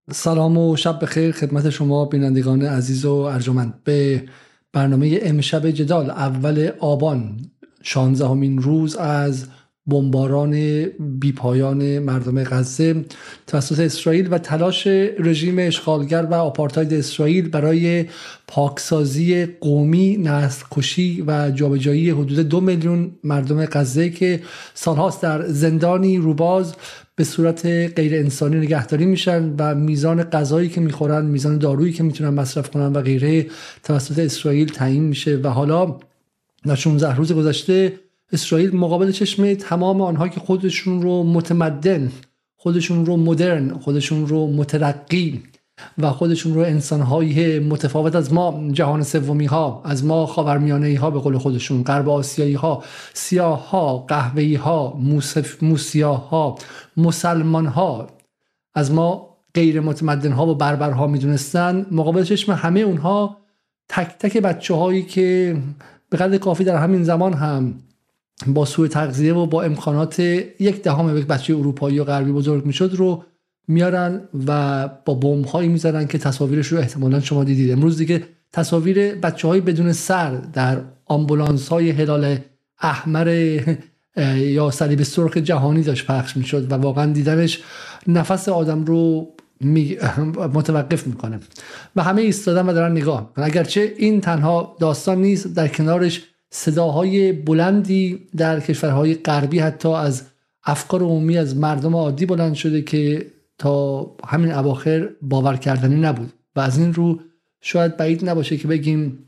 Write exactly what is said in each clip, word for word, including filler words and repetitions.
سلام و شب بخیر خدمت شما بینندگان عزیز و ارجمند به برنامه امشب جدال اول آبان شانزدهمین روز از بمباران بیپایان مردم غزه توسط اسرائیل و تلاش رژیم اشغالگر و آپارتاید اسرائیل برای پاکسازی قومی، نسل کشی و جابجایی حدود دو میلیون مردم غزه که سالهاست در زندانی روباز به صورت غیر انسانی نگهداری میشن و میزان غذایی که میخورن، میزان دارویی که میتونن مصرف کنن و غیره توسط اسرائیل تعیین میشه. و حالا در شانزده روز گذشته اسرائیل مقابل چشم تمام آنها که خودشون رو متمدن، خودشون رو مدرن، خودشون رو مترقی و خودشون رو انسانهای متفاوت از ما، جهان سومی ها، از ما خاورمیانه ها، به قول خودشون غرب آسیایی ها، سیاه ها، قهوه‌ای ها، موسیاه ها، مسلمان ها، از ما غیر متمدن ها و بربر ها میدونستن، مقابل چشم همه اونها تک تک بچه هایی که به قدر کافی در همین زمان هم با سوء تغذیه و با امکانات یک دهم یک بچه اروپایی و غربی بزرگ میشد رو میارن و با بمب هایی میزنن که تصاویرش رو احتمالاً شما دیدید. امروز دیگه تصاویر بچه های بدون سر در آمبولانس های هلال احمر یا صلیب سرخ جهانی داشت پخش میشد و واقعا دیدنش نفس آدم رو می... متوقف میکنه و همه ایستادن و دارن نگاه. اگرچه این تنها داستان نیست، در کنارش صداهای بلندی در کشورهای غربی حتی از افکار عمومی از مردم عادی بلند شده که تا همین اواخر باور کردنی نبود و از این رو شاید بعید نباشه که بگیم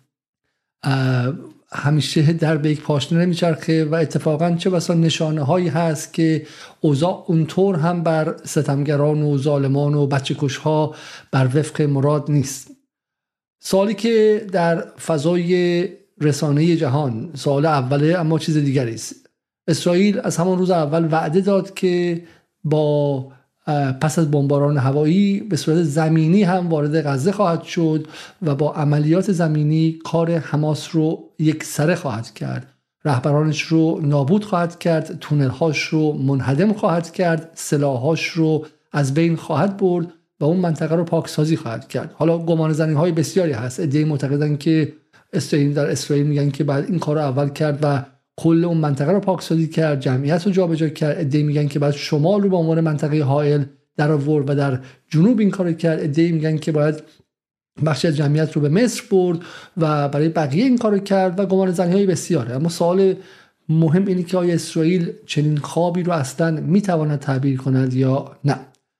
همیشه در به یک پاشنه نمیچرخه و اتفاقا چه بسا نشانه هایی هست که اوضاع اونطور هم بر ستمگران و ظالمان و بچه کش ها بر وفق مراد نیست. سوالی که در فضای رسانه جهان سوال اوله، اما چیز دیگری است. اسرائیل از همان روز اول وعده داد که با پس از بمباران هوایی به صورت زمینی هم وارد غزه خواهد شد و با عملیات زمینی کار حماس رو یکسره خواهد کرد، رهبرانش رو نابود خواهد کرد، تونل‌هاش رو منهدم خواهد کرد، سلاح‌هاش رو از بین خواهد برد و اون منطقه رو پاکسازی خواهد کرد. حالا گمانه‌زنی‌های بسیاری هست. عده‌ای معتقدن که اسرائیل در اسرائیل میگن که بعد این کار رو اول کرد و کل اون منطقه رو پاکسازی کرد، جمعیت رو جابجا کرد. عده‌ای میگن که بعد شمال رو به عنوان منطقه حائل در آورد و در جنوب این کارو کرد. عده‌ای میگن که باید بخشی از جمعیت رو به مصر برد و برای بقیه این کارو کرد و گمانه‌زنی‌های بسیاره. اما سوال مهم اینه که آیا اسرائیل چنین خوابی رو اصلا میتواند تعبیر کند یا نه؟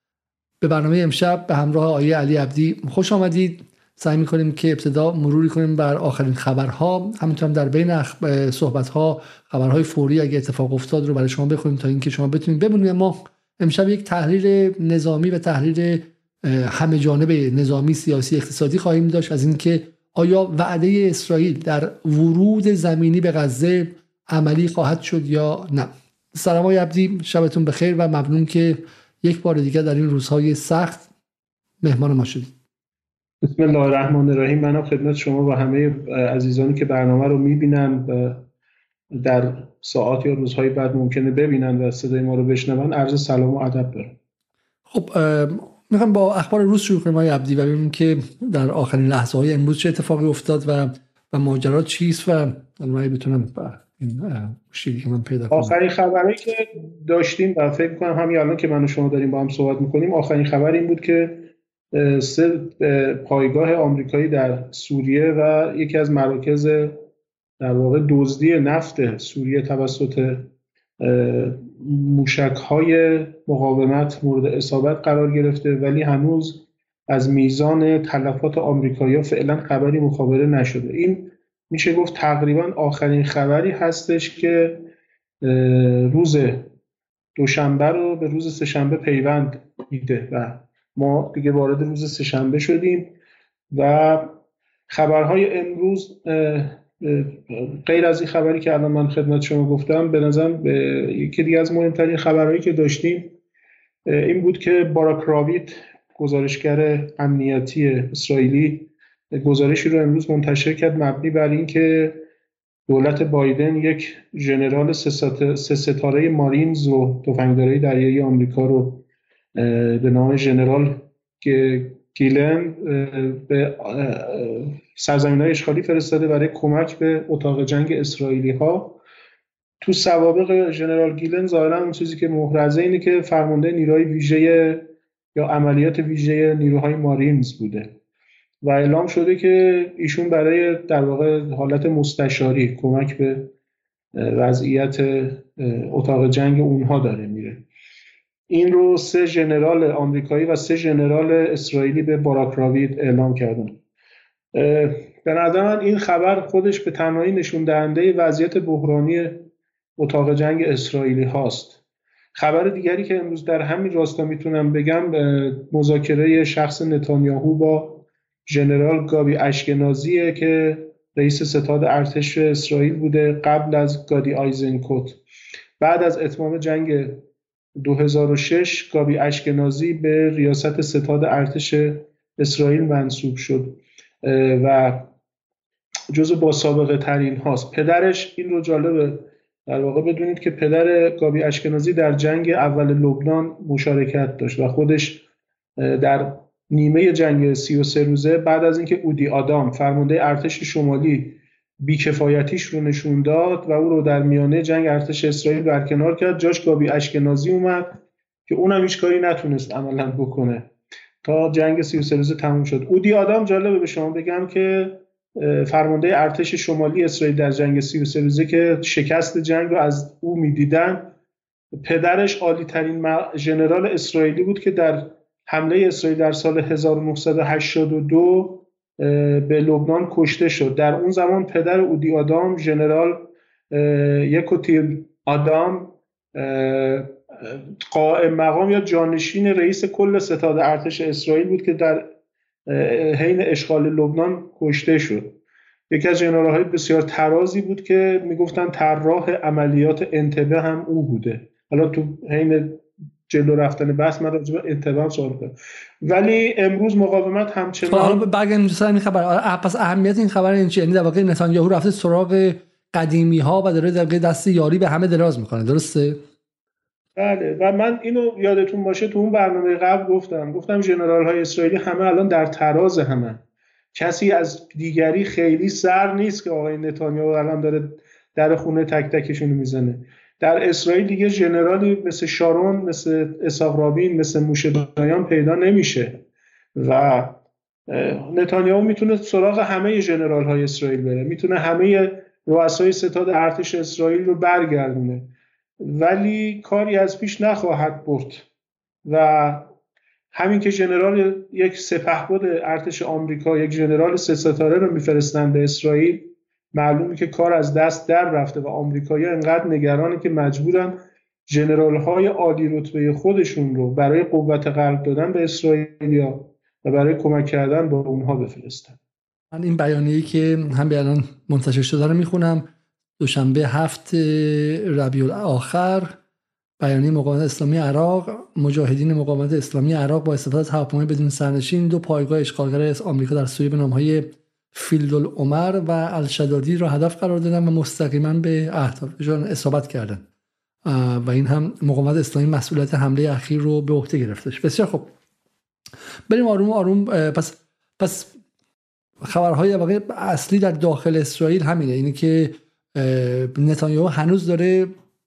به برنامه امشب به همراه آقای علی عبدی خوش آمدید. سعی می‌کنیم که ابتدا مروری کنیم بر آخرین خبرها، همینطور هم در بین صحبت‌ها خبرهای فوری اگه اتفاق افتاد رو برای شما بخونیم تا اینکه شما بتونید ببینید. ما امشب یک تحلیل نظامی و تحلیل همه جانبه نظامی، سیاسی، اقتصادی خواهیم داشت از اینکه آیا وعده اسرائیل در ورود زمینی به غزه عملی خواهد شد یا نه. سلام آقای عبدی، شبتون بخیر و ممنون که یک بار دیگر در این روزهای سخت مهمان ما شدید. بسم الله الرحمن الرحیم. من خدمت شما و همه عزیزانی که برنامه رو میبینن و در ساعات یا روزهای بعد ممکنه ببینن و صدای ما رو بشنون عرض سلام و ادب دارم. خب میخوام با اخبار روز شروع کنیم آقای عبدی و ببینیم که در آخرین لحظه های امروز چه اتفاقی افتاد و و ماجرا چیست و من بتونم این شیری که من پیدا کنم. آخرین خبری که داشتیم و فکر کنم همین الان که من و شما داریم با هم صحبت میکنیم، آخرین خبر این بود که سه پایگاه آمریکایی در سوریه و یکی از مراکز در واقع دزدی نفت سوریه توسط موشک‌های مقاومت مورد اصابت قرار گرفته، ولی هنوز از میزان تلفات آمریکایی‌ها فعلا خبری مخابره نشده. این میشه گفت تقریبا آخرین خبری هستش که روز دوشنبه رو به روز سه‌شنبه پیوند میده و ما دیگه وارد روز سه‌شنبه شدیم و خبرهای امروز غیر از این خبری که الان من خدمت شما گفتم، به نظرم یکی دیگه از مهمترین خبرهایی که داشتیم این بود که باراک راویت، گزارشگر امنیتی اسرائیلی، گزارشی رو امروز منتشر کرد مبنی بر این که دولت بایدن یک ژنرال سه ستاره مارینز و تفنگدارای دریایی آمریکا رو به نام ژنرال گیلن به سرزمین‌های اشغالی فرستاده برای کمک به اتاق جنگ اسرائیلی‌ها. تو سوابق ژنرال گیلن ظاهراً اون چیزی که محرزه اینه که فرمانده نیروهای ویژه یا عملیات ویژه نیروهای مارینز بوده و اعلام شده که ایشون برای در واقع حالت مستشاری کمک به وضعیت اتاق جنگ اونها داره میره. این رو سه ژنرال آمریکایی و سه ژنرال اسرائیلی به باراک راوید اعلام کردن. به نظر من این خبر خودش به تنهایی نشون دهنده وضعیت بحرانی اتاق جنگ اسرائیلی هاست. خبر دیگری که امروز در همین راستا میتونم بگم مذاکره شخص نتانیاهو با ژنرال گابی اشکنازیه که رئیس ستاد ارتش اسرائیل بوده قبل از گادی آیزنکوت. بعد از اتمام جنگ دو هزار و شش گابی اشکنازی به ریاست ستاد ارتش اسرائیل منصوب شد و جزو با سابقه ترین هاست. پدرش، این رو جالبه در واقع بدونید که پدر گابی اشکنازی در جنگ اول لبنان مشارکت داشت و خودش در نیمه جنگ سی و سه روزه بعد از اینکه اودی آدام فرمانده ارتش شمالی بیکفایتیش رو نشون داد و او رو در میانه جنگ ارتش اسرائیل برکنار کرد، جاش گابی اشکنازی اومد که اونم هیچ کاری نتونست عملاً بکنه تا جنگ سی و سه روزه تموم شد. اودی آدام جالبه به شما بگم که فرمانده ارتش شمالی اسرائیل در جنگ سی و سه روزه که شکست جنگ رو از او میدیدن، پدرش عالی ترین ژنرال اسرائیلی بود که در حمله اسرائیل در سال هزار و نهصد و هشتاد و دو به لبنان کشته شد. در اون زمان پدر اودی آدام ژنرال یکوتیل آدام قائم مقام یا جانشین رئیس کل ستاد ارتش اسرائیل بود که در حین اشغال لبنان کشته شد. یکی از ژنرال‌های بسیار ترازی بود که میگفتن طراح عملیات انتبه هم او بوده. حالا تو حین جلو رفتن بحث من راجع به انتبه سوال کنم، ولی امروز مقاومت همچنان. حالا برگردیم سر این خبر. پس اهمیت این خبر این چیه؟ یعنی در واقع نتانیاهو رفته سراغ قدیمی ها و داره در دست یاری به همه دراز میکنه، درسته؟ بله، و من اینو یادتون باشه تو اون برنامه قبل گفتم گفتم ژنرال های اسرائیلی همه الان در تراز همه، کسی از دیگری خیلی سر نیست که آقای نتانیاهو الان داره در خونه تک تکشون میزنه. در اسرائیل دیگه ژنرالی مثل شارون، مثل اسحاق رابین، مثل موشه دایان پیدا نمیشه و نتانیاهو میتونه سراغ همه ژنرال های اسرائیل بره، میتونه همه رؤسای ستاد ارتش اسرائیل رو برگردونه، ولی کاری از پیش نخواهد برد. و همین که ژنرال یک سپهبد ارتش آمریکا، یک ژنرال سه ستاره رو میفرستن به اسرائیل، معلومه که کار از دست در رفته و آمریکایی‌ها انقدر نگرانه که مجبورن ژنرال‌های عالی رتبه خودشون رو برای قوت قلب دادن به اسرائیلیا و برای کمک کردن با اونها بفرستن. من این بیانیه‌ای که هم الان منتشر شده رو میخونم. دوشنبه هفت ربیع الاخر، بیانیه مقاومت اسلامی عراق: مجاهدین مقاومت اسلامی عراق با استفاده از هواپیمای بدون سرنشین دو پایگاه اشغالگر از آمریکا در سوریه به نام‌های فیلدالعمر و الشدادی را هدف قرار دادن و مستقیما به اهدافشان اصابت کردند و این هم مقاومت اسلامی مسئولیت حمله اخیر رو به عهده گرفتش. بسیار خوب، بریم آروم آروم. پس پس خبرهای واقعا اصلی در داخل اسرائیل همینه، اینه که نتانیاهو هنوز داره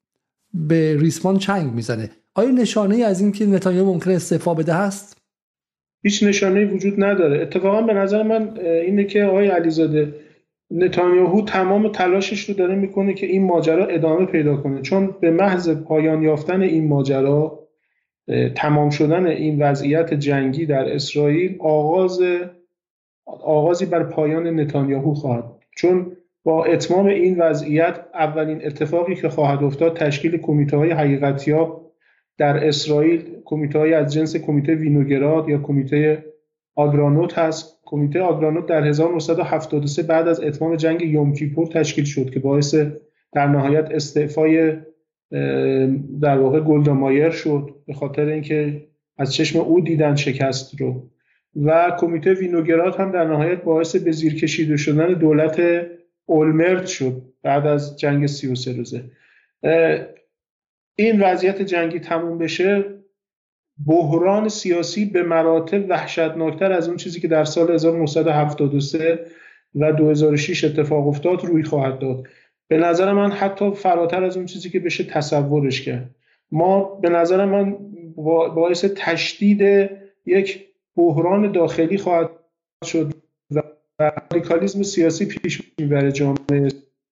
به ریسمان چنگ میزنه. آیا نشانه ای از این که نتانیاهو ممکنه استعفا بده هست؟ هیچ نشانه‌ای وجود نداره. اتفاقا به نظر من اینه که آقای علیزاده، نتانیاهو تمام تلاشش رو داره میکنه که این ماجرا ادامه پیدا کنه، چون به محض پایان یافتن این ماجرا، تمام شدن این وضعیت جنگی در اسرائیل، آغاز آغازی بر پایان نتانیاهو خواهد، چون با اتمام این وضعیت اولین اتفاقی که خواهد افتاد تشکیل کمیته‌های حقیقتیاب در اسرائیل، کمیته‌های از جنس کمیته وینوگراد یا کمیته آگرانوت هست. کمیته آگرانوت در هزار و نهصد و هفتاد و سه بعد از اتمام جنگ یوم کیپور تشکیل شد که باعث در نهایت استعفای در واقع گولدا مایر شد، به خاطر اینکه از چشم او دیدن شکست رو. و کمیته وینوگراد هم در نهایت باعث به زیر کشیده شدن دولت اولمرت شد بعد از جنگ سی و سه روزه. این وضعیت جنگی تموم بشه، بحران سیاسی به مراتب وحشتناکتر از اون چیزی که در سال هزار و نهصد و هفتاد و سه و دو هزار و شش اتفاق افتاد روی خواهد داد. به نظر من حتی فراتر از اون چیزی که بشه تصورش کرد. ما به نظر من باعث تشدید یک بحران داخلی خواهد شد و رادیکالیسم سیاسی پیش میبره جامعه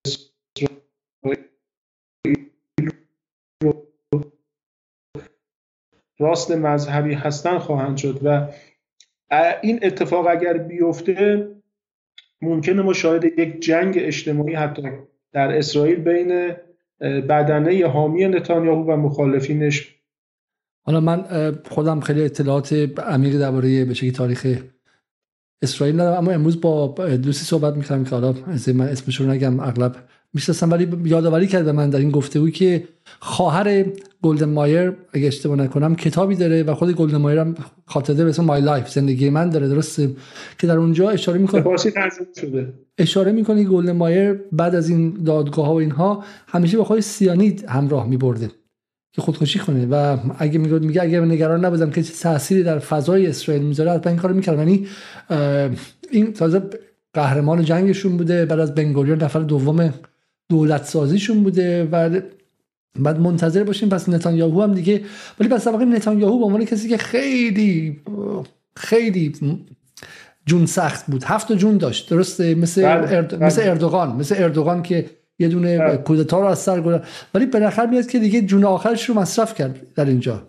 راست مذهبی هستن خواهند شد و این اتفاق اگر بیفته ممکنه ما شاهد یک جنگ اجتماعی حتی در اسرائیل بین بدنه حامی نتانیاهو و مخالفینش. حالا من خودم خیلی اطلاعات عمیقی درباره به شکلی تاریخ اسرائیل ندارم، اما امروز با دوستی صحبت می‌کردم که حالا من اسمش رو نگم اغلب میشناسم، ولی یادآوری کرد به من در این گفتگو که خواهر گلدن مایر اگه اشتباه نکنم کتابی داره و خود گلدن مایر هم خاطره به اسم مای لایف زندگی من داره، درسته؟ که در اونجا اشاره میکنه فارسی ترجمه شده اشاره میکنه که گلدن مایر بعد از این دادگاه‌ها و اینها همیشه با خود سیانید همراه میبرده که خودکشی کنه و اگه میگه میگه اگه نگران نبودم که تأثیری در فضای اسرائیل میذاره حتما این کارو میکردم. یعنی این تازه قهرمان جنگشون بوده، بعد از بنگوریون نفر دوم دولت سازیشون بوده و بعد منتظر باشیم پس نتانیاهو هم دیگه. ولی پس واقعا نتانیاهو به عنوان کسی که خیلی خیلی جون سخت بود، هفت جون داشت، درسته؟ مثل ارد... مثل اردوغان مثل اردوغان که یه دونه کودتا رو از سر گذاشت، ولی بالاخره میاد که دیگه جون آخرش رو مصرف کرد در اینجا.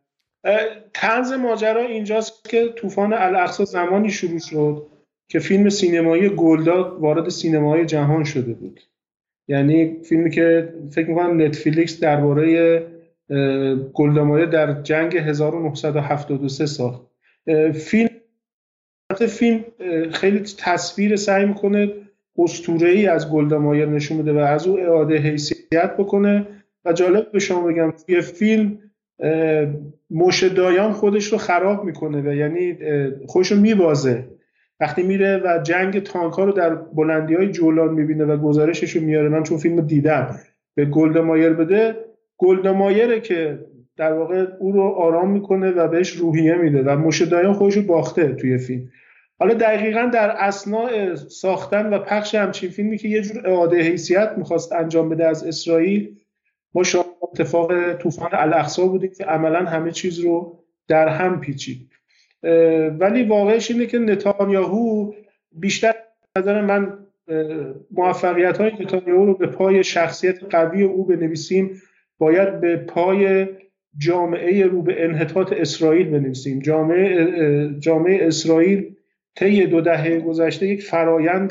طنز ماجرا اینجاست که طوفان الاقصی زمانی شروع شد که فیلم سینمایی گلداد وارد سینمای جهان شده بود. یعنی فیلمی که فکر می‌کنم نتفلیکس درباره گلدا مائر در جنگ هزار و نهصد و هفتاد و سه ساخت. فیلم فیلم خیلی تصویر سعی میکنه اسطوره‌ای از گلدا مائر نشون بده و از او اعاده حیثیت بکنه و جالب به شما بگم توی فیلم موشه دایان خودش رو خراب میکنه و یعنی خودش رو میبازه وقتی میره و جنگ تانک‌ها رو در بلندی‌های جولان میبینه و گزارشش رو میاره. من چون فیلم دیدم به گلدا مائر بده، گلدا مائره که در واقع او رو آرام میکنه و بهش روحیه میده و موشه دایان خودش رو باخته توی فیلم. حالا دقیقاً در اثناء ساختن و پخش همچین فیلمی که یه جور اعاده حیثیت میخواست انجام بده از اسرائیل، ما شاهد اتفاق طوفان الاقصی بودیم که عملاً همه چیز رو در هم پیچید. ولی واقعش اینه که نتانیاهو بیشتر نظر من موفقیت‌های نتانیاهو رو به پای شخصیت قوی او بنویسیم، باید به پای جامعه رو به انحطاط اسرائیل بنویسیم. جامعه جامعه اسرائیل طی دو دهه گذشته یک فرایند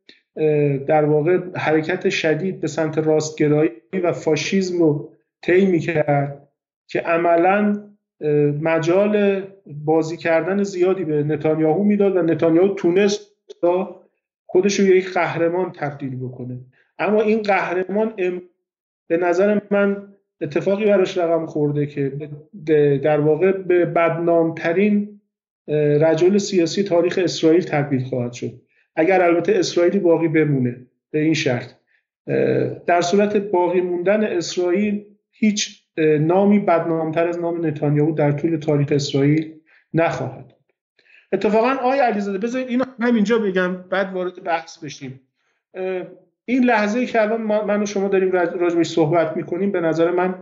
در واقع حرکت شدید به سمت راستگرایی و فاشیسم رو طی می‌کرد که عملاً مجال بازی کردن زیادی به نتانیاهو میداد و نتانیاهو تونست خودش رو یک قهرمان تبدیل بکنه. اما این قهرمان به نظر من اتفاقی براش رقم خورده که در واقع به بدنامترین رجل سیاسی تاریخ اسرائیل تبدیل خواهد شد، اگر البته اسرائیلی باقی بمونه به این شرط. در صورت باقی موندن اسرائیل هیچ نامی بدنامتر از نام نتانیاهو در طول تاریخ اسرائیل نخواهد. اتفاقا آقای علیزاده بذارید اینو همینجا بگم بعد وارد بحث بشیم. این لحظه‌ای که الان من و شما داریم راجعش صحبت میکنیم به نظر من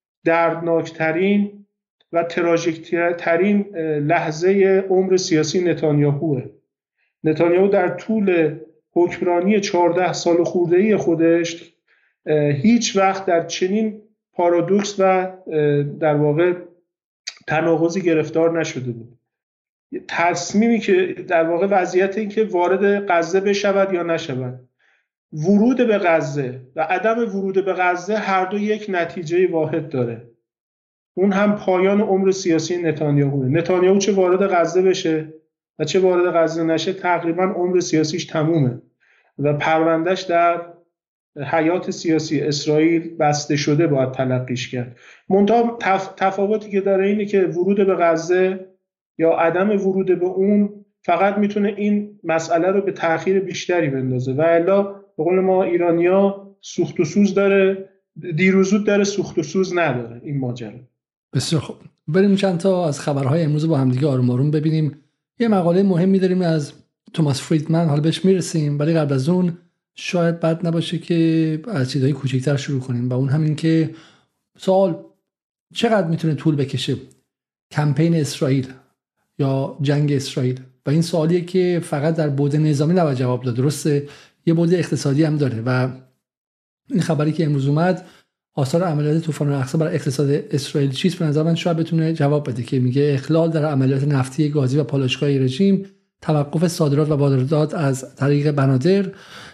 دردناکترین و تراژیکترین لحظه عمر سیاسی نتانیاهوه. نتانیاهو در طول حکمرانی چهارده سال خورده‌ای خودش هیچ وقت در چنین پارادوکس و در واقع تناقضی گرفتار نشده بود. تصمیمی که در واقع وضعیت این که وارد غزه بشود یا نشود، ورود به غزه و عدم ورود به غزه هر دو یک نتیجه واحد داره، اون هم پایان عمر سیاسی نتانیاهوه. نتانیاهو چه وارد غزه بشه و چه وارد غزه نشه تقریبا عمر سیاسیش تمومه و پروندهش در حیات سیاسی اسرائیل بسته شده باید تلقیش کرد. منتها تف... تفاوتی که داره اینه که ورود به غزه یا عدم ورود به اون فقط میتونه این مسئله رو به تأخیر بیشتری بندازه و الا به قول ما ایرانیا سوخت و سوز داره، دیر و زود داره، سوخت و سوز نداره این ماجرا. بسیار خوب، بریم چند تا از خبرهای امروز با همدیگه آروم آروم ببینیم. یه مقاله مهمی داریم از توماس فریدمن، حالا بهش میرسیم، ولی قبل از اون شاید بد نباشه که از چیزهای کوچیک‌تر شروع کنیم و اون همین که سوال چقدر میتونه طول بکشه کمپین اسرائیل یا جنگ اسرائیل؟ و این سوالیه که فقط در بعد نظامی نباید جواب داد، درسته؟ یه بعد اقتصادی هم داره و این خبری که امروز اومد آثار عملیات طوفان الاقصی بر اقتصاد اسرائیل چیست، به نظر من شاید بتونه جواب بده، که میگه اخلال در عملیات نفتی، گازی و پالایشگاهی رژیم، توقف صادرات و واردات از طریق بنادر،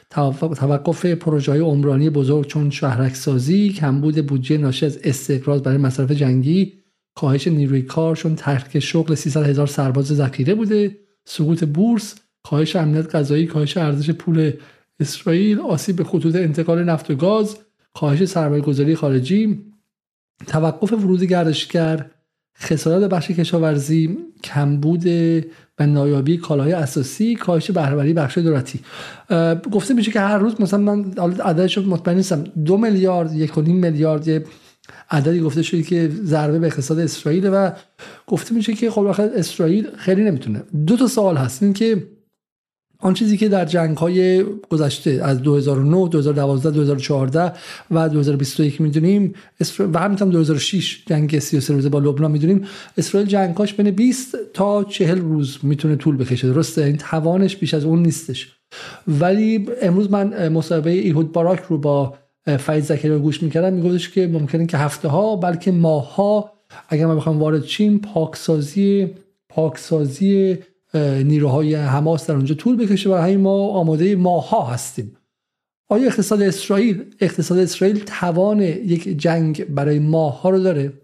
توقف پروژه‌های عمرانی بزرگ چون شهرک‌سازی، کمبود بودجه ناشی از استقراض برای مصارف جنگی، کاهش نیروی کار چون ترک شغل سیصد هزار سرباز ذخیره بوده، سقوط بورس، کاهش امنیت غذایی، کاهش ارزش پول اسرائیل، آسیب به خطوط انتقال نفت و گاز، کاهش سرمایه‌گذاری خارجی، توقف ورود گردشگر، خسارات بخش کشاورزی، کمبود و نایابی کالاهای اساسی، کاهش بهره‌وری بخش دولتی. گفته میشه که هر روز مثلا من عددش رو مطمئن نیستم، دو میلیارد یک و نیم میلیارد یه عددی گفته شده که ضربه به اقتصاد اسرائیل و گفته میشه که خب آخر اسرائیل خیلی نمیتونه. دو تا سوال هست، این که آن چیزی که در جنگ‌های گذشته از دو هزار و نه، دو هزار و دوازده، دو هزار و چهارده و دو هزار و بیست و یک میدونیم و همینطور دو هزار و شش جنگ سی و سه روزه با لبنان میدونیم، اسرائیل جنگاش بین بیست تا چهل روز میتونه طول بکشه، درسته؟ این توانش بیش از اون نیستش. ولی امروز من مصاحبه ایهود باراک رو با فرید زکریا گوش میکردم، میگفتش که ممکنه که هفته ها بلکه ماه ها اگر ما بخوام وارد چیم پاکسازی پاکسازی نیروهای حماس در اونجا طول بکشه و همین ما آماده ماها هستیم. آیا اقتصاد اسرائیل اقتصاد اسرائیل توان یک جنگ برای ماها رو داره؟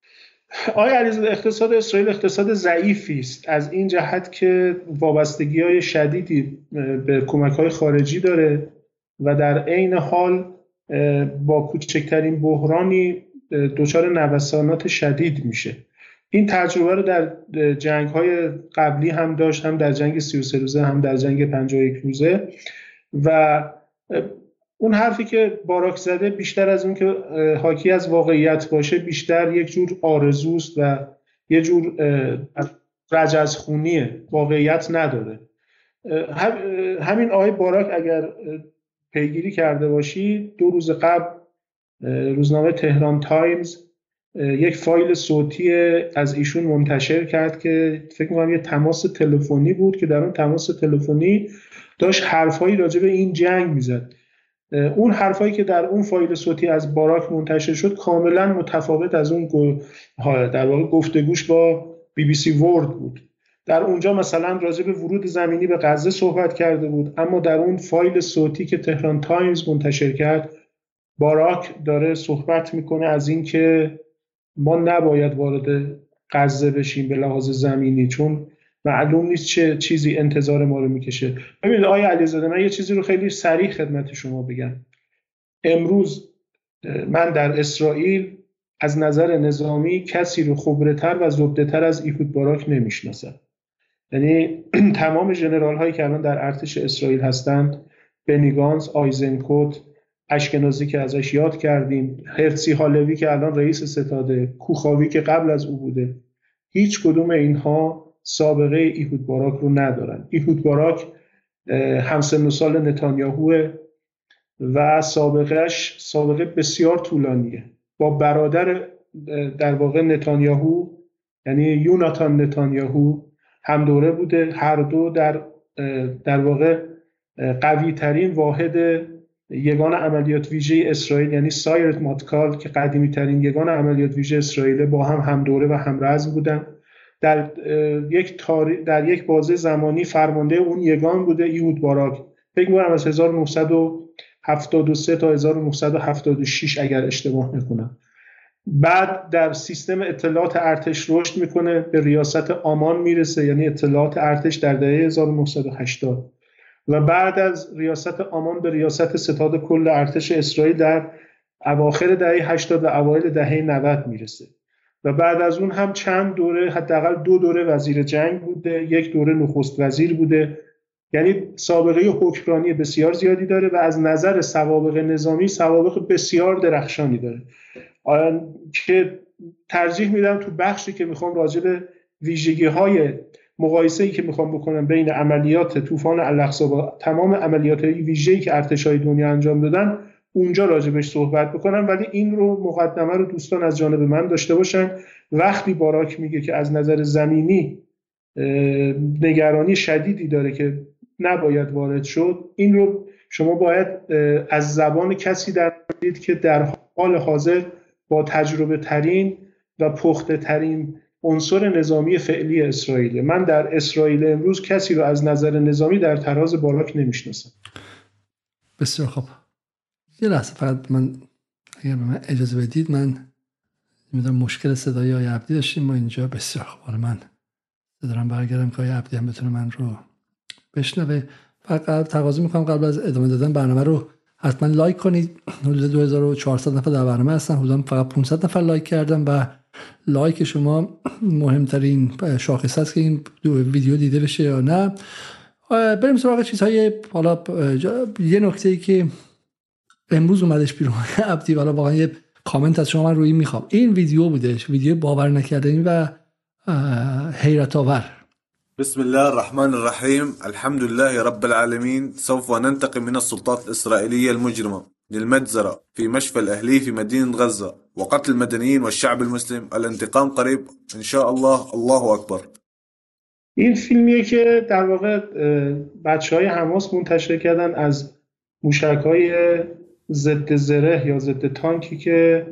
آیا علیزاده اقتصاد اسرائیل اقتصاد ضعیفی است از این جهت که وابستگی‌های شدیدی به کمک‌های خارجی داره و در عین حال با کوچکترین بحرانی دچار نوسانات شدید میشه. این تجربه رو در جنگ‌های قبلی هم داشت، هم در جنگ سی و سه روزه هم در جنگ پنجاه و یک روزه و اون حرفی که باراک زده بیشتر از اون که حاکی از واقعیت باشه بیشتر یک جور آرزوست و یه جور رجزخونیه، واقعیت نداره. همین آقای باراک اگر پیگیری کرده باشی دو روز قبل روزنامه تهران تایمز یک فایل صوتی از ایشون منتشر کرد که فکر می‌کنم یه تماس تلفنی بود که در اون تماس تلفنی داشت حرفایی راجع به این جنگ میزد. اون حرفایی که در اون فایل صوتی از باراک منتشر شد کاملا متفاوت از اون در واقع گفتگوش با بی بی سی ورلد بود. در اونجا مثلا راجع به ورود زمینی به غزه صحبت کرده بود، اما در اون فایل صوتی که تهران تایمز منتشر کرد باراک داره صحبت میکنه از این که ما نباید وارد غزه بشیم به لحاظ زمینی چون معلوم نیست چه چیزی انتظار ما رو میکشه. ببینید آقای علیزاده، من یه چیزی رو خیلی صریح خدمت شما بگم. امروز من در اسرائیل از نظر نظامی کسی رو خبره‌تر و زبده‌تر از ایهود باراک نمیشناسم. یعنی تمام ژنرال هایی که الان در ارتش اسرائیل هستند، بنی گانتز، آیزنکوت، اشکنازی که ازش یاد کردیم، هرسی هالوی که الان رئیس ستاده، کوخاوی که قبل از او بوده، هیچ کدوم اینها سابقه ایهود باراک رو ندارن. ایهود باراک همسن و سال نتانیاهوه و سابقهش سابقه بسیار طولانیه. با برادر در واقع نتانیاهو یعنی یوناتان نتانیاهو هم دوره بوده، هر دو در در واقع قوی ترین واحد یگان عملیات ویژه اسرائیل یعنی سایرت ماتکال که قدیمی ترین یگان عملیات ویژه اسرائیل با هم هم دوره و هم رزم بودن. در یک تاریخ در یک بازه زمانی فرمانده اون یگان بوده ایهود باراک، فکر می‌کنم از هزار و نهصد و هفتاد و سه تا هزار و نهصد و هفتاد و شش اگر اشتباه نکنم. بعد در سیستم اطلاعات ارتش رشد میکنه، به ریاست آمان میرسه، یعنی اطلاعات ارتش در دهه هزار و نهصد و هشتاد و بعد از ریاست آمان به ریاست ستاد کل ارتش اسرائیل در اواخر دهه هشتاد و اوایل دهه نود میرسه و بعد از اون هم چند دوره، حداقل دو دوره وزیر جنگ بوده، یک دوره نخست وزیر بوده. یعنی سابقه حکمرانی بسیار زیادی داره و از نظر سوابق نظامی سوابق بسیار درخشانی داره که ترجیح میدم تو بخشی که میخوام راجع به ویژگی‌های مقایسه‌ای که میخوام بکنم بین عملیات طوفان الاقصی با تمام عملیات‌های ویژه‌ای که ارتش‌های دنیا انجام دادن اونجا راجبش صحبت بکنم، ولی این رو مقدمه رو دوستان از جانب من داشته باشن. وقتی باراک میگه که از نظر زمینی نگرانی شدیدی داره که نباید وارد شد، این رو شما باید از زبان کسی در بیارید که در حال حاضر با تجربه ترین و پخته ترین عنصر نظامی فعلی اسرائیل. من در اسرائیل امروز کسی رو از نظر نظامی در تراز باراک نمیشناسم. بسیار خوب. یه لحظه فقط من اگر به من اجازه بدید، من میدونم مشکل صدای آقای عبدی داشتیم ما اینجا. بسیار خوب. من دارم برگردم که آقای عبدی هم بتونه من رو بشنوه. فقط تقاضا میکنم قبل از ادامه دادن برنامه رو حتما لایک کنید. حدود دو هزار و چهارصد نفر در برنامه هستن، حدودا فقط پانصد نفر لایک کردن و لایک شما مهمترین شاخص است که این ویدیو دیده بشه یا نه. بریم سراغ چیزهای. حالا یه نکته‌ای که امروز اومدش بیرون عبدی، حالا واقعا یه کامنت از شما من روی میخوام. این ویدیو بودش، ویدیو باور نکردنی و حیرت آور. بسم الله الرحمن الرحيم الحمد لله رب العالمين سوف ننتقم من السلطات الإسرائيلية المجرمة للمجزرة في مشفى الأهلي في مدينة غزة وقتل المدنيين والشعب المسلم. الانتقام قريب إن شاء الله. الله أكبر. این فیلمیه که در واقع بچه‌های حماس منتشر کردن از موشک‌های ضد زره یا ضد تانکی که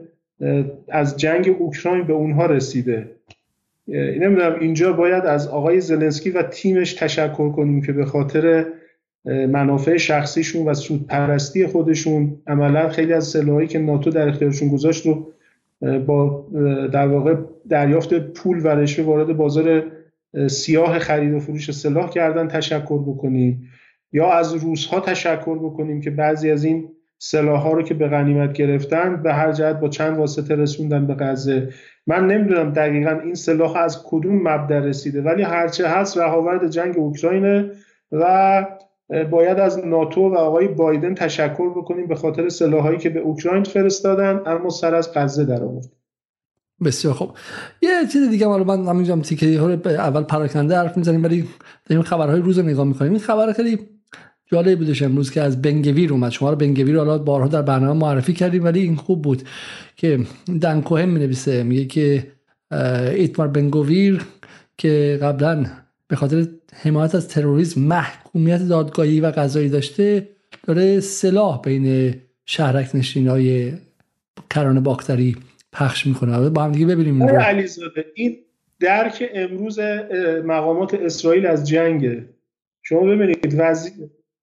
از جنگ اوکراین به اونها رسیده. نمیدونم اینجا باید از آقای زلنسکی و تیمش تشکر کنیم که به خاطر منافع شخصیشون و سودپرستی خودشون عملا خیلی از سلاحایی که ناتو در اختیارشون گذاشت رو با در واقع دریافت پول و رشوه وارد بازار سیاه خرید و فروش سلاح کردن. تشکر بکنیم. یا از روس‌ها تشکر بکنیم که بعضی از این سلاح‌ها رو که به غنیمت گرفتن به هر جهت با چند واسطه رسوندن به غزه. من نمیدونم دقیقاً این سلاح از کدوم مبدا رسیده، ولی هرچه هست رهاورد جنگ اوکراینه و باید از ناتو و آقای بایدن تشکر بکنیم به خاطر سلاحایی که به اوکراین فرستادن اما سر از غزه در آورد. بسیار خوب. یه چیز دیگه حالا من همینجا تیکه ها رو اول پراکنده حرف می‌زنیم ولی داریم خبرهای روز رو نگاه می‌کنیم. این خبر خیلی جالب بودش امروز که از بنگویر اومد. شما رو بنگویر حالا بارها در برنامه معرفی کردیم ولی این خوب بود که دن کوهن می‌نویسه، میگه که ایتمار بنگویر که قبلا به خاطر حمایت از تروریسم محکومیت دادگاهی و قضایی داشته، داره سلاح بین شهرک نشینای کرانه باختری پخش میکنه. با هم دیگه ببینیم. آقای علیزاده، این درک امروز مقامات اسرائیل از جنگه. شما ببینید وضعیت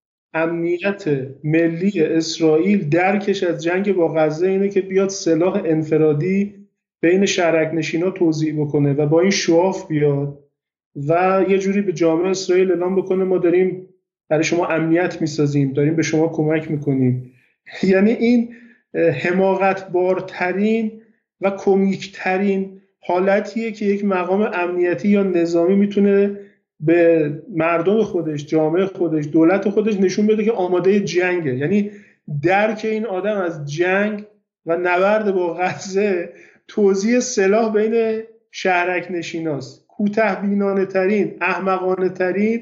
امنیت ملی اسرائیل درکش از جنگ با غزه اینه که بیاد سلاح انفرادی بین شهرک نشینا توزیع بکنه و با این شواف بیاد و یه جوری به جامعه اسرائیل اعلام بکنه ما داریم برای شما امنیت میسازیم، داریم به شما کمک میکنیم. یعنی این حماقت بارترین و کمیکترین حالتیه که یک مقام امنیتی یا نظامی میتونه به مردم خودش، جامعه خودش، دولت خودش نشون بده که آماده جنگه. یعنی درک این آدم از جنگ و نبرد با غزه توزیع سلاح بین شهرک نشیناست. کوته بینانه ترین، احمقانه ترین،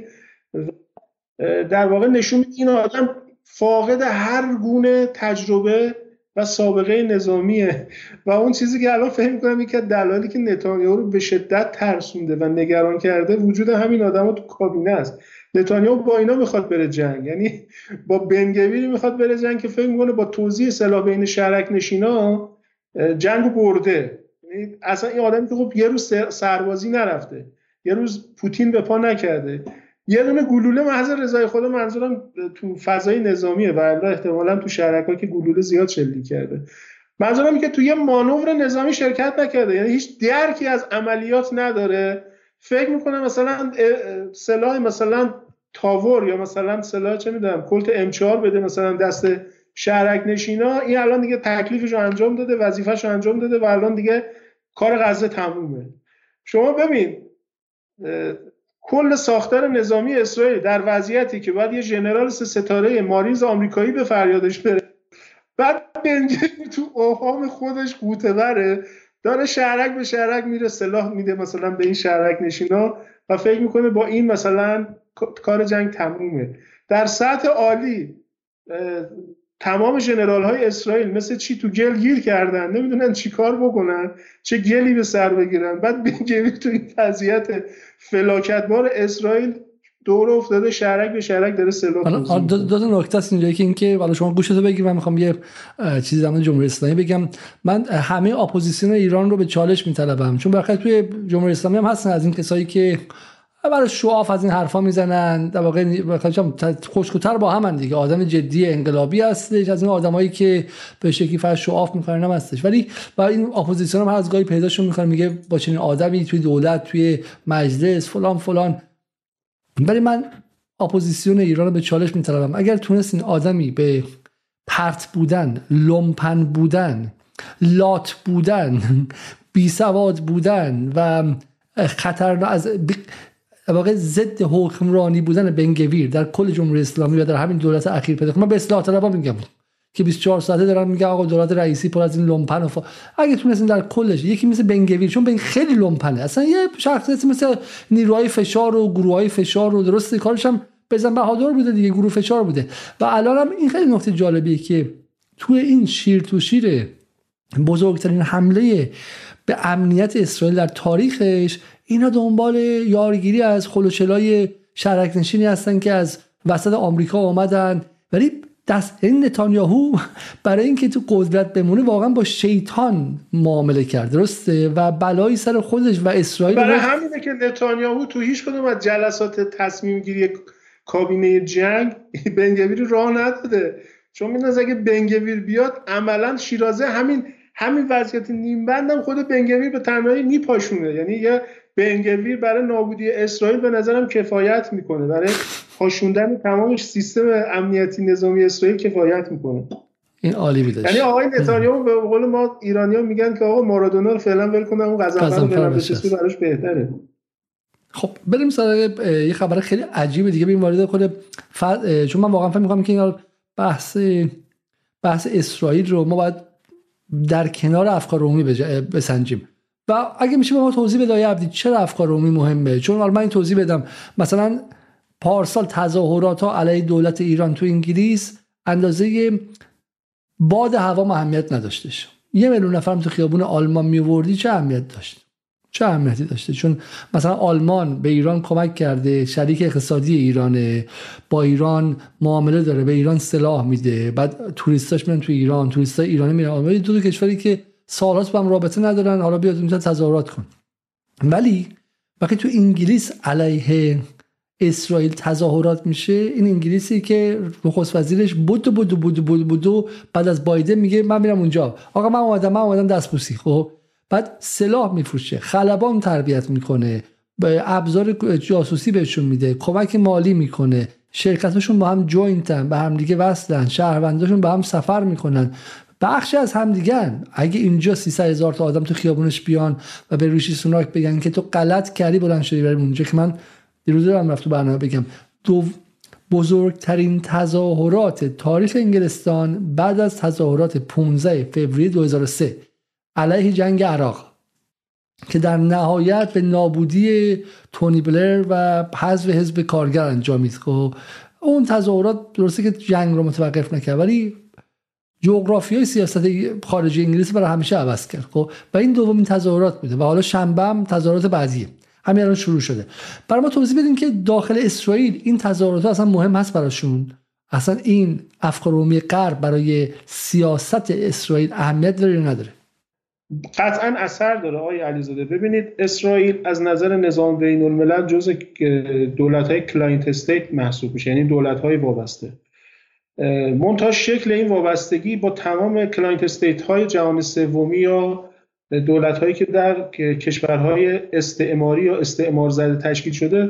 در واقع نشون میده این آدم فاقد هر گونه تجربه و سابقه نظامیه و اون چیزی که الان فهم می‌کنم این که دلایلی که نتانیاهو رو به شدت ترسونده و نگران کرده وجود همین آدم‌ها تو کابینه است. نتانیاهو با اینا میخواد بره جنگ، یعنی با بنگویر میخواد بره جنگ که فکر می‌کنه با توزیع سلاح بین شهرک نشینا جنگو برده. یعنی اصلا این آدمی که خب یه روز سربازی نرفته، یه روز پوتین به پا نکرده، یه دونه گلوله محض رضای خدا، منظورم تو فضای نظامیه و الا احتمالاً تو شهرک‌ها که گلوله زیاد شلیک کرده، منظورم اینه که تو یه مانور نظامی شرکت نکرده، یعنی هیچ درکی از عملیات نداره. فکر میکنه مثلا سلاح مثلا تاور یا مثلا سلاح چه میدونم کلت ام چهار بده مثلا دست شهرک نشینا، این الان دیگه تکلیفشو انجام داده، وظیفه‌شو انجام داده و الان دیگه کار غزه تمومه. شما ببین کل ساختار نظامی اسرائیل در وضعیتی که باید یه ژنرال سه ستاره مارینز آمریکایی به فریادش بره، بعد بنگویر تو اوهام خودش قوطه بره داره شهرک به شهرک میره سلاح میده مثلا به این شهرک نشینا و فکر میکنه با این مثلا کار جنگ تمومه. در سطح عالی تمام ژنرال های اسرائیل مثل چی تو گل گیر کردن، نمیدونن چی کار بکنن، چه گلی به سر بگیرن. بعد بنگویر تو این وضعیت فلاکتبار اسرائیل دور افتاده، شهرک به شهرک داره سلاح توزیع. دو, دو تا نکته است اینجایی که اینکه والا شما گوشتو بگیر، من میخوام یه چیزی در مورد جمهوری اسلامی بگم. من همه اپوزیسیون ایران رو به چالش میطلبم، چون بالاخره توی جمهوری اسلامی هم هستن از این کسایی که برای شواف از این حرفا میزنن، در واقع خوشگوتر با همن دیگه. آدم جدی انقلابی هستش، از این آدمایی که به شکلی فقط شواف میکنن هم هستش. ولی برای این اپوزیسیون هم هر از گاهی پیداشون میکنه، میگه با چنین آدمی توی دولت، توی مجلس فلان فلان. ولی من اپوزیسیون ایران رو به چالش میطلبم. اگر تونست این آدمی به پرت بودن، لومپن بودن، لات بودن، بی سواد بودن و خطرناک از واقع ضد حکمرانی بودن بنگویر در کل جمهوری اسلامی و در همین دولت اخیر پیدا کنه، من به اصلاح طلبا میگم که بیست و چهار ساعته دارن میگن آقا دولت رئیسی پر از این لومپن و فا... اگه تونستین در کلش یکی مثل بنگویر، چون بن خیلی لومپنه، اصلا یه شخصیتی مثل نیروهای فشار و گروهای فشار و درسته کارش هم بزن بهادر بوده دیگه، گروه فشار بوده. و الان هم این خیلی نکته جالبیه که توی این شیر تو شیر بزرگترین حمله به امنیت اسرائیل در تاریخش، اینا دنبال یارگیری از خلوچلای شهرک نشینی هستن که از وسط آمریکا اومدن. ولی دست این نتانیاهو برای اینکه تو قدرت بمونه واقعا با شیطان معامله کرد، درسته؟ و بلایی سر خودش و اسرائیل. برای همینه که نتانیاهو تو هیچ کدوم از جلسات تصمیم گیری کابینه جنگ بنگویر راه نداده، چون می‌دونه اگه بنگویر بیاد عملا شیرازه همین همین وضعیت نیم بندم خود بنگویر به تنهایی میپاشونه. یعنی یه بنگویر برای نابودی اسرائیل به نظرم کفایت میکنه، برای پاشوندن تمام سیستم امنیتی نظامی اسرائیل کفایت میکنه. این عالی بود. یعنی آقای نتانیاهو به قول ما ایرانی‌ها میگن که آقا مارادونا رو فعلا ول کنم، اون قزنفر رو برام بچسبه براش بهتره. خب بریم سراغ یه خبر خیلی عجیبه دیگه، بریم وارد خود فر... چون من واقعا فکر می‌کنم که این بحث بحث اسرائیل رو ما باید در کنار افکار عمومی بسنجیم. و اگه میشه به ما توضیح بده آقای عبدی چرا افکار عمومی مهمه؟ چون من این توضیح بدم، مثلا پارسال تظاهرات ها علیه دولت ایران تو انگلیس اندازه باد هوا اهمیت نداشتش. یه میلیون نفر تو خیابون آلمان میوردی چه اهمیت داشت؟ چه اهمیتی داشته؟ چون مثلا آلمان به ایران کمک کرده، شریک اقتصادی ایرانه، با ایران معامله داره، به ایران سلاح میده، بعد توریستاش میان تو ایران، توریستای ایرانی میرن آلمان، دو تا کشوری که سالات با هم رابطه ندارن، حالا بیاد اونجا تظاهرات کن. ولی وقتی تو انگلیس علیه اسرائیل تظاهرات میشه، این انگلیسی که نخست وزیرش بود بود بود بود بود بعد از بایدن میگه من میرم اونجا، آقا من اومدم من اومدم دستبوسی، خب بعد سلاح میفروشه، خلبان تربیت میکنه، به ابزار جاسوسی بهشون میده، کمک مالی میکنه، شرکتاشون با هم جوینتن، به هم دیگه وصلن، شهرونداشون با هم سفر میکنن، بخشی از هم دیگن. اگه اینجا سیصد هزار تا آدم تو خیابونش بیان و به ریشی سوناک بگن که تو غلط کردی بلند شدی بریم اونجا، که من دیروز دارم رفت تو برنامه بگم دو بزرگترین تظاهرات تاریخ انگلستان بعد از تظاهرات پانزده فوریه دو هزار و سه علیه جنگ عراق که در نهایت به نابودی تونی بلر و حذف حزب کارگر انجامید. خب اون تظاهرات درسته که جنگ رو متوقف نکرد، ولی جغرافیای سیاست خارجی انگلیس برای همیشه عوض کرد. خب و این دومین تظاهرات بوده و حالا شنبه هم تظاهرات بعدیه، همین الان شروع شده. برای ما توضیح بدین که داخل اسرائیل این تظاهرات اصلا مهم هست براشون؟ اصلا این افکار عمومی غرب برای سیاست اسرائیل اهمیت داره یا نداره؟ قطعا اثر داره آقای علیزاده. ببینید اسرائیل از نظر نظام بین الملل جزء دولت‌های کلاینت استیت محسوب میشه، یعنی دولت‌های وابسته. منتها شکل این وابستگی با تمام کلاینت استیت های جهان سومی یا دولت هایی که در کشورهای استعماری یا استعمار زده تشکیل شده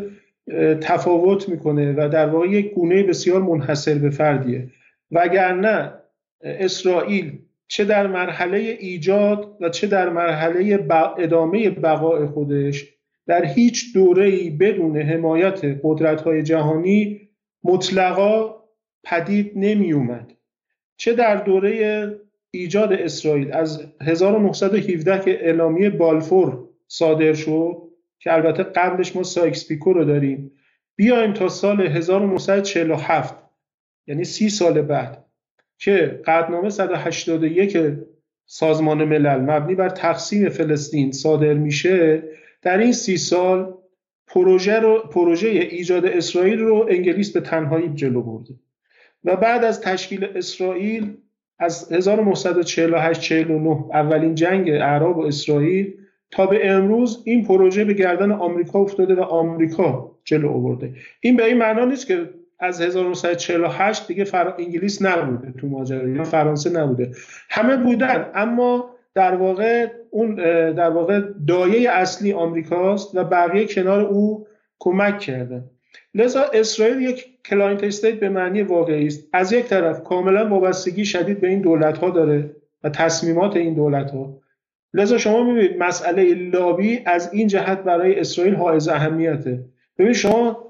تفاوت میکنه و در واقع یک گونه بسیار منحصر به فردیه. وگرنه اسرائیل چه در مرحله ایجاد و چه در مرحله ادامه بقای خودش در هیچ دوره‌ای بدون حمایت قدرت‌های جهانی مطلقاً پدید نمی اومد. چه در دوره ایجاد اسرائیل از هزار و نهصد و هفده که اعلامیه بالفور صادر شد که البته قبلش ما سایکس پیکو رو داریم، بیایم تا سال هزار و نهصد و چهل و هفت یعنی سی سال بعد که قطعنامه صد و هشتاد و یک سازمان ملل مبنی بر تقسیم فلسطین صادر میشه، در این سی سال پروژه رو پروژه ایجاد اسرائیل رو انگلیس به تنهایی جلو برده و بعد از تشکیل اسرائیل از هزار و نهصد و چهل و هشت چهل و نه اولین جنگ اعراب و اسرائیل تا به امروز این پروژه به گردن آمریکا افتاده و آمریکا جلو آورده. این به این معنا نیست که از هزار و نهصد و چهل و هشت دیگه فر... انگلیس نبوده تو ماجرا یا فرانسه نبوده، همه بودن، اما در واقع اون در واقع دایه اصلی آمریکاست و بقیه کنار او کمک کردن. لذا اسرائیل یک کلاینت استیت به معنی واقعی است. از یک طرف کاملا وابستگی شدید به این دولت‌ها داره و تصمیمات این دولت‌ها. لذا شما می‌بینید مسئله لابی از این جهت برای اسرائیل حائز اهمیته. ببین شما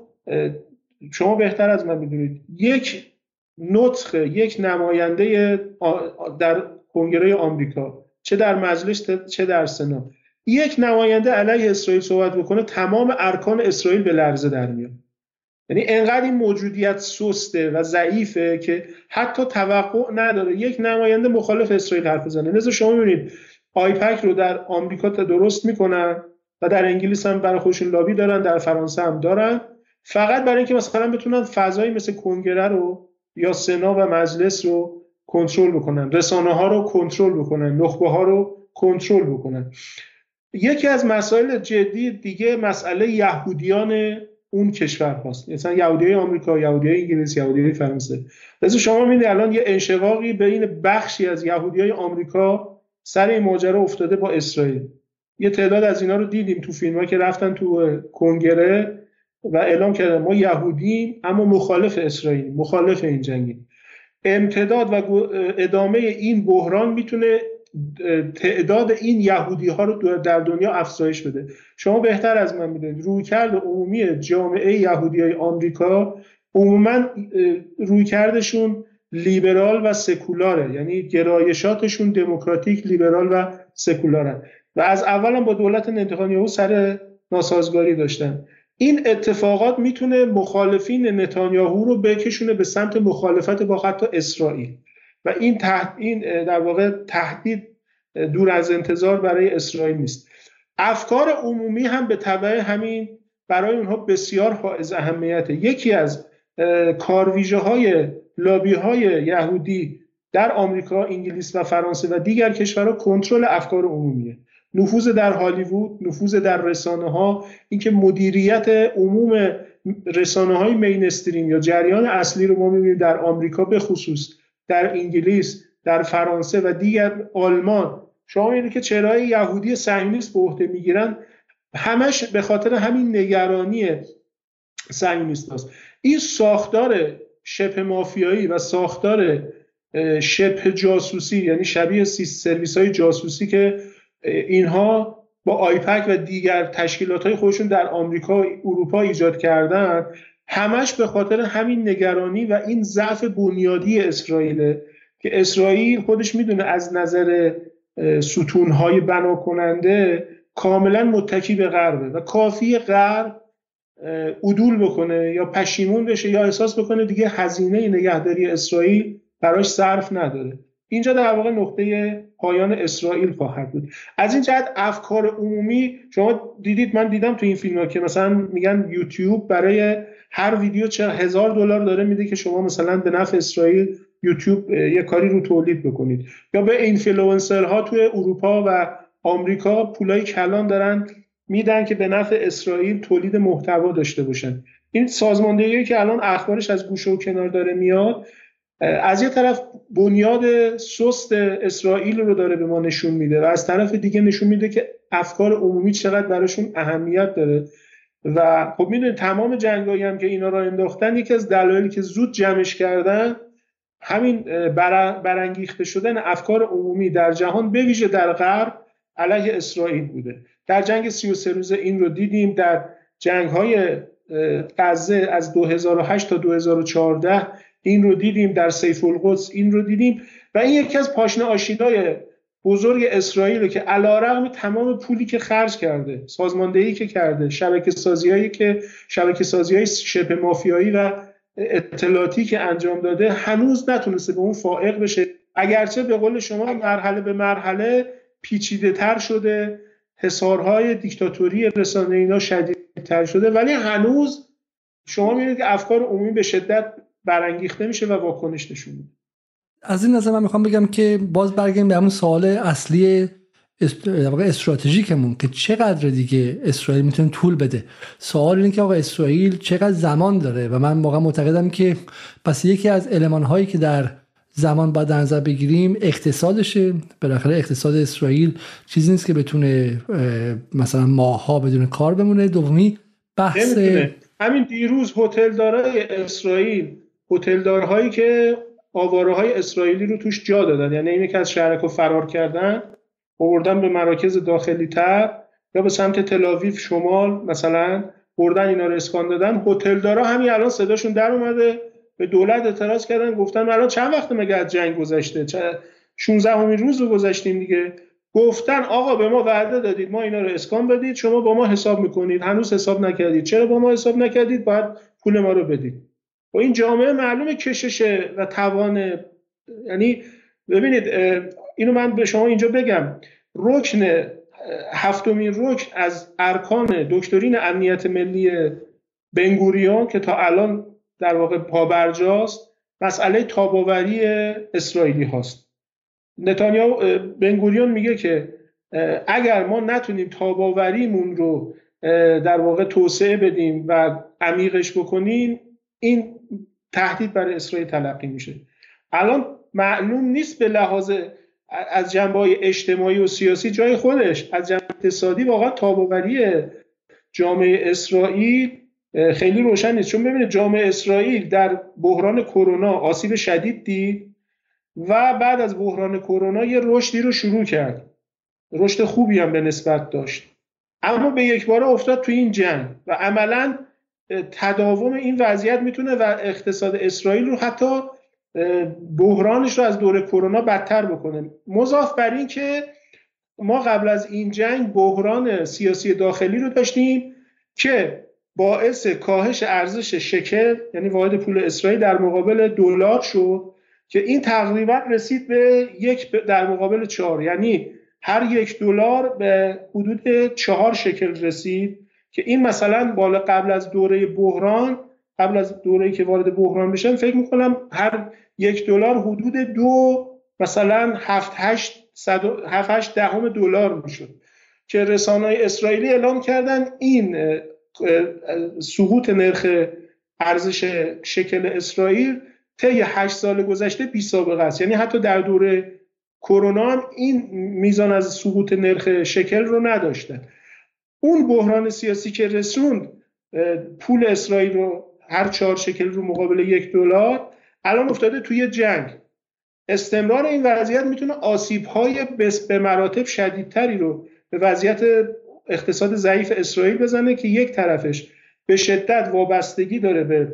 شما بهتر از من می‌دونید یک نطق یک نماینده در کنگره آمریکا، چه در مجلس چه در سنا، یک نماینده علیه اسرائیل صحبت بکنه تمام ارکان اسرائیل به لرزه در میاد. یعنی انقدر این موجودیت سسته و ضعیفه که حتی توقع نداره یک نماینده مخالف اسرائیل حرف بزنه. لذا شما می‌بینید آیپک رو در آمریکا درست میکنن و در انگلیس هم برای خودشون لابی دارن، در فرانسه هم دارن، فقط برای اینکه مثلا بتونن فضایی مثل کنگره رو یا سنا و مجلس رو کنترل بکنن، رسانه ها رو کنترل بکنن، نخبه ها رو کنترل بکنن. یکی از مسائل جدی دیگه مسئله یهودیان اون کشور هاست، مثلا یهودیای آمریکا، یهودیای انگلیس، یهودیای فرانسه. لذا شما می‌بینید الان یه انشقاقی بین بخشی از یهودیای آمریکا سر این ماجرا افتاده با اسرائیل. یه تعداد از اینا رو دیدیم تو فیلم‌ها که رفتن تو کنگره و اعلام کردن ما یهودیم اما مخالف اسرائیل، مخالف این جنگیم. امتداد و ادامه این بحران میتونه تعداد این یهودی ها رو در دنیا افزایش بده. شما بهتر از من میدونید رویکرد عمومی جامعه یهودی های آمریکا عموما رویکردشون لیبرال و سکولاره، یعنی گرایشاتشون دموکراتیک، لیبرال و سکولارن و از اول هم با دولت نتانیاهو سر ناسازگاری داشتن. این اتفاقات میتونه مخالفین نتانیاهو رو بکشونه به سمت مخالفت با حتی اسرائیل و این تحت این در واقع تهدید دور از انتظار برای اسرائیل نیست. افکار عمومی هم به تبع همین برای اونها بسیار حائز اهمیته. یکی از کارویژه های لابی های یهودی در آمریکا، انگلیس و فرانسه و دیگر کشورها کنترل افکار عمومیه. نفوذ در هالیوود، نفوذ در رسانه ها، اینکه مدیریت عموم رسانه های مینستریم یا جریان اصلی رو ما می‌بینیم در آمریکا، به خصوص در انگلیس، در فرانسه و دیگر، آلمان. شما می‌بینید که چهره‌های یهودی صهیونیست به عهده میگیرن، همش به خاطر همین نگرانی صهیونیست است. این ساختار شبه مافیایی و ساختار شبه جاسوسی، یعنی شبیه سرویس‌های جاسوسی که اینها با آیپک و دیگر تشکیلات‌های خودشون در آمریکا و اروپا ایجاد کردن، همش به خاطر همین نگرانی و این ضعف بنیادی اسرائیل که اسرائیل خودش میدونه از نظر ستون‌های بنا کننده کاملا متکی به غربه و کافی غرب عدول بکنه یا پشیمون بشه یا احساس بکنه دیگه هزینه نگهداری اسرائیل براش صرف نداره. اینجا در واقع نقطه پایان اسرائیل خواهد بود. از این جهت افکار عمومی، شما دیدید، من دیدم تو این فیلم‌ها که مثلا میگن یوتیوب برای هر ویدیو چه هزار دلار داره میده که شما مثلا به نفع اسرائیل یوتیوب یه کاری رو تولید بکنید، یا به اینفلوئنسرها توی اروپا و آمریکا پولای کلان دارن میدن که به نفع اسرائیل تولید محتوا داشته باشن. این سازماندهی که الان اخبارش از گوشه و کنار داره میاد، از یه طرف بنیاد سست اسرائیل رو داره به ما نشون میده و از طرف دیگه نشون میده که افکار عمومی چقدر براشون اهمیت داره. و خب میدونید تمام جنگایی هم که اینا را انداختن، یکی از دلایلی که زود جمعش کردن همین برانگیخته شدن افکار عمومی در جهان، به ویژه در غرب، علیه اسرائیل بوده. در جنگ سی و سه روزه این رو دیدیم، در جنگ‌های غزه از دو هزار و هشت تا دو هزار و چهارده این رو دیدیم، در سیف القدس این رو دیدیم و این یکی از پاشنه آشیلای بزرگ اسرائیل که علیرغم تمام پولی که خرج کرده، سازماندهی که کرده، شبکه سازیایی که شبکه سازیای شبه مافیایی و اطلاعاتی که انجام داده، هنوز نتونسته به اون فائق بشه. اگرچه به قول شما مرحله به مرحله پیچیده تر شده، حصارهای دیکتاتوری رسانه اینا شدیدتر شده، ولی هنوز شما می‌بینید که افکار عمومی به شدت برانگیخته میشه و واکنش نشون میده. از این نظر من میخوام بگم که باز برگردیم به همون سوال اصلی استراتژیکمون که چقدر دیگه اسرائیل میتونه طول بده. سوال اینه که آقا اسرائیل چقدر زمان داره و من واقعا معتقدم که پس یکی از المان‌هایی که در زمان باید در نظر بگیریم اقتصادشه. بالاخره اقتصاد اسرائیل چیزی نیست که بتونه مثلا ماه‌ها بدون کار بمونه. دومی بحث نمیتونه. همین دیروز هتلدارای اسرائیل، هتلدارهایی که آواره‌های اسرائیلی رو توش جا دادن، یعنی این که از شهرک فرار کردن آوردن به مراکز داخلی تر یا به سمت تل‌آویو شمال مثلا، بردن اینا رو اسکان دادن. هتلدارا همین الان صداشون در اومده، به دولت اعتراض کردن، گفتن الان چند وقت مگه از جنگ گذشته، شانزدهمین روز رو گذاشتیم دیگه. گفتن آقا به ما وعده دادید ما اینا رو اسکان بدید، شما با ما حساب میکنید، هنوز حساب نکردید. چرا با ما حساب نکردید؟ باید پول ما رو بدید. و این جامعه معلومه کششه و توان، یعنی ببینید اینو من به شما اینجا بگم، رکن هفتمین رکن از ارکان دکترین امنیت ملی بنگوریون که تا الان در واقع پابرجاست، مسئله تاباوری اسرائیلی هاست. نتانیاهو بنگوریون میگه که اگر ما نتونیم تاباوریمون رو در واقع توسعه بدیم و عمیقش بکنیم، این تهدید برای اسرائیل تلقی میشه. الان معلوم نیست به لحاظ از جنبه‌های اجتماعی و سیاسی جای خودش، از جنبه اقتصادی واقعا تاباوری جامعه اسرائیل خیلی روشن نیست. چون ببینید جامعه اسرائیل در بحران کرونا آسیب شدید دید و بعد از بحران کرونا یه رشدی رو شروع کرد، رشد خوبی هم به نسبت داشت، اما به یک باره افتاد تو این جنگ و عملاً تداوم این وضعیت میتونه و اقتصاد اسرائیل رو حتی بحرانش رو از دوره کرونا بدتر بکنه. مضاف بر این که ما قبل از این جنگ بحران سیاسی داخلی رو داشتیم که باعث کاهش ارزش شکل، یعنی واحد پول اسرائیل، در مقابل دلار شد که این تقریبا رسید به یک در مقابل چهار، یعنی هر یک دلار به حدود چهار شکل رسید که این مثلا بالا قبل از دوره بحران، قبل از دوره‌ای که وارد بحران بشن، فکر می‌کنم هر یک دلار حدود دو مثلا هفت هشت دهم دلار میشد که رسانه‌های اسرائیلی اعلام کردن این سقوط نرخ ارزش شکل اسرائیل طی هشت سال گذشته بی سابقه است. یعنی حتی در دوره کرونا هم این میزان از سقوط نرخ شکل رو نداشتن. اون بحران سیاسی که رسوند پول اسرائیل رو هر چهار شکل رو مقابل یک دلار، الان افتاده توی جنگ. استمرار این وضعیت میتونه آسیب‌های به مراتب شدیدتری رو به وضعیت اقتصاد ضعیف اسرائیل بزنه که یک طرفش به شدت وابستگی داره به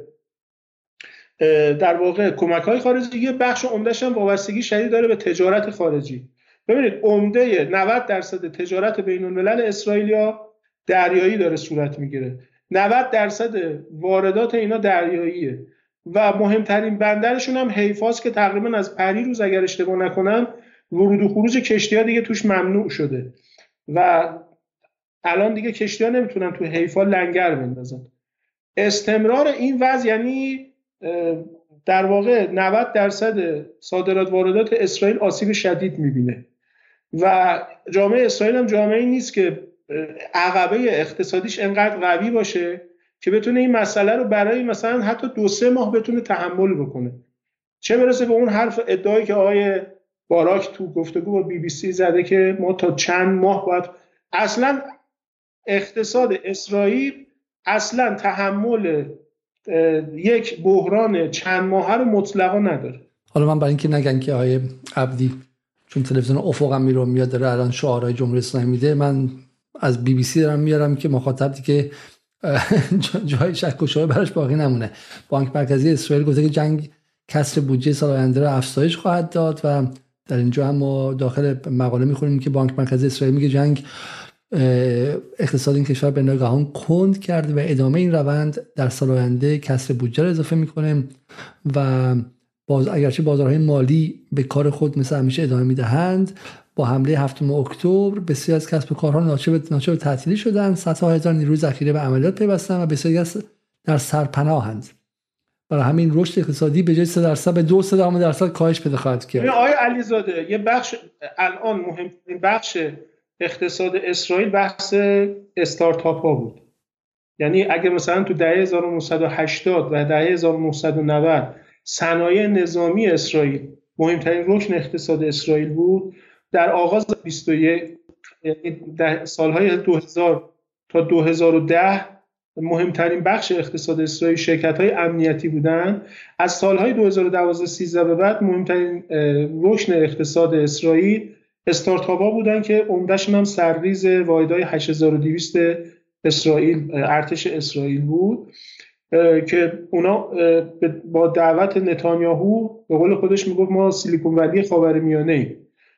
در واقع کمک‌های خارجی، یه بخش عمده‌اش هم وابستگی شدید داره به تجارت خارجی. ببینید عمده نود درصد تجارت بین‌الملل اسرائیلیا دریایی داره صورت میگیره. نود درصد واردات اینا دریاییه و مهمترین بندرشون هم حیفاست که تقریبا از پریروز اگر اشتباه نکنم ورود و خروج کشتی‌ها دیگه توش ممنوع شده و الان دیگه کشتی‌ها نمیتونن تو حیفا لنگر بندازن. استمرار این وضع یعنی در واقع نود درصد صادرات واردات اسرائیل آسیب شدید میبینه و جامعه اسرائیل هم جامعه‌ای نیست که عقبه اقتصادیش انقدر قوی باشه که بتونه این مسئله رو برای مثلا حتی دو سه ماه بتونه تحمل بکنه. چه برسه به اون حرف ادعایی که آقای باراک تو گفتگو با بی بی سی زده که ما تا چند ماه باید. اصلا اقتصاد اسرائیل اصلا تحمل یک بحران چند ماهه رو مطلقا نداره. حالا من برای اینکه نگن که آقای عبدی چون تلویزیون افقم میرم میاد داره الان شعارهای جمهوری اسلامی میده، من از بی بی سی دارم میارم که مخاطب دیگه جای شک و شبهه براش باقی نمونه. بانک مرکزی اسرائیل گفته که جنگ کسر بودجه سال آینده را افزایش خواهد داد و در اینجا هم ما داخل مقاله میخونیم که بانک مرکزی اسرائیل میگه جنگ اقتصاد این کشور به ناگهان کند کرد و ادامه این روند در سال آینده کسر بودجه را اضافه میکنه و باز اگرچه بازارهای مالی به کار خود مثل همیشه ادامه میدهند، با حمله هفتم اکتبر بسیاری از کسب و کارها ناچار به ناچار به تعطیلی شدند، صدها هزار نیروی ذخیره به عملیات پیوستند و بسیاری از در سرپناهند. برای همین رشد اقتصادی به جای سه درصد به دو سه درصد کاهش پیدا خواهد کرد. آقای علیزاده، یه بخش الان مهمترین بخش اقتصاد اسرائیل بحث استارتاپ ها بود. یعنی اگه مثلا تو دهه هزار و نهصد و هشتاد و دهه هزار و نهصد و نود صنایع نظامی اسرائیل مهمترین رکن اقتصاد اسرائیل بود، در آغاز بیست و یک در سالهای دو هزار تا دو هزار و ده مهمترین بخش اقتصاد اسرائیل شرکت‌های امنیتی بودند. از سالهای دو هزار و دوازده سیزده به بعد مهمترین رکن اقتصاد اسرائیل استارتاپ‌ها بودن که عمده‌شون هم سرریز واحدهای هشت هزار و دویست اسرائیل ارتش اسرائیل بود که اونا با دعوت نتانیاهو به قول خودش میگفت ما سیلیکون ولی خاورمیانه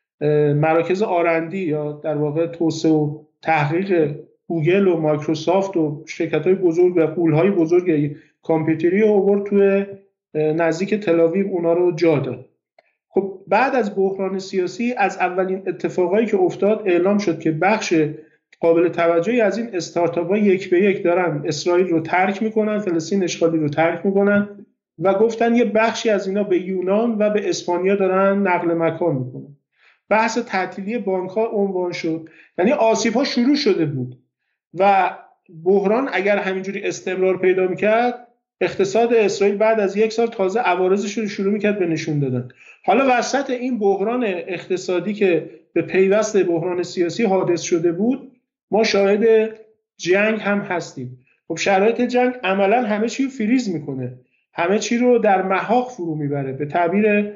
مراکز آرندی یا در واقع توسعه و تحقیق گوگل و مایکروسافت و شرکت‌های بزرگ و غول‌های بزرگ کامپیوتری رو آورد توی نزدیک تل‌آویو اونا رو جا داد. خب بعد از بحران سیاسی از اولین اتفاقایی که افتاد اعلام شد که بخش قابل توجهی از این استارتاپ‌ها یک به یک دارن اسرائیل رو ترک میکنن، فلسطین اشغالی رو ترک میکنن و گفتن یه بخشی از اینا به یونان و به اسپانیا دارن نقل مکان میکنن. بحث تعطیلی بانک‌ها عنوان شد. یعنی آسیب‌ها شروع شده بود و بحران اگر همینجوری استمرار پیدا میکرد اقتصاد اسرائیل بعد از یک سال تازه عوارضش رو شروع میکرد به نشون دادن. حالا وسط این بحران اقتصادی که به پیوست بحران سیاسی حادث شده بود ما شاهد جنگ هم هستیم. خب شرایط جنگ عملا همه چی رو فریز میکنه، همه چی رو در محاق فرو میبره. به تعبیر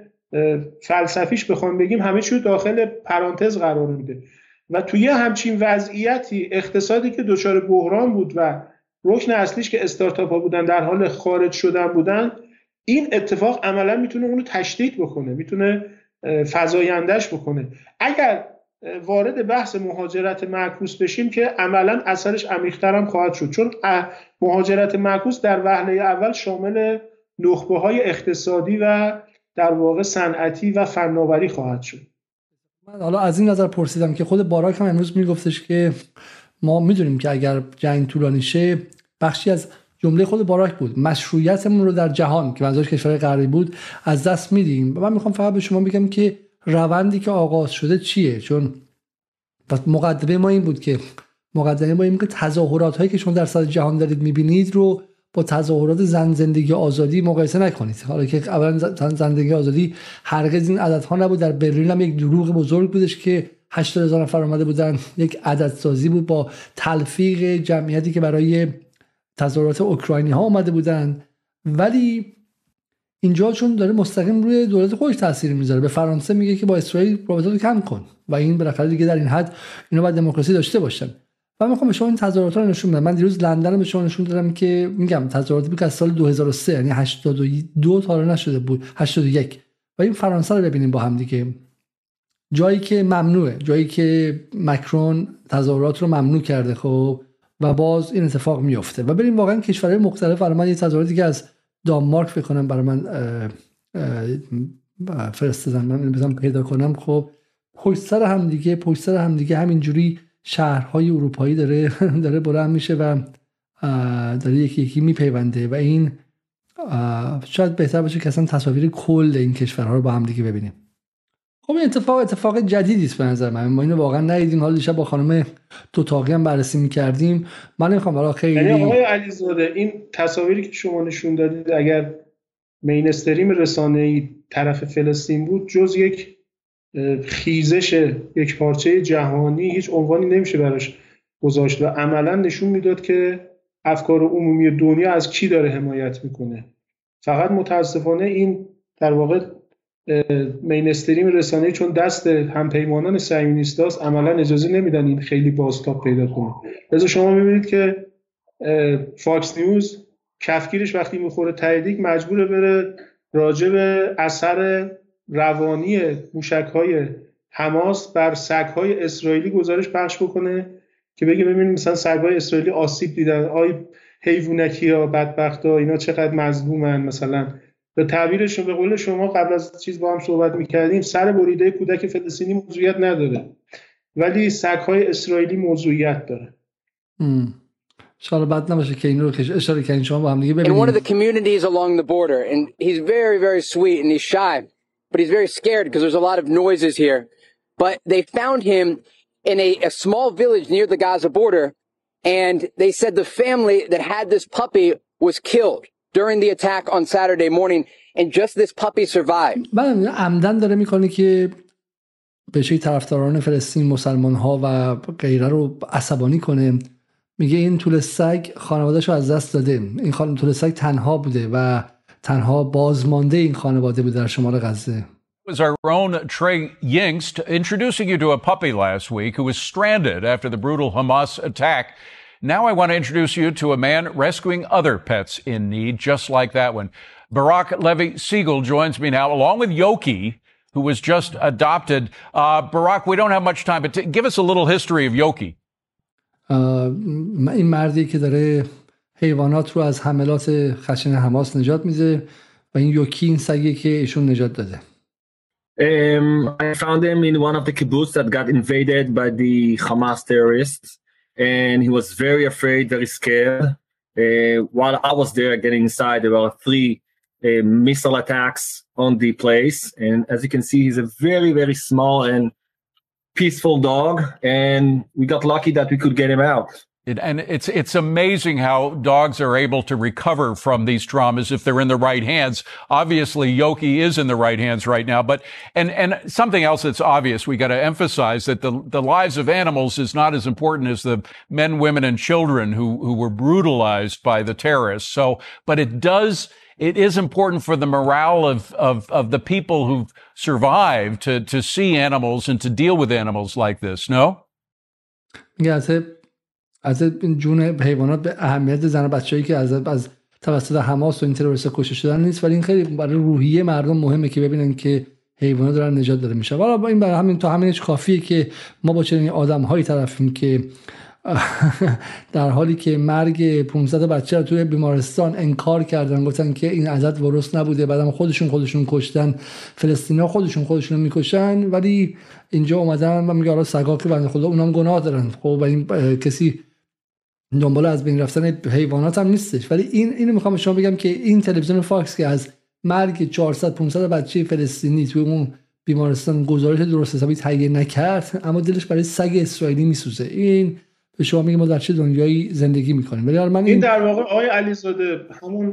فلسفیش بخوام بگیم همه چی رو داخل پرانتز قرار میده و توی همچین وضعیتی اقتصادی که دچار بحران بود و رکن اصلیش که استارتاپ ها بودن در حال خارج شدن بودن، این اتفاق عملا میتونه اونو تشدید بکنه، میتونه فزایندش بکنه. اگر وارد بحث مهاجرت معکوس بشیم که عملا اثرش عمیق‌تر هم خواهد شد، چون مهاجرت معکوس در وهله اول شامل نخبه‌های اقتصادی و در واقع صنعتی و فناوری خواهد شد. من حالا از این نظر پرسیدم که خود باراک هم امروز میگفتش که ما میدونیم که اگر جنگ طولانی شه، بخشی از جمله خود باراک بود، مشروعیتمون رو در جهان که منظورش کشور غربی بود از دست میدیم. و من میخوام فقط به شما بگم که روندی که آغاز شده چیه، چون مقدمه ما این بود که مقدمه ما این بود که تظاهرات هایی که شما در سطح جهان دارید میبینید رو با تظاهرات زن زندگی آزادی مقایسه نکنید. حالا که اولا زندگی آزادی هرگز این عددها نبود. در برلین هم یک دروغ بزرگ بودش که هشتاد هزار نفر اومده بودن، یک عدد سازی بود با تلفیق جمعیتی که برای تظاهرات اوکراینی ها اومده بودن. ولی اینجا چون داره مستقیم روی دولت خودش تاثیر میذاره، به فرانسه میگه که با اسرائیل رابطه رو کم کن و این بالاخره دیگه در این حد اینا باید دموکراسی داشته باشن. و من میخوام به شما این تظاهرات رو نشون بدم. من دیروز لندن رو به شما نشون دادم که میگم تظاهراتی بود که از سال دو هزار و سه یعنی هشتاد و دو تا نشده بود، هشتاد و یک. و این فرانسه رو ببینیم با هم دیگه، جایی که ممنوعه، جایی که مکرون تظاهرات رو ممنوع کرده خب و باز این اتفاق میفته. و بریم واقعا کشورهای مختلف. برای من یه تظاهراتی که از دانمارک فکر کنم برای من فرستادن، من بزنم پیدا کنم. خب پشت سر هم دیگه پشت سر هم دیگه همینجوری شهرهای اروپایی داره داره بلند میشه و داره یکی یکی میپیونده و این شاید بهتر باشه که اصلا تصاویر کل این کشورها رو با هم دیگه ببینیم. خب این اتفاق اتفاق جدیدی است به نظر من. ما اینو واقعا ندیدیم. حالا دیشب با خانم توتاقی هم بررسی می‌کردیم. من نمی‌خوام برای خیلی یعنی آقای علیزاده این تصاویری که شما نشون دادید اگر مینستریم رسانه‌ای طرف فلسطین بود جز یک خیزش یک پارچه جهانی هیچ عنوانی نمیشه براش گذاشت و عملا نشون میداد که افکار عمومی دنیا از کی داره حمایت میکنه. فقط متاسفانه این در واقع مینستریم رسانه‌ای چون دست همپیمانان صهیونیستاست عملا اجازه نمیدن این خیلی بازتاب پیدا کنه. لذا شما میبینید که فاکس نیوز کفگیرش وقتی میخوره تاییدیک مجبوره بره راجع به اثر روانی موشک‌های حماس بر سگ‌های اسرائیلی گزارش پخش بکنه که بگه ببینید مثلا سگ‌های اسرائیلی آسیب دیدن، آی حیوانکی‌ها، بدبخت‌ها، اینا چقدر مظلومن. مثلا به تعبیرشون، به قول شما قبل از چیز با هم صحبت می‌کردیم، سر بریده کودک فلسطینی موضوعیت نداره، ولی سگ‌های اسرائیلی موضوعیت داره. شاید بد نباشه که این رو که اشاره کردین شما با هم دیگه ببینید. In one of the communities along the border, and he's very, very sweet and he's shy, but he's very scared because there's a lot of noises here. But they found him in a, a small village near the Gaza border, and they said the family that had this puppy was killed during the attack on Saturday morning, and just this puppy survived. من عمدن داره میکنه که به شکلی طرفداران فلسطین، مسلمان ها و غیره رو عصبانی کنه. میگه این طول سگ خانواده‌شو از دست داده، این خانم طول سگ تنها بوده و تنها بازمانده این خانواده بوده در شمال غزه. Was our own Trey Yingst introducing you to a puppy last week who was stranded after the brutal Hamas attack. Now I want to introduce you to a man rescuing other pets in need, just like that one. Barak Levy Siegel joins me now, along with Yoki, who was just adopted. Uh, Barak, we don't have much time, but t- give us a little history of Yoki. این مردی که داره حیوانات رو از حملات خشن حماس نجات میده و این یوکی این سگی که ایشون نجات داده. Um, I found him in one of the kibbutz that got invaded by the Hamas terrorists, and he was very afraid, very scared. Uh, while I was there getting inside, there were three uh, missile attacks on the place, and as you can see, he's a very, very small and peaceful dog, and we got lucky that we could get him out. It, and it's it's amazing how dogs are able to recover from these traumas if they're in the right hands. Obviously, Yoki is in the right hands right now, but and and something else that's obvious, we got to emphasize that the the lives of animals is not as important as the men, women, and children who who were brutalized by the terrorists. So, but it does. It is important for the morale of, of, of the people who've survived to, to see animals and to deal with animals like this, no? میگه از از جون حیوانات به اهمیت زن و بچه‌ای که از از توسط حماس و این تروریست‌ها کشته شدن نیست، ولی این خیلی برای روحیه مردم مهمه که ببینن که حیوانات دارن نجات داده میشن. والا این برای همین تا همینش کافیه که ما با چنین آدم‌هایی طرفیم که در حالی که مرگ پانصد بچه رو توی بیمارستان انکار کردن، گفتن که این عدد درست نبوده، بعدم خودشون خودشون کشتن، فلسطینی‌ها خودشون خودشون رو میکشن، ولی اینجا اومدن و میگه آره سگا که بنده خدا اونام گناه دارن. خب این کسی دنبال از بین رفتن حیوانات هم نیستش، ولی این اینو میخوام شما بگم که این تلویزیون فاکس که از مرگ چهارصد پانصد بچه فلسطینی توی اون بیمارستان گزارش درست حسابی تهیه نکرد، اما دلش برای سگ اسرائیلی میسوزه. این به شما میگه ما در چه دنیایی زندگی میکنیم. ولی من این, این در واقع آقای علیزاده همون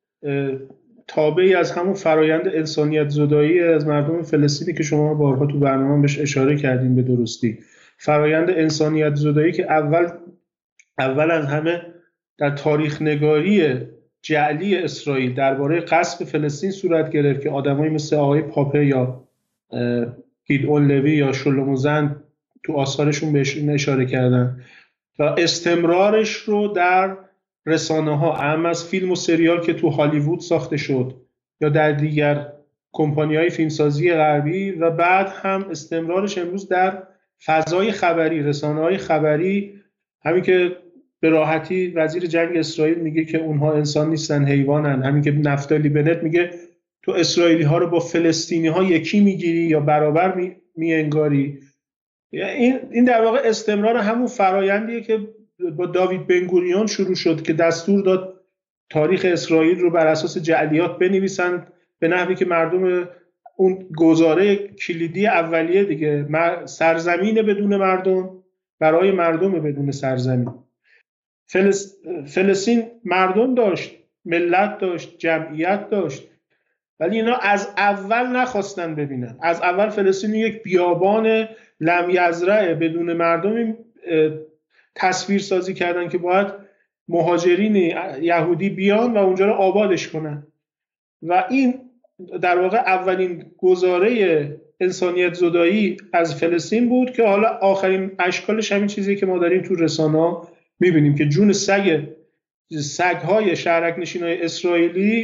تابعی از همون فرایند انسانیت زدایی از مردم فلسطینی که شما بارها تو برنامه بهش اشاره کردیم به درستی. فرایند انسانیت زدایی که اول اول از همه در تاریخ نگاری جعلی اسرائیل درباره غصب فلسطین صورت گرفت که آدمایی مثل آقای پاپه یا گیدئون لوی یا شلومو زند تو آثارشون بهش اشاره کردن و استمرارش رو در رسانه ها، اهم از فیلم و سریال که تو هالیوود ساخته شد یا در دیگر کمپانی های فیلمسازی غربی، و بعد هم استمرارش امروز در فضای خبری، رسانه های خبری. همین که به راحتی وزیر جنگ اسرائیل میگه که اونها انسان نیستن، حیوانن. همین که نفتالی بنت میگه تو اسرائیلی ها رو با فلسطینی ها یکی میگیری یا برابر می, می انگاری. این این در واقع استمرار همون فرایندیه که با داوید بنگوریون شروع شد که دستور داد تاریخ اسرائیل رو بر اساس جعلیات بنویسند به نحوی که مردم اون گزاره کلیدی اولیه دیگه، سرزمین بدون مردم برای مردم بدون سرزمین. فلس... فلسطین مردم داشت، ملت داشت، جمعیت داشت، ولی اینا از اول نخواستن ببینن. از اول فلسطین یک بیابان لم یزرع بدون مردم تصویر سازی کردن که باید مهاجرین یهودی بیان و اونجا رو آبادش کنن، و این در واقع اولین گزاره انسانیت زدایی از فلسطین بود که حالا آخرین اشکالش همین چیزی که ما داریم تو رسانه‌ها میبینیم که جون سگ سگ‌های شهرک نشینای اسرائیلی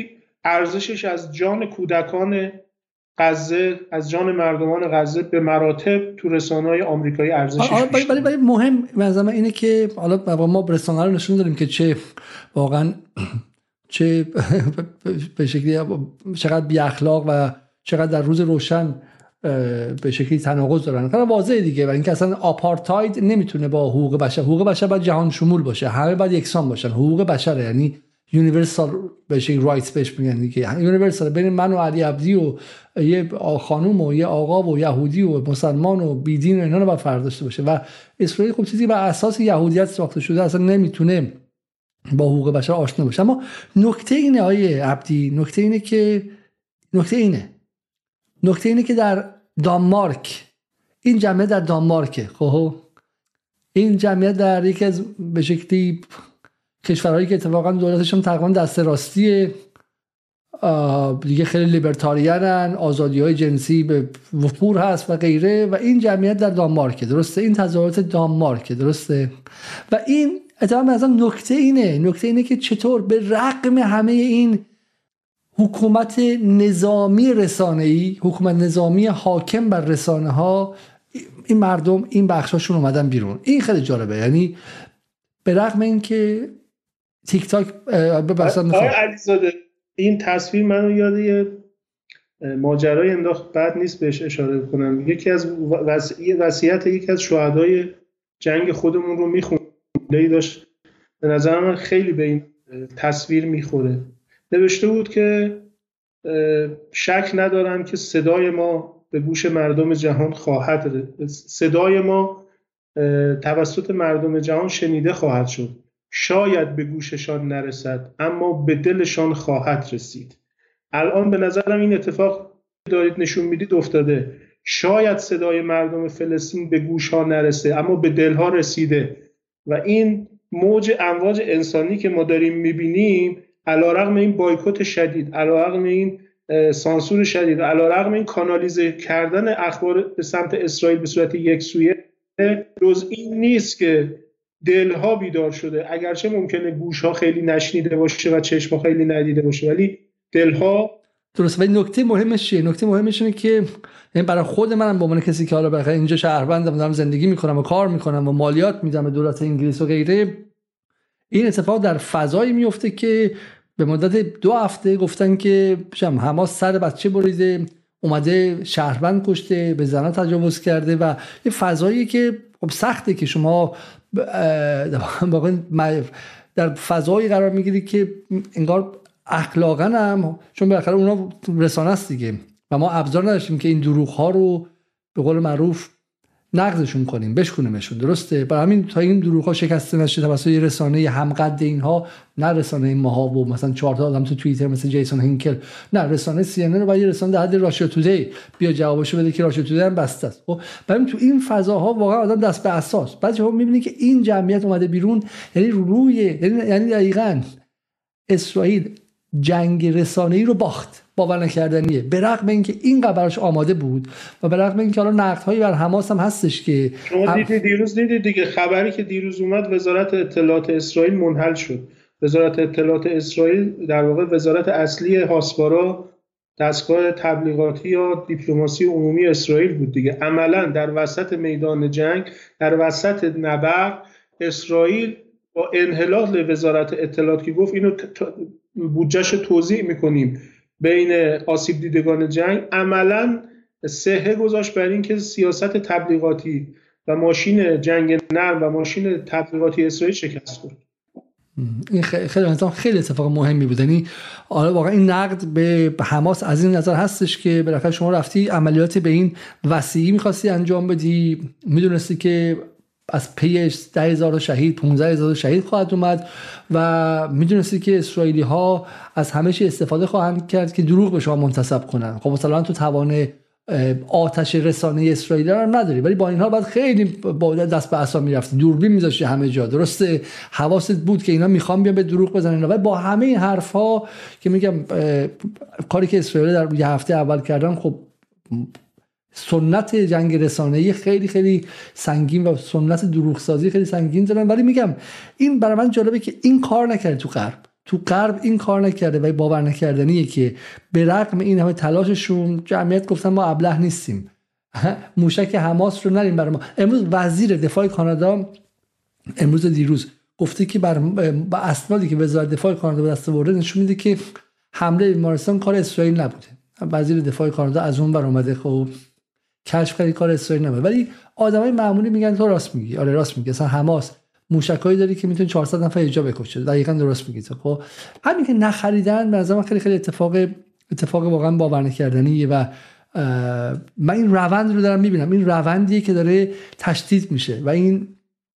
ارزشش از جان کودکان غزه، از جان مردمان غزه به مراتب تو رسانه‌های آمریکایی ارزشش بیشتره. ولی ولی مهم مثلا اینه که حالا ما رسانه‌ها رو نشون دادیم که چه واقعا چه به شکلی چقدر بی اخلاق و چقدر در روز روشن به شکلی تناقض دارن. خیلی واضحه دیگه. و اینکه اصلا آپارتاید نمیتونه با حقوق بشر، حقوق بشر باید جهان شمول باشه، همه باید یکسان باشن. حقوق بشر یعنی یونیورسال به شکلی رایتس بهش میگن دیگه، یونیورسال بین من و علی عبدی و یه خانوم و یه آقا و یهودی و مسلمان و بیدین و اینا رو باید فرق داشته باشه. و اسرائیل خب چیزی بر اساس یهودیت ساخته شده، اصلا نمیتونه با حقوق بشر آشنا باشه. اما نکته اینه آیه عبدی، نکته اینه که نکته اینه نکته اینه که در دانمارک، این جمعیت در دانمارکه، خب این جمعیت در یکی از به شکلی کشورهایی که اتفاقا دولتشون تقریبا دست راستیه دیگه، خیلی لیبرتاریانن، آزادی‌های جنسی به وفور هست و غیره، و این جمعیت در دانمارکه، درسته؟ این تظاهرات دانمارکه، درسته؟ و این اتفاقا مثلا نکته اینه نکته اینه که چطور به رغم همه این حکومت نظامی رسانه‌ای، حکومت نظامی حاکم بر رسانه ها، این مردم این بخشاشون اومدن بیرون. این خیلی جالبه. یعنی به رغم این که تیک تاک ببخشید آقای علیزاده، این تصویر منو یاد یه ماجرای انداخت، بعد نیست بهش اشاره کنم. یکی از وصیت یکی از شهدای جنگ خودمون رو میخوندی داشت، به نظر من خیلی به این تصویر میخوره. نوشته بود که شک ندارم که صدای ما به گوش مردم جهان خواهد رسید، صدای ما توسط مردم جهان شنیده خواهد شد. شاید به گوششان نرسد اما به دلشان خواهد رسید. الان به نظرم این اتفاق دارید نشون میدید افتاده. شاید صدای مردم فلسطین به گوش ها نرسه اما به دل ها رسیده. و این موج امواج انسانی که ما داریم میبینیم، علیرغم این بایکوت شدید، علیرغم این سانسور شدید، علیرغم این کانالیزه کردن اخبار به سمت اسرائیل به صورت یکسویه، جز این نیست که دلها بیدار شده. اگرچه ممکنه گوشها خیلی نشنیده باشه و چشمها خیلی ندیده باشه، ولی دلها درست. ولی نکته مهمش چیه؟ نکته مهمش اینه که یعنی برای خود منم به عنوان کسی که حالا بالاخره اینجا شهروندم، دارم زندگی میکنم و کار میکنم و مالیات میدم به دولت انگلیس و غیره، این اتفاق در فضایی میفته که به مدت دو هفته گفتن که حماس سر بچه بریده، اومده شهروند کشته، به زنان تجاوز کرده، و یه فضایی که خب سخته که شما در فضایی قرار میگیری که انگار اخلاقا هم، چون بالاخره اونا رسانه است دیگه و ما ابزار نداشتیم که این دروغ ها رو به قول معروف نقضشون کنیم، بشکنیمشون، درسته؟ برای همین تا این دروغ ها شکسته نشه توسط یه رسانه همقد اینها، نه رسانه ماها و مثلا چهار تا آدم تو توییتر مثل جیسون هینکل، نه رسانه سی ان ان رو با یه رسانه در حد راشیا تودی بیا جوابشو بده که راشیا تودی هم بسته است. خب برای تو این فضاها واقعا آدم دست به اساس، بعد شما میبینی که این جمعیت اومده بیرون، یعنی روی یعنی یعنی دقیقاً اسرائیل جنگ رسانه‌ای رو باخت، باور نکردنیه، به رغم اینکه این براش آماده بود و به رغم اینکه حالا نقدهایی بر حماس هم هستش که شما دیدید دیروز دیدید دیگه خبری که دیروز اومد، وزارت اطلاعات اسرائیل منحل شد. وزارت اطلاعات اسرائیل در واقع وزارت اصلی هاسپارا، دستگاه تبلیغاتی یا دیپلماسی عمومی اسرائیل بود دیگه. عملاً در وسط میدان جنگ، در وسط نبرد، اسرائیل با انحلال وزارت اطلاعات که گفت اینو بودجهش توزیع میکنیم بین آسیب دیدگان جنگ، عملاً صحه گذاشت بر این که سیاست تبلیغاتی و ماشین جنگ نرم و ماشین تبلیغاتی اسرائیل شکست خورد. این خیلی خیلی خیلی اتفاق مهمی بود. یعنی واقعا این نقد به حماس از این نظر هستش که بالاخره شما رفتی عملیات به این وسیعی می‌خواستی انجام بدی، میدونستی که از پیش ده هزار شهید، پانزده هزار شهید خواهد اومد و میدونستی که اسرائیلی ها از همه چی استفاده خواهند کرد که دروغ به شما منتسب کنن. خب مثلا تو توان آتش رسانه اسرائیل رو نداری، ولی با اینها باید خیلی با دست به عصا میرفتی، دوربین میذاشتی همه جا، درسته؟ حواست بود که اینا میخوان بیان به دروغ بزنن. و با همه این حرف ها که میگم کاری که اسرائیل در یه هفته اول کردن، خب سنت جنگ رسانه‌ای خیلی خیلی سنگین و سنت دروغ سازی خیلی سنگین دارن، ولی میگم این برای من جالبه که این کار نکرده تو غرب. تو غرب این کار نکرده و باور نکردنیه که به رغم این همه تلاششون جمعیت گفتن ما ابله نیستیم، موشک حماس رو نریم برای ما. امروز وزیر دفاع کانادا امروز دیروز گفته که بر با اسنادی که وزارت دفاع کانادا به دست آورده نشون میده که حمله بیمارستان کار اسرائیل نبوده. وزیر دفاع کانادا از اون ور اومده خب کشف کردی کار اسرائیل نبوده، ولی آدمای معمولی میگن تو راست میگی. آره راست میگی، اصلا حماس موشکایی داری که میتونه چهارصد نفر اینجا بکشه. دقیقاً درست میگی. خب همین که نخریدن به نظر من خیلی خیلی اتفاق اتفاق واقعا باور نکردنیه و من این روند رو دارم میبینم. این روندیه که داره تشدید میشه و این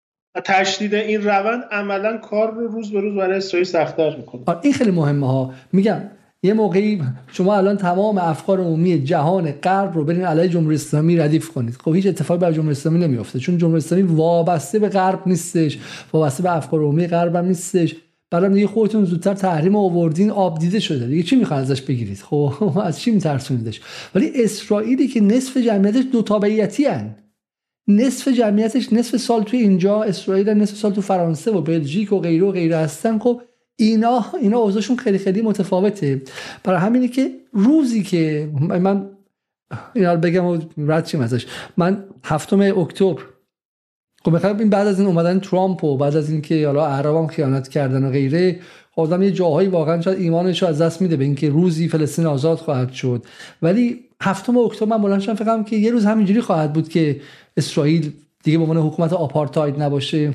تشدید این روند عملا کار رو روز به روز برای اسرائیل سخت‌تر میکنه. این خیلی مهمه ها. میگم یه موقعی شما الان تمام افکار عمومی جهان غرب رو برین علیه جمهوری اسلامی ردیف کنید، خب هیچ اتفاقی برای جمهوری اسلامی نمیفته، چون جمهوری اسلامی وابسته به غرب نیستش، وابسته به افکار عمومی غرب هم نیستش. برام دیگه خودتون زودتر تحریم آوردین، آب دیده شده دیگه، چی میخواد ازش بگیرید؟ خب از چی میترسونیدش؟ ولی اسرائیلی که نصف جمعیتش دو تابعیتی ان، نصف جمعیتش نصف سال تو اینجا اسرائیل، نصف سال تو فرانسه و بلژیک و غیره و غیره هستن. خب اینا اینا اوضاعشون خیلی خیلی متفاوته. برای همینه که روزی که من اینا رو بگم و رد چیم ازش، من هفتم اکتبر خب بخوام این بعد از این اومدن ترامپ و بعد از اینکه حالا عربام خیانت کردن و غیره، آدم یه جاهایی واقعا شاید ایمانش رو از دست میده به اینکه روزی فلسطین آزاد خواهد شد. ولی هفتم اکتبر من بلند شدم فکر کنم که یه روز همینجوری خواهد بود که اسرائیل دیگه به عنوان حکومت آپارتاید نباشه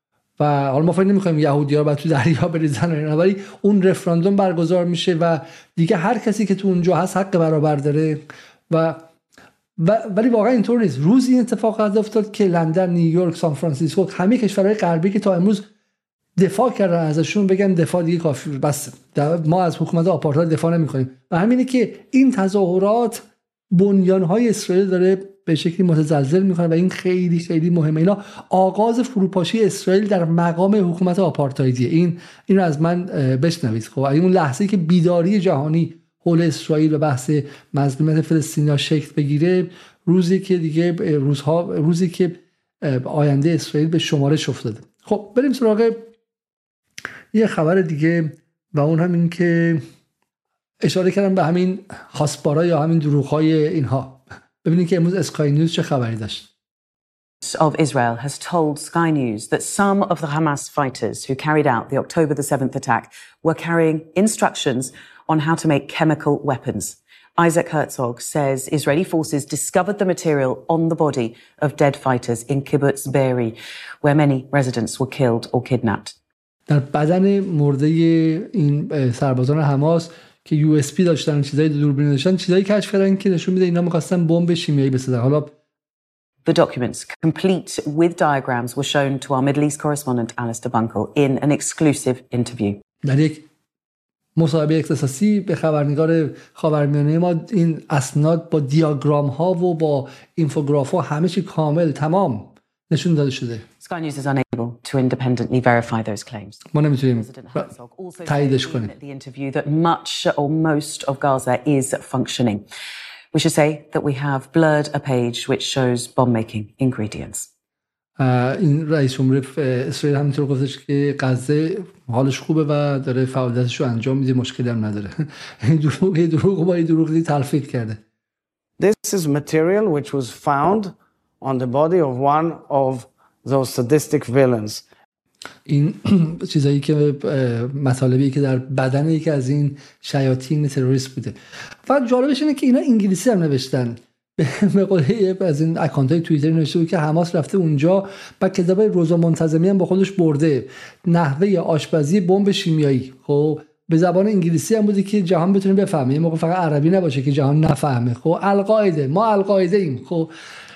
و حالا ما فکر نمی‌کنیم یهودی‌ها رو بعد تو دریا بریزن و اینا، ولی اون رفراندوم برگزار میشه و دیگه هر کسی که تو اونجا هست حق برابر داره و و ولی واقعا اینطور نیست. روزی این اتفاق خواهد افتاد که لندن، نیویورک، سان فرانسیسکو، همه کشورهای غربی که تا امروز دفاع کردن ازشون بگن دفاع دیگه کافی، بس ما از حکومت آپارتاید دفاع نمی‌کنیم. و همینه که این تظاهرات بنیان‌های اسرائیل داره به شکلی متزلزل میکنه و این خیلی خیلی مهمه. اینا آغاز فروپاشی اسرائیل در مقام حکومت آپارتایدیه. این اینو از من بشنوید. خب اون لحظه‌ای که بیداری جهانی حول اسرائیل و بحث مظلومیت فلسطینی‌ها شکل بگیره، روزی که دیگه روزها روزی که آینده اسرائیل به شمارش افتاده. خب بریم سراغ یه خبر دیگه و اون هم این که اشاره کردم به همین خاصبارا یا همین دروغ‌های اینها. ببینید که امروز اسکای نیوز چه خبری داشت. of Israel has told Sky News that some of the Hamas fighters who carried out the October the seventh attack were carrying instructions on how to make chemical weapons. Isaac Herzog says Israeli forces discovered the material on the body of dead fighters in Kibbutz Be'eri, where many residents were killed or kidnapped. در بدن مرده این سربازان حماس که یو اس پی داشتن، چیزای دوربین داشتن، چیزایی کشف کردن که نشون میده اینا می‌خواستن بمب شیمیایی بسازن. حالا The documents, complete with diagrams, were shown to our Middle East correspondent Alistair Bunkle in an exclusive interview. در یک مصاحبه اختصاصی به خبرنگار خاورمیانه ما این اسناد با دیاگرام ها و با اینفوگراف ها همه چی کامل تمام نشون داده شده. Sky News is unable to independently verify those claims. ما نمیتونیم تاییدش کنیم. The interview that much or most of Gaza is functioning. We should say that we have blurred a page which shows bomb-making ingredients. این رئیس جمهور اسرائیل همینطور گفتش که غزه حالش خوبه و داره فعالیتش رو انجام میده، مشکلی هم نداره. این دروغ یه دروغ با این دروغ تلفیق کرده. This is material which was found on the body of one of those sadistic villains. این چیزایی که مطالبی که در بدن یکی از این شیاطین تروریست بوده. و جالبش اینه که اینا انگلیسی هم نوشتن. به قول از این اکانت‌های توییتر نوشته بود که حماس رفته اونجا و کتاب روزا منتظمی هم با خودش برده، نحوه آشپزی بمب شیمیایی. خب به زبان انگلیسی هم بوده که جهان بتونه بفهمه، یه موقع فقط عربی نباشه که جهان نفهمه. خب القاعده، ما القاعده ایم. خب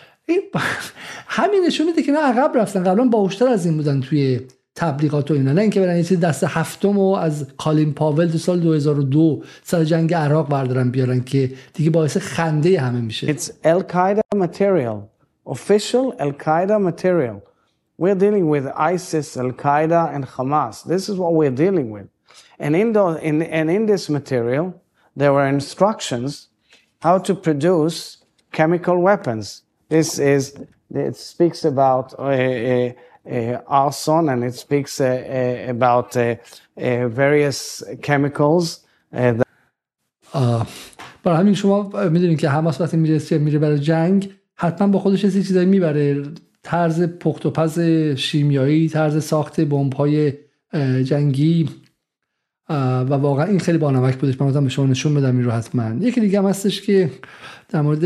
همین نشون میده که نه عقب رفتن، قبلا باهوشتر از این بودن توی تبلیغات و اینا، نه اینکه برن یه چیز دست هفتم و از کالین پاول تو سال دو هزار و دو سال جنگ عراق بردارن بیارن که دیگه باعث خنده همه میشه. It's Al-Qaeda material, official Al-Qaeda material. We're dealing with ISIS, Al-Qaeda and Hamas. This is what we're dealing with. And in the, in and in this material there were instructions how to produce chemical weapons. This is it speaks about a, a uh, arson, and it speaks uh, uh, about uh, uh, various chemicals. Uh, that... برای همین شما میدونید که حماس وقتی میره میره برای جنگ حتما با خودش یه چیزایی میبره، طرز پخت و پز شیمیایی، طرز ساخت بمب‌های جنگی، و واقعا این خیلی بانمک بودش. من مثلا به شما نشون بدم این رو حتما. یکی دیگه هم هستش که در مورد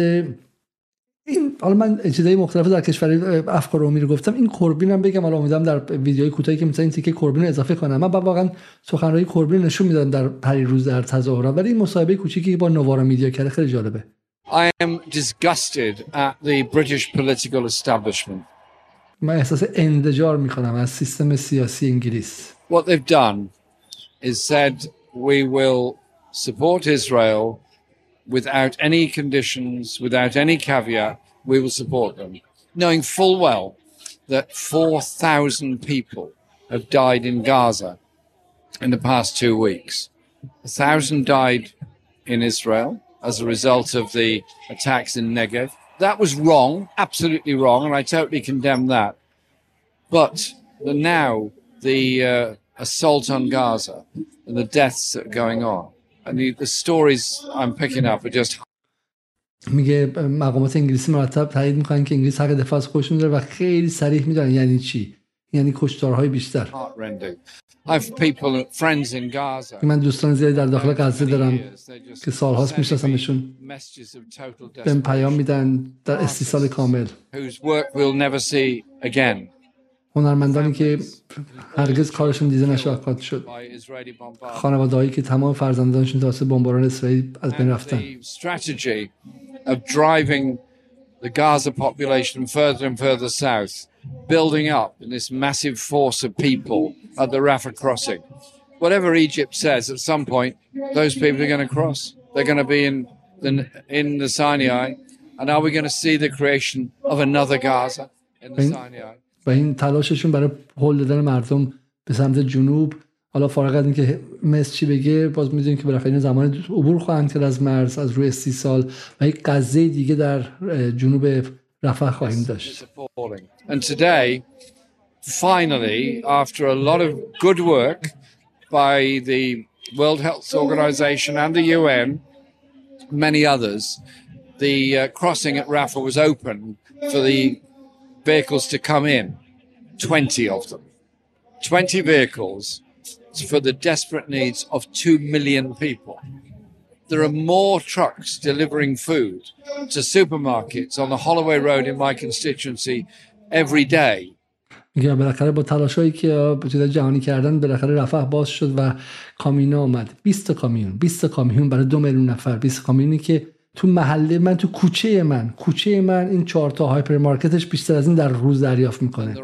این، حالا من چیزای مختلف در کشور افکار رومی رو گفتم، این کوربین هم بگم، حالا امیدوارم در ویدیوهای کوتاهی که مثلا این تیکه کوربین رو اضافه کنم. من واقعا سخنرانی کوربین نشون میدادم در پریروز در تظاهرات، ولی این مصاحبه کوچیکی که با نوارا میدیا کرده خیلی جالبه. I am disgusted at the British political establishment. من احساس انزجار میکنم از سیستم سیاسی انگلیس. What they've done is said we will support Israel without any conditions, without any caveat, we will support them, knowing full well that four thousand people have died in Gaza in the past two weeks. A thousand died in Israel as a result of the attacks in Negev. That was wrong, absolutely wrong, and I totally condemn that. But the, now the uh, assault on Gaza and the deaths that are going on, and the, the stories I'm picking up are just... میگه مقامات انگلیسی مرتب تایید میکنن که انگلیس حق دفاع از خودشون داره و خیلی صریح میدونن یعنی چی، یعنی کشتارهای بیشتر. I've people, friends in Gaza. من دوستان زیادی در داخل غزه دارم که سالهاست میشناسمشون، بهم پیام میدن در استیصال کامل. Whose work we'll never see again. هنرمندانی که هرگز کارشون دیده نشد شد، خانواده‌هایی که تمام فرزندانشون توسط بمباران اسرائیل از بین رفتن. Strategy of driving the Gaza population further and further south, building up in this massive force of people at the Rafah crossing. Whatever Egypt says, at some point, those people are going to cross. They're going to be in the, in the Sinai. And are we going to see the creation of another Gaza in the Sinai? و این تلاششون برای هل دادن مردم به سمت جنوب، حالا فارغ از اینکه مصر چی بگه، باز میدونیم که بالاخره زمان عبور خواهند کرد از مرز، از روی استیصال، و یک غزه دیگه در جنوب رفح خواهیم داشت. And today, finally, after a lot of good work by the World Health Organization and the U N, many others, the uh, crossing at Rafah was open for the vehicles to come in, twenty of them. twenty vehicles for the desperate needs of two million people. There are more trucks delivering food to supermarkets on the Holloway Road in my constituency every day. میگم بالاخره با تلاشایی که بتونه جهانی کردن بالاخره رفح باز شد و کامیون اومد. بیست کامیون بیست کامیون برای دو میلیون نفر. بیست کامیونی که تو محله من، تو کوچه من کوچه من این چهار تا هایپرمارکتش بیشتر از این در روز دریافت میکنه.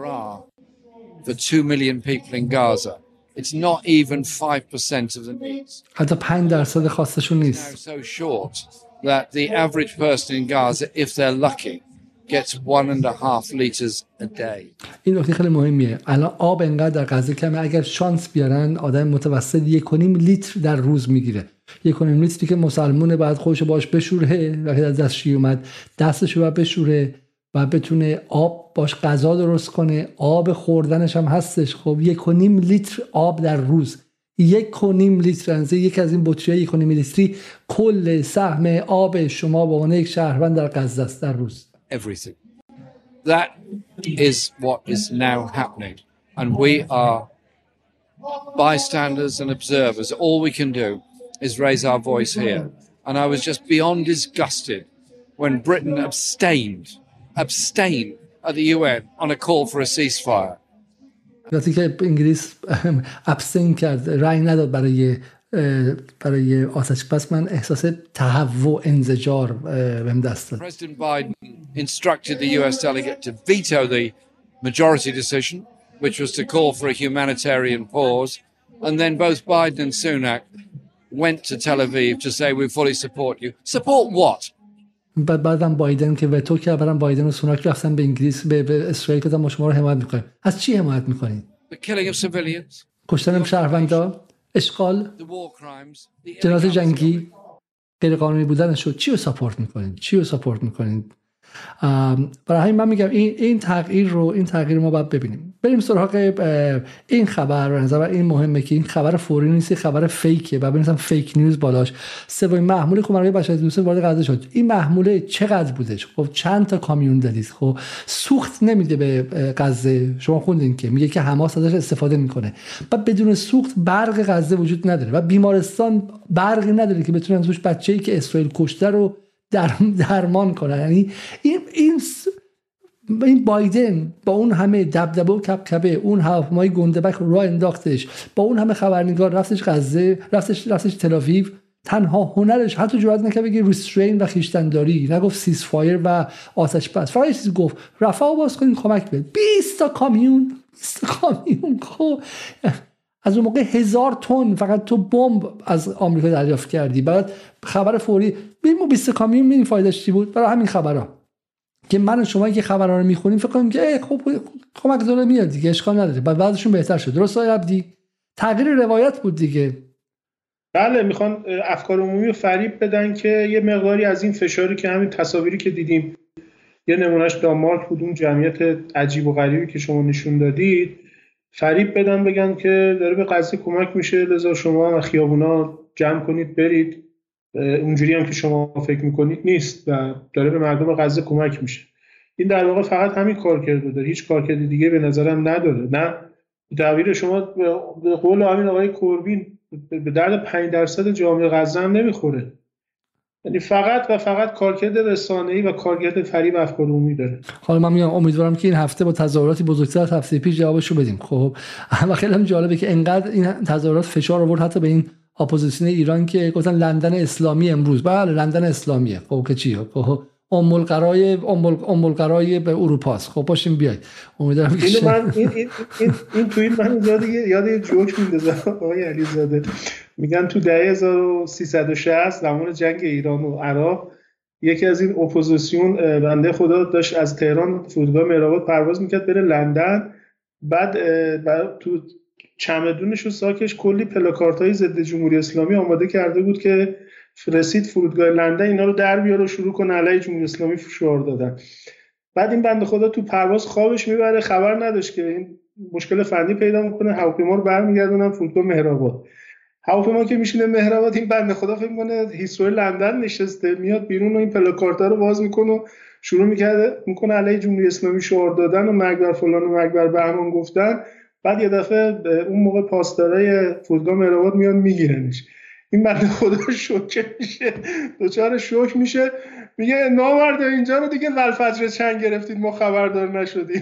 For two million people in Gaza, it's not even five percent of the needs. حتی پنج درصد خواستشون نیست. So short that the average person in Gaza, if they're lucky, gets one and a half liters a day. این نکته خیلی مهمیه. الان آب انقدر در غزه کمه، اگر شانس بیارن آدم متوسط یک و نیم لیتر در روز میگیره. یک و نیم لیتری که مسلمونه بعد خودشو باش بشوره، وقتی از دستش اومد دستشو باید بشوره و بتونه آب باش غذا درست کنه، آب خوردنش هم هستش. خب یک و نیم لیتر آب در روز، یک و نیم لیتر انزه یک از این بطری‌های یک و نیم لیتری کل سهم آب شما به عنوان یک شهروند در غزه است در روز. Everything. That is what is now happening, and we are bystanders and observers. All we can do is raise our voice here. And I was just beyond disgusted when Britain abstained, abstained at the U N on a call for a ceasefire. وقتی که انگلیس ابستین کرد، رأی نداد برای برای آتش بس، من احساس تهوع، انزجار بهم دست داد. President Biden instructed the U S delegate to veto the majority decision, which was to call for a humanitarian pause, and then both Biden and Sunak went to Tel Aviv to say we fully support you. Support what? بعد بعدم بایدن که وتو کرد، بعدم بایدن و سوناک رفتن به انگلیس، به, به اسرائیل گفتن ما شما رو حمایت می‌کنیم. از چی حمایت می‌کنید؟ The killing of civilians. کشتن شهروندا، اشغال، جنایت جنگی، غیر قانونی بودنش رو چی رو ساپورت می‌کنید؟ چی رو ساپورت می‌کنید؟ برای همین من میگم این این تغییر رو این تغییر ما باید ببینیم. بریم سراغ این خبر. به نظر این مهمه که این خبر فوری نیست، خبر فیکه و بنویسم فیک نیوز بالاش. سومین محمول کمرهای بشردوستی وارد غزه شد. این محموله چقدر بودش؟ خب چند تا کامیون دادید؟ خب سوخت نمیده به غزه. شما خوندین که میگه که حماس ازش استفاده میکنه. بعد بدون سوخت برق غزه وجود نداره و بیمارستان برقی نداره که بتونن توش بچه‌ای که اسرائیل کشته رو در درمان کنن. یعنی این این این بایدن با اون همه دبدبه و کبکبه، اون هواپیمای گندبک رو راه انداختش، با اون همه خبرنگار رفتش غزه، رفتش رفتش تل آویو. تنها هنرش حتی جرئت نکرد بگه ریسترین و خویشتن‌داری، نگفت سیز فایر و آتش بس، فقط چیزی گفت رفاه باز کنین کمک بده. بیست تا کامیون بیست تا کامیون خب از اون موقع هزار تن فقط تو بمب از آمریکا دریافت کردی. بعد خبر فوری ببین بیست کامیون می فایدهش چی بود؟ برای همین خبرها که من و شما که خبرها رو میخونیم فکر کنیم که خب کمک داره میاد دیگه، اشکال نداره، بعد بعدشون بهتر شد. درست آقای عبدی؟ تغییر روایت بود دیگه. بله، میخوان افکار عمومی رو فریب بدن که یه مقداری از این فشاری که همین تصاویری که دیدیم، یه نمونهش دانمارک بود، اون جمعیت عجیب و غریبی که شما نشون دادید، فریب بدن بگن که داره به غزه کمک میشه، لذا شما و خیابونا جمع کنید برید. اونجوری هم که شما فکر میکنید نیست و داره به مردم غزه کمک میشه. این در واقع فقط همین کارکرد داره، هیچ کارکرد دیگه به نظرم نداره. نه تغییر شما به قول همین آقای کوربین به درد پنج درصد جامعه غزه هم نمیخوره. یعنی فقط و فقط کارکرد رسانه‌ای و کارکرد فریب افکار عمومی داره. حالا من میگم امیدوارم که این هفته با تظاهراتی بزرگتر از هفته پیش جوابشو بدیم. خب اما خیلی هم جالبه که انقدر این تظاهرات فشار آورد حتی به این اپوزیسیون ایران که گفتن لندن اسلامی امروز. بله لندن اسلامیه. خب که چیه؟ خب ام القرای ام القرای به اروپاست. خب باشیم بیاید. امیدوارم که من این این این, این توییت من یاد یاد یه جوک میندازم آقای علیزاده. میگن تو دهه هزار و سیصد و شصت زمان جنگ ایران و عراق یکی از این اپوزیسیون بنده خدا داشت از تهران فرودگاه مهرآباد پرواز میکرد بره لندن. بعد, بعد تو چمدونش و ساکش کلی پلاکاردهای ضد جمهوری اسلامی آماده کرده بود که رسید فرودگاه لندن اینا رو در بیاره و شروع کنه علیه جمهوری اسلامی شعار دادن. بعد این بنده خدا تو پرواز خوابش میبره، خبر نداشت که این مشکل فنی پیدا میکنه، هواپیما رو برمیگردونن فرودگاه مهرآباد. هواپیما که میشینه مهرآباد این بنده خدا فکر میکنه هیستوری لندن نشسته، میاد بیرون و این پلاکاردها رو باز میکنه و شروع میکنه میکنه علیه جمهوری اسلامی شعار دادن و مرگ بر فلان و مرگ بر بهمان گفتن. بعد یه دفعه اون موقع پاسدارای فرودگاه مهرآباد میان میگیرنش. این بنده خدا شوکه میشه، دوچار شوک میشه، میگه نامرد اینجا رو دیگه ولفجر چنگ گرفتید ما خبردار نشدیم.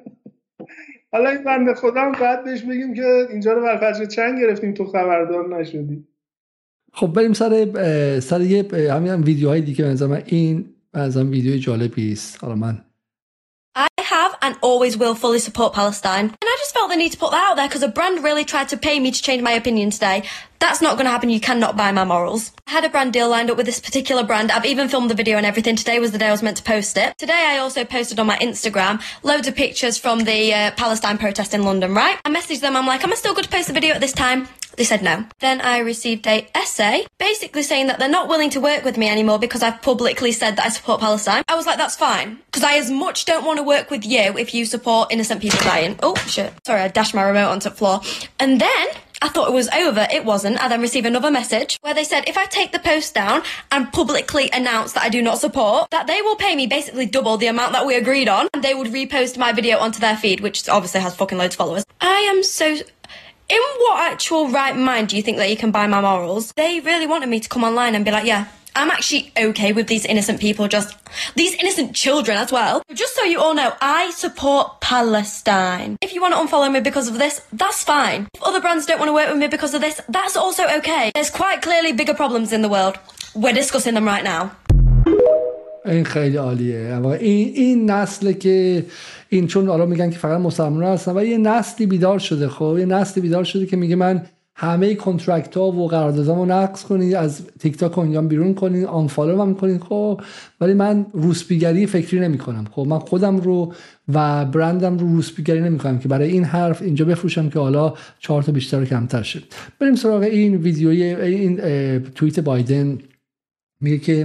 حالا این بنده خدا هم باید بهش بگیم که اینجا رو ولفجر چنگ گرفتیم تو خبردار نشدی. خب بریم سر سر یه همین ویدیوهای دیگه. مثلا این از اون ویدیوی جالبی است. حالا من I have and always will fully support Palestine. And I just felt the need to put that out there because a brand really tried to pay me to change my opinion today. That's not going to happen. You cannot buy my morals. I had a brand deal lined up with this particular brand. I've even filmed the video and everything. Today was the day I was meant to post it. Today I also posted on my Instagram loads of pictures from the uh, Palestine protest in London, right? I messaged them. I'm like, am I still good to post the video at this time? They said no. Then I received a essay basically saying that they're not willing to work with me anymore because I've publicly said that I support Palestine. I was like, that's fine. Because I as much don't want to work with you if you support innocent people dying. Oh, shit. Sorry, I dashed my remote onto the floor. And then I thought it was over. It wasn't. I then received another message where they said if I take the post down and publicly announce that I do not support, that they will pay me basically double the amount that we agreed on, and they would repost my video onto their feed, which obviously has fucking loads of followers. I am so... In what actual right mind do you think that you can buy my morals? They really wanted me to come online and be like, yeah, I'm actually okay with these innocent people, just these innocent children as well. Just so you all know, I support Palestine. If you want to unfollow me because of this, that's fine. If other brands don't want to work with me because of this, that's also okay. There's quite clearly bigger problems in the world. We're discussing them right now. این خیلی عالیه. این این نسل که این چون حالا میگن که فقط مسلمان‌ها هستن و یه نسلی بیدار شده. خب یه نسلی بیدار شده که میگه من همه کانترکت ها و قراردادامو نقض کنید، از تیک تاک اونجا بیرون کنید، آنفالو هم کنید. خب ولی من روسپیگری فکری نمی‌کنم. خب من خودم رو و برندم رو روسپیگری نمی‌کنم که برای این حرف اینجا بفروشم که حالا چهار تا بیشتر و کمتر شه. بریم سراغ این ویدیوی این توییت بایدن. میگه که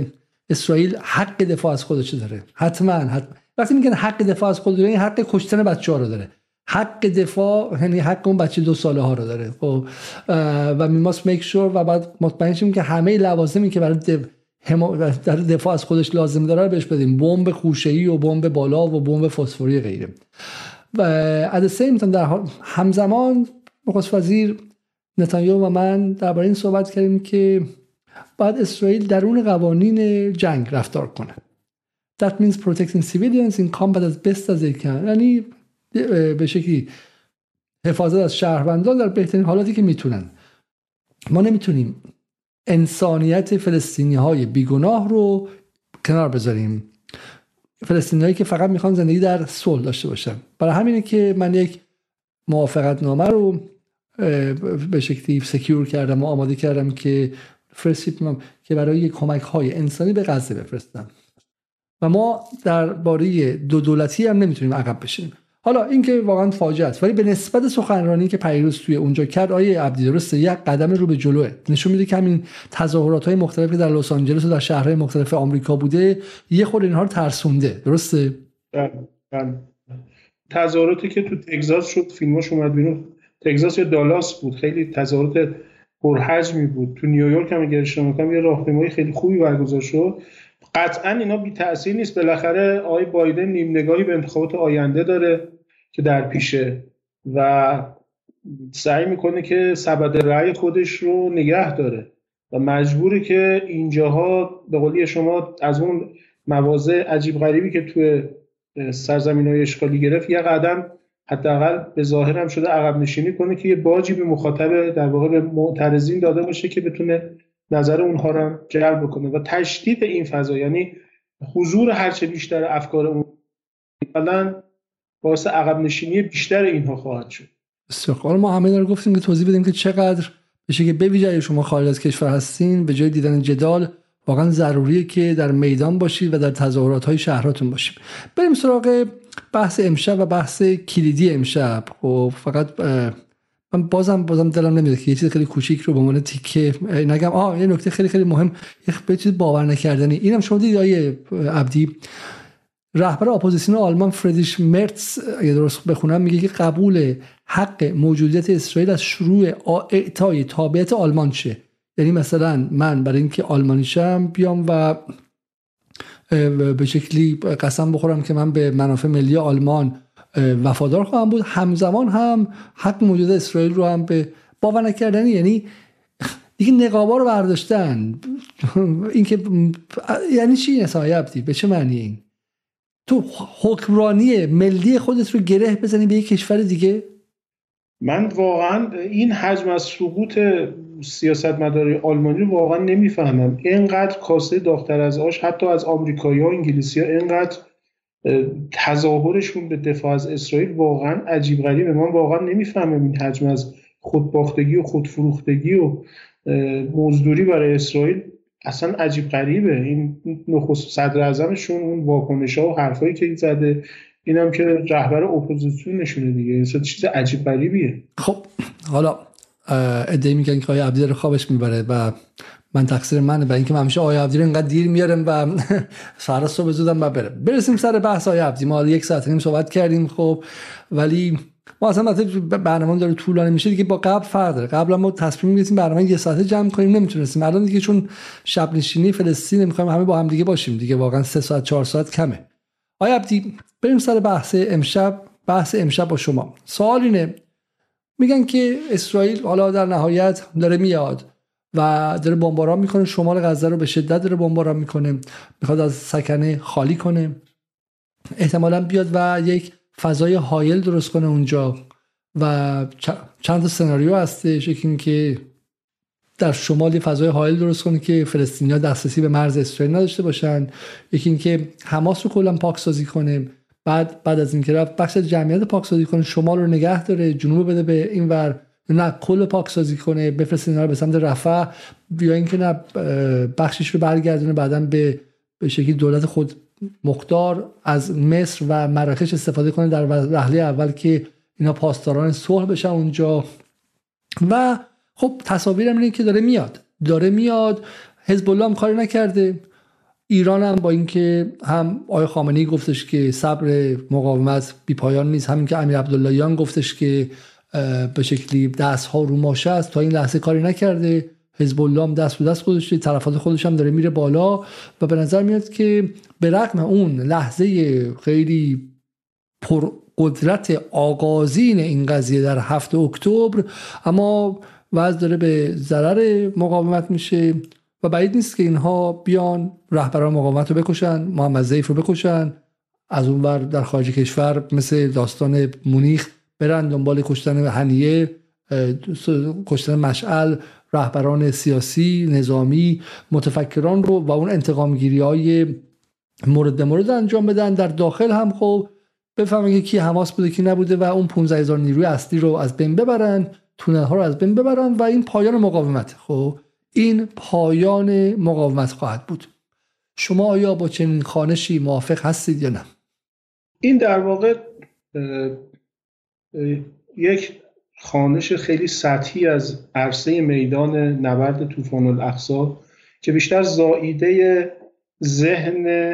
اسرائیل حق دفاع از خودش داره، حتما حتما. وقتی میگن حق دفاع از خودش داره، این حق کشتن بچه‌ها رو داره، حق دفاع یعنی حق اون بچه دو ساله ها رو داره. خب و می must make sure و بعد مطمئن شیم که همه لوازمی که برای در دفاع از خودش لازم داره رو بهش بدیم، بمب خوشه‌ای و بمب بالا و بمب فسفوری غیره. و at the same time در همزمان نخست وزیر نتانیاهو و من درباره این صحبت کردیم که باید اسرائیل درون قوانین جنگ رفتار کنه. That means protecting civilians in combat as best as they can. یعنی به شکلی حفاظت از شهروندان در بهترین حالاتی که میتونن. ما نمیتونیم انسانیت فلسطینی های بیگناه رو کنار بذاریم، فلسطینی هایی که فقط میخوان زندگی در صلح داشته باشن. برای همینه که من یک موافقت نامه رو به شکلی سکیور کردم و آماده کردم که فرستم که برای کمک های انسانی به غزه بفرستم. و ما درباره دو دولتی هم نمیتونیم عقب بشیم. حالا این که واقعا فاجعه است، ولی به نسبت سخنرانی که پیروز توی اونجا کرد آیه عبدی، درسته یک قدم رو به جلوه، نشون میده که همین تظاهرات‌های مختلفی در لس آنجلس و در شهرهای مختلف آمریکا بوده یه خورده اینها رو ترسونده. درسته؟ بله. تظاهراتی که تو تگزاس شد، فیلماش اومد بیرون، تگزاس یا دالاس بود، خیلی تظاهرات پرحجمی بود. تو نیویورک هم اگر اشتباه نکنم یه راهپیمایی خیلی خوبی برگزار شد. قطعا اینا بی تأثیر نیست. بالاخره آقای بایدن نیم نگاهی به انتخابات آینده داره که در پیشه و سعی میکنه که سبد رأی خودش رو نگه داره و مجبوره که اینجاها به قولی شما از اون مواضع عجیب غریبی که توی سرزمین‌های اشغالی گرفت یه قدم حداقل به ظاهر هم شده عقب نشینی کنه که یه باجی به مخاطب در واقع به معترضین داده باشه که بتونه نظر اونها رو جلب بکنه و تشدید این فضا، یعنی حضور هرچه بیشتر افکار اون مثلا باعث عقب نشینی بیشتر اینها خواهد شد. بسیار. ما همه رو گفتیم که توضیح بدیم که چقدر بشه که به ویژه شما خارج از کشور هستین به جای دیدن جدال واقعا ضروریه که در میدان باشید و در تظاهرات‌های شهراتون باشید. بریم سراغ بحث امشب و بحث کلیدی امشب. خب فقط من بازم بازم دلم نمیاد که یه چیز خیلی کوچیک رو به عنوان تیکه نگم. آه یه نکته خیلی خیلی مهم، یه چیز باور نکردنی، اینم شما دیدید آیه عبدی، رهبر اپوزیسیون آلمان فریدریش مرتز اگه درست بخونم میگه که قبول حق موجودیت اسرائیل از شروع اعطای تابعیت آلمان شه. یعنی مثلا من برای اینکه آلمانی شم بیام و به شکلی قسم بخورم که من به منافع ملی آلمان وفادار خواهم بود، همزمان هم حق موجودیت اسرائیل رو هم به باور نکردنی. یعنی دیگه نقابا رو برداشتن. این که یعنی چی نسایه عبدی؟ به چه معنی این؟ تو حکمرانی ملی خودت رو گره بزنی به یک کشور دیگه؟ من واقعا این حجم از سقوط سیاستمداری آلمانی رو واقعا نمیفهمم. اینقدر کاسه داغ‌تر از آش، حتی از آمریکایی‌ها و انگلیسی‌ها اینقدر تظاهرشون به دفاع از اسرائیل واقعا عجیب غریبه. من واقعا نمیفهمم این حجم از خودباختگی و خودفروختگی و مزدوری برای اسرائیل اصلا عجیب غریبه. این نخست صدر اعظمشون اون واکنش‌ها و حرفایی که زده، اینم که رهبر اپوزیسیون نشونه دیگه، این چیز عجیب غریبیه. خب حالا ادعی میگن که آقای عبدی رو خوابش میبره و من تقصیر منه و اینکه من همیشه آقای عبدی رو اینقدر دیر میارم و سهر صبح زودم و بره. برسیم سر بحث آقای عبدی. ما یک ساعت نیم صحبت کردیم خب، ولی ما اصلا وقتی برنامه داره طولانی میشه دیگه با قبل فرق داره. قبلا ما تصمیم گرفتیم برنامه یه ساعته جمع کنیم، نمیتونستیم. الان دیگه چون شب نشینی فلسطین میخوایم همه با هم دیگه باشیم دیگه، واقعا سه ساعت چهار ساعت کمه. آقای عبدی بریم سر بحث امشب. بحث امشب با شما سوال اینه، میگن که اسرائیل حالا در نهایت داره میاد و داره بمباران میکنه شمال غزه رو، به شدت داره بمباران میکنه، میخواد از سکنه خالی کنه، احتمالاً بیاد و یک فضای هایل درست کنه اونجا و چند تا سناریو هستش. یکی این که در شمال فضای هایل درست کنه که فلسطینی‌ها دسترسی به مرز اسرائیل نداشته باشن، یکی این که حماس رو کلا پاکسازی کنه، بعد بعد از اینکه رفت بخش از جمعیت پاکسازی کنه، شمال رو نگه داره، جنوب بده به اینور، نه کل پاکسازی کنه، بفرسته اینا رو به سمت رفح، یا اینکه نه بخشش رو برگردونه بعداً به به شکلی دولت خود مختار از مصر و مراکش استفاده کنه در وهله اول که اینا پاسداران صلح بشن اونجا. و خب تصاویرم اینه که داره میاد داره میاد حزب الله هم کاری نکرده، ایران هم با اینکه هم آقای خامنه‌ای گفتش که صبر مقاومت بی پایان نیست، همین که امیر عبداللهیان گفتش که به شکلی دست ها رو ماشه است، تا این لحظه کاری نکرده. حزب الله هم دست به دست گذاشته، تلفات خودش هم داره میره بالا و به نظر میاد که به رغم اون لحظه خیلی پر قدرت آغازین این قضیه در هفتم اکتبر، اما وضع داره به ضرر مقاومت میشه و بعید نیست که اینها بیان رهبران مقاومت رو بکشن، محمد ضیف رو بکشن، از اون ور در خارج کشور مثل داستان مونیخ برن دنبال کشتن هنیه، کشتن مشعل، رهبران سیاسی، نظامی، متفکران رو و اون انتقامگیری های مورد به مورد انجام بدن. در داخل هم خب بفهمن که کی حماس بوده کی نبوده و اون پانزده هزار نیروی اصلی رو از بین ببرن، تونل ها رو از بین ببرن و این پایان مقاومت. خب این پایان مقاومت خواهد بود. شما آیا با چنین خوانشی موافق هستید یا نه؟ این در واقع اه اه یک خوانش خیلی سطحی از عرصه میدان نبرد طوفان الاقصی که بیشتر زائیده ذهن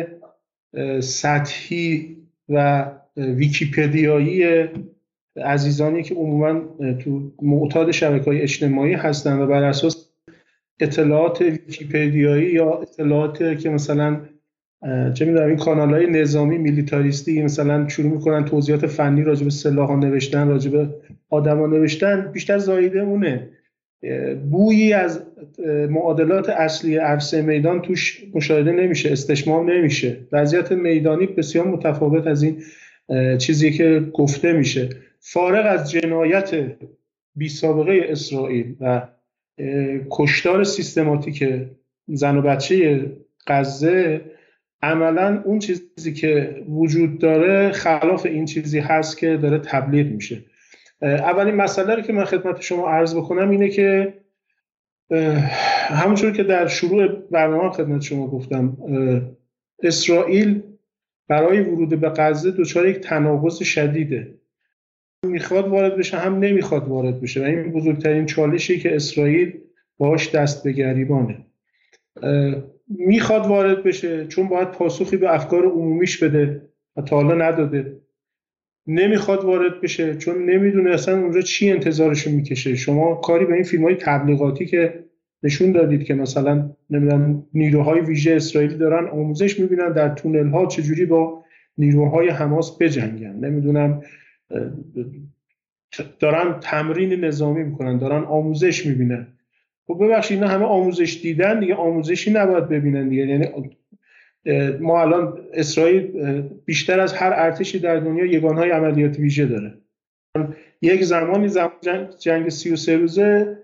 سطحی و ویکیپدیایی عزیزانی که عموما تو معتاد شبکه‌های اجتماعی هستن و بر اساس اطلاعات ویکیپدیایی یا اطلاعات که مثلا چه می‌دونم این کانال‌های نظامی میلیتاریستی مثلا شروع می‌کنن توضیحات فنی راجع به سلاح‌ها نوشتن، راجع به آدم‌ها نوشتن، بیشتر زاییده اونه. بویی از معادلات اصلی عرصه میدان توش مشاهده نمیشه، استشمام نمیشه. وضعیت میدانی بسیار متفاوت از این چیزی که گفته میشه. فارغ از جنایت بی سابقه اسرائیل و کشتار سیستماتیک زن و بچه غزه، عملاً اون چیزی که وجود داره خلاف این چیزی هست که داره تبلیغ میشه. اولین مسئله رو که من خدمت شما عرض بکنم اینه که همونجور که در شروع برنامه خدمت شما گفتم، اسرائیل برای ورود به غزه دچار یک تناقض شدیده، میخواد وارد بشه هم نمیخواد وارد بشه و این بزرگترین چالشی که اسرائیل باهاش دست به گریبانه. میخواد وارد بشه چون باید پاسخی به افکار عمومیش بده و تا حالا نداده. نمیخواد وارد بشه چون نمیدونه اصلا اونجا چی انتظارشو میکشه. شما کاری به این فیلم‌های تبلیغاتی که نشون دادید که مثلا نمیدونم نیروهای ویژه اسرائیلی دارن آموزش میبینن در تونل ها چجوری با نیروهای حماس بجنگن، نمیدونم دارن تمرین نظامی میکنن، دارن آموزش میبینن. خب ببخشید اینا همه آموزش دیدن دیگه، آموزشی نباید ببینن دیگه. یعنی ما الان اسرائیل بیشتر از هر ارتشی در دنیا یگانهای عملیات ویژه داره. یک زمانی زمان جنگ, جنگ سی و سه روزه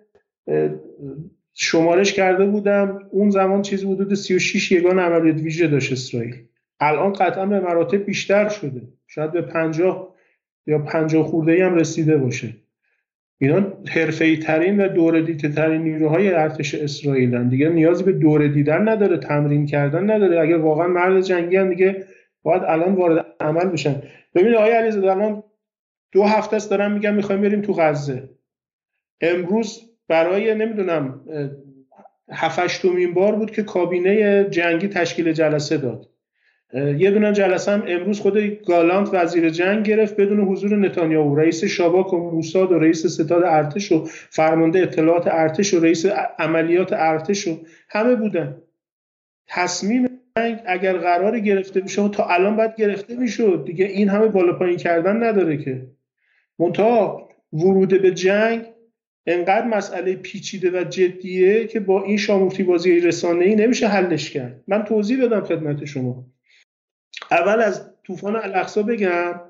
شمارش کرده بودم، اون زمان چیزی حدود سی و شش یگان عملیات ویژه داشت اسرائیل. الان قطعا به مراتب بیشتر شده، شاید به پنجاه یا پنجاه خورده‌ای هم رسیده باشه. اینا حرفه‌ای ترین و دوره دیده ترین نیروهای ارتش اسرائیل هستند. دیگه نیازی به دوره دیدن نداره، تمرین کردن نداره. اگر واقعا مرد جنگی هم دیگه باید الان وارد عمل بشن. ببینید آقای علیزاده، الان دو هفته است دارم میگم میخوایم بریم تو غزه. امروز برای نمیدونم هفت هشتمین بار بود که کابینه جنگی تشکیل جلسه داد. یه دونه جلسه هم امروز خود گالانت وزیر جنگ گرفت بدون حضور نتانیاهو. رئیس شاباک و موساد و رئیس ستاد ارتش و فرمانده اطلاعات ارتش و رئیس عملیات ارتش و همه بودن. تصمیم جنگ اگر قرار گرفته بشه تا الان باید گرفته میشد دیگه. این همه بالا پایین کردن نداره که. منتها ورود به جنگ انقدر مسئله پیچیده و جدیه که با این شامورتی بازی رسانه‌ای نمیشه حلش کرد. من توضیح بدم خدمت شما. اول از طوفان الاقصی بگم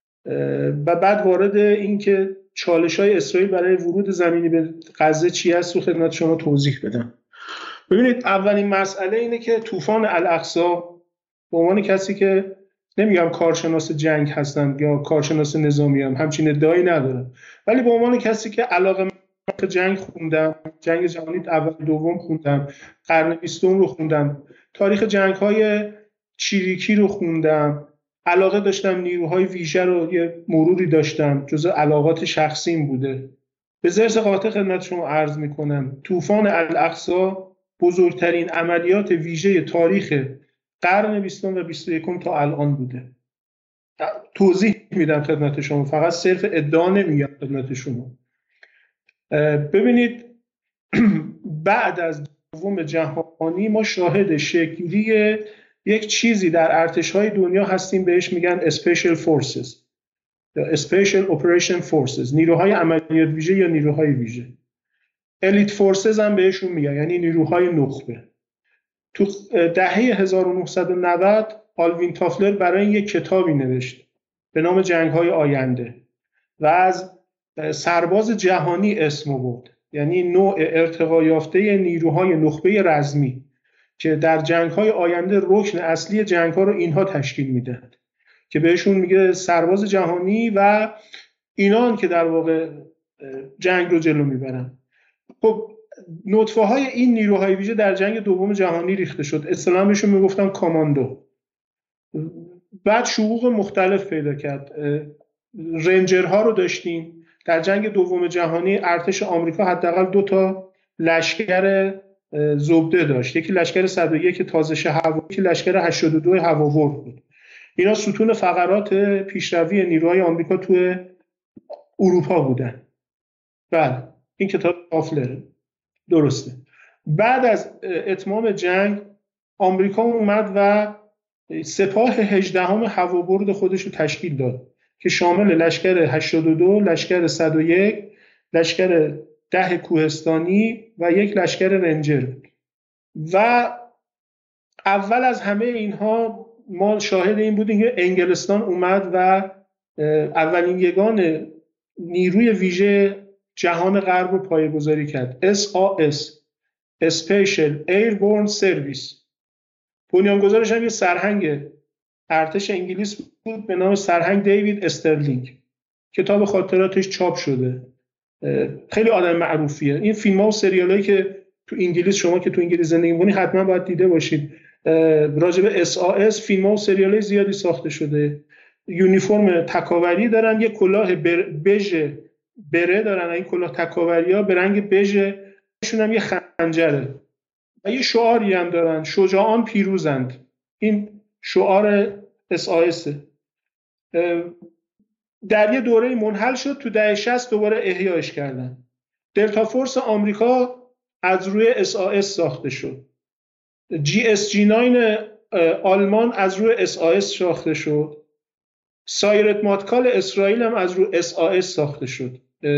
و بعد وارد این که چالش‌های اسرائیل برای ورود زمینی به غزه چی هست رو خدمت شما توضیح بدم. ببینید اولین مسئله اینه که طوفان الاقصی به عنوان کسی که نمیگم کارشناس جنگ هستم یا کارشناس نظامی هم، همچین ادعایی ندارم، ولی به عنوان کسی که علاقه به جنگ خوندم، جنگ جهانی اول دوم خوندم، قرن بیستم رو خوندم، تاریخ جنگ‌های چیریکی رو خوندم، علاقه داشتم، نیروهای ویژه رو یه مروری داشتم، جزء علاقات شخصیم بوده. به ذرس قاطع خدمت شما عرض میکنم طوفان الاقصی بزرگترین عملیات ویژه تاریخ قرن بیستم و بیست و یکم تا الان بوده. توضیح میدم خدمت شما، فقط صرف ادعا نمیگم خدمت شما. ببینید بعد از دوم جهانی ما شاهد شکلی یک چیزی در ارتش‌های دنیا هستیم بهش میگن Special Forces یا Special Operation Forces، نیروهای عملیات ویژه یا نیروهای ویژه. Elite Forces هم بهشون میگن، یعنی نیروهای نخبه. تو دهه هزار و نهصد و نود آلوین تافلر برای یک کتابی نوشت به نام جنگ‌های آینده و از سرباز جهانی اسم برد، یعنی نوع ارتقا یافته نیروهای نخبه رزمی که در جنگ‌های آینده رکن اصلی جنگ‌ها رو اینها تشکیل میدهند که بهشون میگه سرباز جهانی و اینان که در واقع جنگ رو جلو میبرن. خب نطفه‌های این نیروهای ویژه در جنگ دوم جهانی ریخته شد، اصطلاحاً بهشون میگفتن کاماندو. بعد شقوق مختلف پیدا کرد. رنجرها رو داشتیم. در جنگ دوم جهانی ارتش آمریکا حداقل دو تا لشکر زبده داشت، یکی لشکر صد و یک تازش هوا، یکی لشکر هشتاد و دو هواورد بود. اینا ستون فقرات پیشروی نیروهای آمریکا توی اروپا بودن. بله این کتاب تافلره، درسته. بعد از اتمام جنگ آمریکا اومد و سپاه هجدهم هوابرد خودش رو تشکیل داد که شامل لشکر هشتاد و دو، لشکر صد و یک، لشکر ده کوهستانی و یک لشکر رنجر بود. و اول از همه اینها ما شاهد این بودیم که انگلستان اومد و اولین یگان نیروی ویژه جهان غرب رو پایه‌گذاری کرد، اس آ اس Special Airborne Service. بنیانگذارش هم یه سرهنگ ارتش انگلیس بود به نام سرهنگ دیوید استرلینگ. کتاب خاطراتش چاپ شده، خیلی آدم معروفیه. این فیلم ها و سریال هایی که تو انگلیس، شما که تو انگلیس زندگی می‌کنید حتما باید دیده باشید، راجع به اس آ اس فیلم ها و سریال های زیادی ساخته شده. یونیفرم تکاوری دارن، یه کلاه بژ بره دارن، این کلاه تکاوری ها به رنگ بژ، شون هم یه خنجره و یه شعاری هم دارن، شجاعان پیروزند. این شعار اس آ اس. در یه دوره منحل شد، تو دهه شصت دوباره احیاش کردن. دلتا فورس آمریکا از روی اس آ اس ساخته شد. جی اس جی نه آلمان از روی اس آ اس ساخته شد. سایرت ماتکال اسرائیل هم از روی اس آ اس ساخته شد.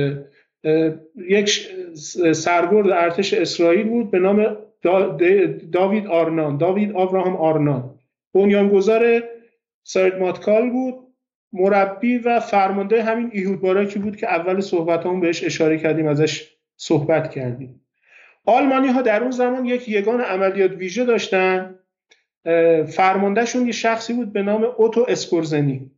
یک سربرد ارتش اسرائیل بود به نام داوید آرنان، داوید آبراهام آرنان، بنیانگذار سایرت ماتکال بود، مربی و فرمانده همین ایهود باراکی بود که اول صحبتامون بهش اشاره کردیم، ازش صحبت کردیم. آلمانی ها در اون زمان یک یگان عملیات ویژه داشتن، فرماندهشون یه شخصی بود به نام اوتو اسکورزنی،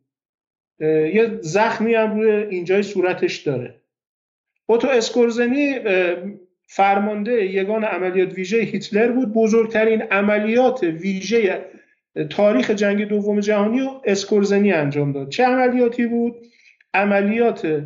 یه زخمی هم روی اینجای صورتش داره. اوتو اسکورزنی فرمانده یگان عملیات ویژه هیتلر بود. بزرگترین عملیات ویژه تاریخ جنگ دوم جهانی رو اسکورزنی انجام داد. چه عملیاتی بود؟ عملیات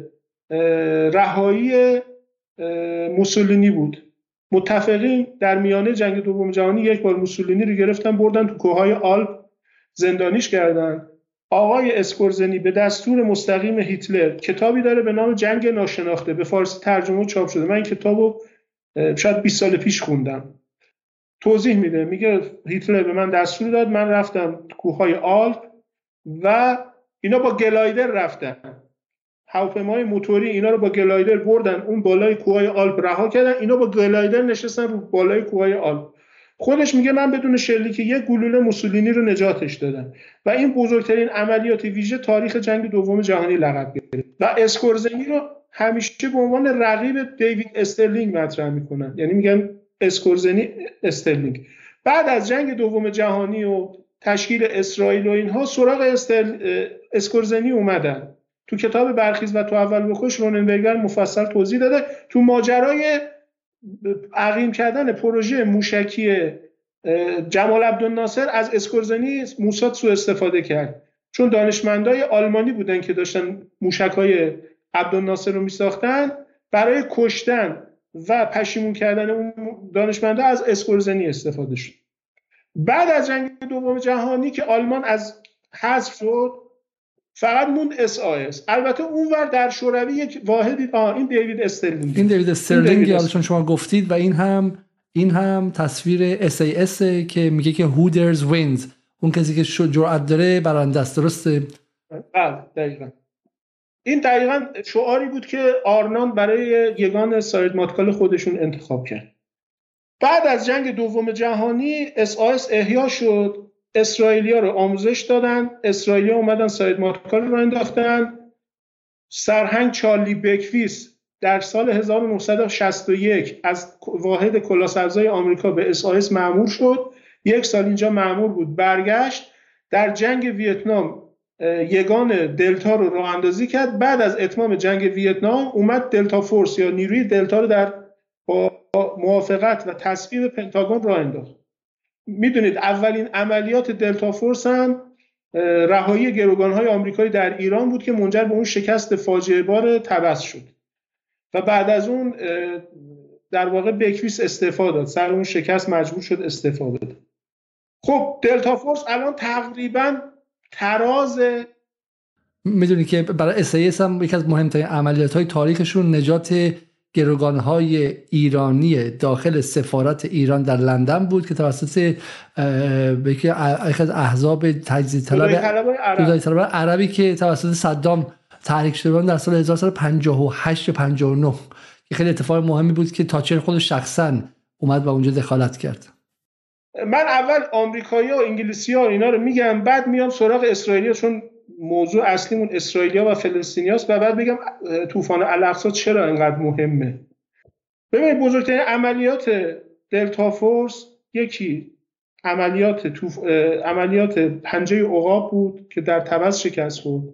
رهایی موسولینی بود. متفقین در میانه جنگ دوم جهانی یک بار موسولینی رو گرفتن، بردن تو کوههای آلپ زندانیش کردن. آقای اسکورزنی به دستور مستقیم هیتلر کتابی داره به نام جنگ ناشناخته، به فارسی ترجمه و چاپ شده. من این کتابو شاید بیست سال پیش خوندم. توضیح میده، میگه هیتلر به من دستور داد، من رفتم کوههای آلپ و اینا با گلایدر رفتن، هواپیمای موتوری اینا رو با گلایدر بردن اون بالای کوههای آلپ رها کردن، اینا با گلایدر نشستن رو بالای کوههای آلپ. خودش میگه من بدون شلیک یک گلوله موسولینی رو نجاتش دادم و این بزرگترین عملیات ویژه تاریخ جنگ دوم جهانی لقب گرفت. و اسکورزنی رو همیشه به عنوان رقیب دیوید استرلینگ مطرح میکنن، یعنی میگن اسکورزنی استرلینگ. بعد از جنگ دوم جهانی و تشکیل اسرائیل و اینها سراغ استر... اسکورزنی اومدن. تو کتاب برخیز و تو اول بکش روننبرگر مفصل توضیح داده. تو ماجرای عقیم کردن پروژه موشکی جمال عبدالناصر از اسکورزنی موساد سوء استفاده کرد، چون دانشمندای آلمانی بودن که داشتن موشکای عبدالناصر رو میساختن، برای کشتن و پشیمون کردن اون دانشمندا از اسکورزنی استفاده شد. بعد از جنگ دوم جهانی که آلمان از حذف شد فقط موند اس آ اس. البته اونور در شوروی یک واحدی آه این دیوید استرلینگ این دیوید استرلینگ یادتون شما گفتید و این هم این هم تصویر اس ای اس که میگه که هودرز وینز، اون کسی که جرأت داره برنده است. درسته؟ بله دقیقاً. این دقیقاً شعاری بود که آرنان برای یگان ساید ماتکال خودشون انتخاب کرد. بعد از جنگ دوم جهانی اس آ اس احیا شد، اسرائیلیا رو آموزش دادن، اسرائیلیا اومدن ساید ماتکال رو انداختن. سرهنگ چارلی بکویس در سال هزار و نهصد و شصت و یک از واحد کلاهسبزای آمریکا به اس آ اس مأمور شد. یک سال اینجا مأمور بود، برگشت در جنگ ویتنام یگان دلتا رو راه اندازی کرد. بعد از اتمام جنگ ویتنام اومد دلتا فورس یا نیروی دلتا رو در با موافقت و تصویب پنتاگون راه انداخت. میدونید اولین عملیات دلتا فورس هم رهایی گروگان‌های آمریکایی در ایران بود که منجر به اون شکست فاجعه بار طبس شد و بعد از اون در واقع بکویس استعفا داد، سر اون شکست مجبور شد استعفا بده. خب دلتا فورس الان تقریبا تراز، میدونی که برای اس ای اس هم یکی از مهمترین عملیات‌های تاریخشون نجات گروگان‌های ایرانی داخل سفارت ایران در لندن بود که توسط یکی از احزاب تجزیه طلب عرب. عربی که توسط صدام تحریک شده بود در سال هزار و سیصد و پنجاه و هشت پنجاه و نه که خیلی اتفاق مهمی بود که تاچر خودش شخصا اومد و اونجا دخالت کرد. من اول آمریکایی‌ها و انگلیسی‌ها اینا رو میگم، بعد میام سراغ اسرائیلی‌ها چون موضوع اصلیمون اسرائیلیا و فلسطینیاست و بعد بگم طوفان الاقصی چرا اینقدر مهمه. ببینید بزرگترین عملیات دلتا فورس یکی عملیات توف... عملیات پنجه عقاب بود که در طبس شکست خورد.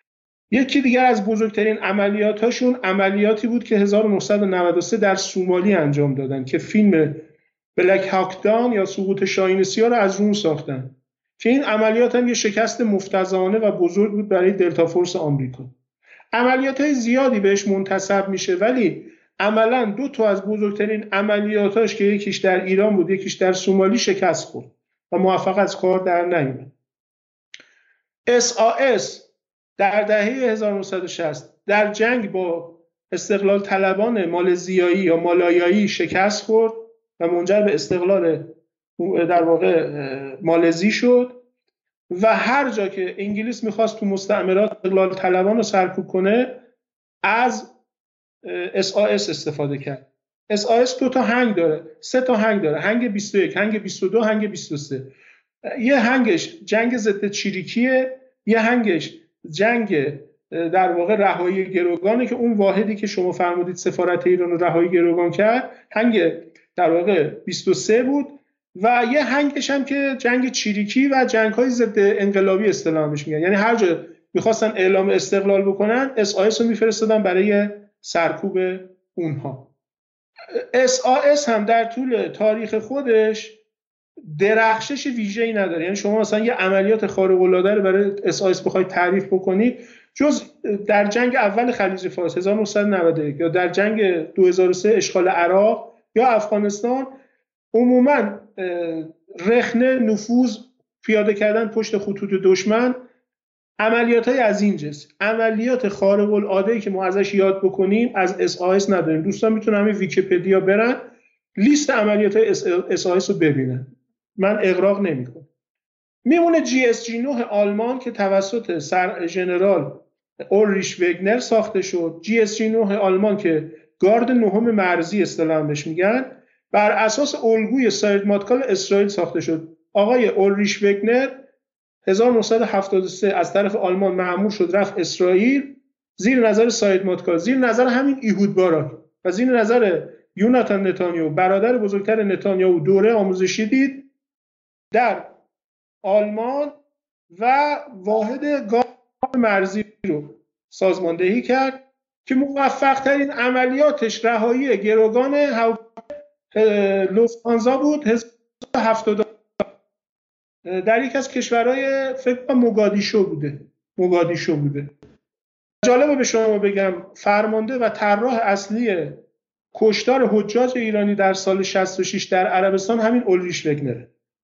یکی دیگر از بزرگترین عملیاتاشون عملیاتی بود که هزار و نهصد و نود و سه در سومالی انجام دادن که فیلم بلک هاک داون یا سقوط شاهین سیاه رو از روم ساختن که این عملیات هم یه شکست مفتضحانه و بزرگ بود برای دلتا فورس آمریکا. عملیات‌های زیادی بهش منتسب میشه ولی عملاً دو تا از بزرگترین عملیاتاش که یکیش در ایران بود یکیش در سومالی شکست خورد و موفق از کار در نیامد. اس آ اس در دهه هزار و نهصد و شصت در جنگ با استقلال طلبان مالزیایی یا مالایایی شکست خورد و منجر به استقلال در واقع مالزی شد و هر جا که انگلیس میخواست تو مستعمرات استقلال طلبان رو سرکوب کنه از اس آ اس استفاده کرد. اس آ اس دو تا هنگ داره، سه تا هنگ داره، هنگ بیست و یک، هنگ بیست و دو، هنگ بیست و سه. یه هنگش جنگ ضد چیریکیه، یه هنگش جنگ در واقع رهایی گروگانه که اون واحدی که شما فرمودید سفارت ایران رو رهایی گروگان کرد هنگ در واقع بیست و سه بود و یه هنگش هم که جنگ چیریکی و جنگ‌های ضد انقلابی اصطلاحش میگن، یعنی هر جا می‌خواستن اعلام استقلال بکنن اس آ اس رو می‌فرستادن برای سرکوب اونها. اس آ اس هم در طول تاریخ خودش درخشش ویژه‌ای نداره، یعنی شما مثلا یه عملیات خارق‌العاده رو برای اس آ اس بخواید تعریف بکنید جز در جنگ اول خلیج فارس هزار و نهصد و نود و یک یا در جنگ دو هزار و سه اشغال عراق یا افغانستان عموما رخنه نفوذ پیاده کردن پشت خطوط دشمن، عملیات‌های از این جنس، عملیات خارق العاده‌ای که ما ازش یاد بکنیم از اس آ اس نداریم. دوستان میتونن همین ویکی‌پدیا برن لیست عملیات‌های اس آ اس رو ببینن، من اغراق نمی‌کنم. میمونه جی اس جی نه آلمان که توسط سر ژنرال اولریش وگنر ساخته شد. جی اس جی نه آلمان که گارد نهم مرزی اصطلاحاً بهش میگن، بر اساس الگوی ساید ماتکال اسرائیل ساخته شد. آقای اولریش وگنر هزار و نهصد و هفتاد و سه از طرف آلمان مأمور شد رفت اسرائیل زیر نظر ساید ماتکال، زیر نظر همین ایهود باراک و زیر نظر یوناتان نتانیاهو برادر بزرگتر نتانیاهو دوره آموزشی دید در آلمان و واحد گارد مرزی رو سازماندهی کرد که موفق ترین عملیاتش رهایی گروگان لوفتانزا بود هزار و نهصد و هفتاد در یک از کشورهای فکر کنم موگادیشو بوده موگادیشو بوده. جالبه به شما بگم فرمانده و طراح اصلی کشتار حجاج ایرانی در سال شصت و شش در عربستان همین اولریش وگنره.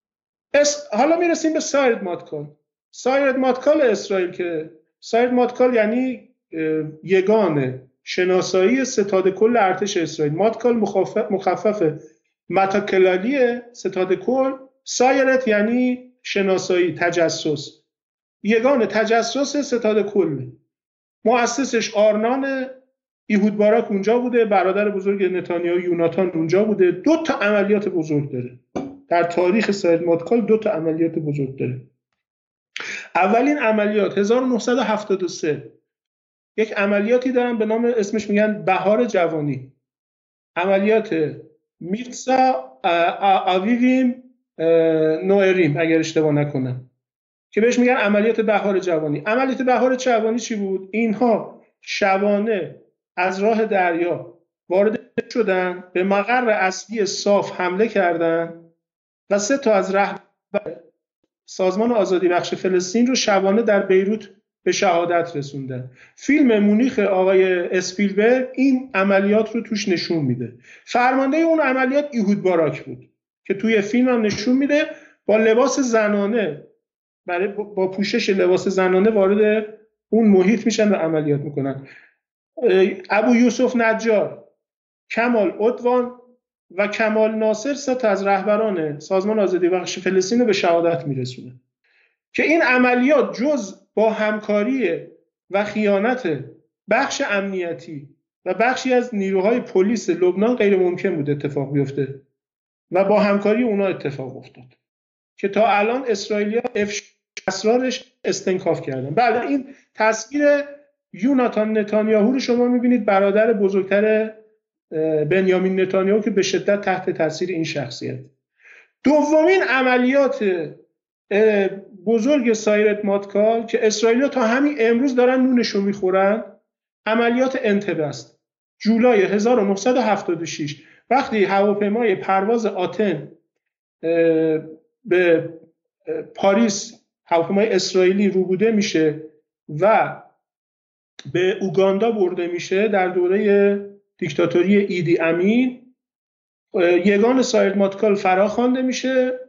اس... حالا میرسیم به سایر ماتکال. سایر ماتکال اسرائیل که سایر ماتکال یعنی یگان شناسایی ستاد کل ارتش اسرائیل. ماتکال مخفف مخفف متاکلالی ستاد کل، سایرت یعنی شناسایی، تجسس. یگان تجسس ستاد کل. مؤسسش آرنان، ایهود باراک اونجا بوده، برادر بزرگ نتانیاهو یوناتان اونجا بوده. دو تا عملیات بزرگ داره در تاریخ سایر ماتکال، دو تا عملیات بزرگ داره. اولین عملیات هزار و نهصد و هفتاد و سه، یک عملیاتی دارن به نام، اسمش میگن بهار جوانی، عملیات میرسا آویویم نوئریم اگر اشتباه نکنم، که بهش میگن عملیات بهار جوانی. عملیات بهار جوانی چی بود؟ اینها شبانه از راه دریا وارد شدن، به مقر اصلی صاف حمله کردن و سه تا از رهبر سازمان آزادی بخش فلسطین رو شبانه در بیروت به شهادت رسوندن. فیلم مونیخ آقای اسپیلبرگ این عملیات رو توش نشون میده. فرمانده اون عملیات ایهود باراک بود که توی فیلم هم نشون میده با لباس زنانه، برای با پوشش لباس زنانه وارد اون محیط میشن و عملیات میکنن. ابو یوسف نجار، کمال عدوان و کمال ناصر، سه تا از رهبران سازمان آزادی بخش فلسطین رو به شهادت میرسونه که این عملیات جز با همکاری و خیانت بخش امنیتی و بخشی از نیروهای پلیس لبنان غیر ممکن بود اتفاق بیفته و با همکاری اونا اتفاق افتاد که تا الان اسرائیلیا اسرارش استنکاف کردن. بله، این تصویر یوناتان نتانیاهو رو شما میبینید، برادر بزرگتر بنیامین نتانیاهو که به شدت تحت تاثیر این شخصیت. دومین عملیات بزرگ سایرت ماتکال که اسرائیلیا تا همین امروز دارن نونشو میخورن، عملیات انتبه است. جولای هزار و نهصد و هفتاد و شش وقتی هواپیمای پرواز آتن به پاریس، هواپیمای اسرائیلی روبوده میشه و به اوگاندا برده میشه در دوره دیکتاتوری ایدی امین، یگان سایرت ماتکال فراخوانده میشه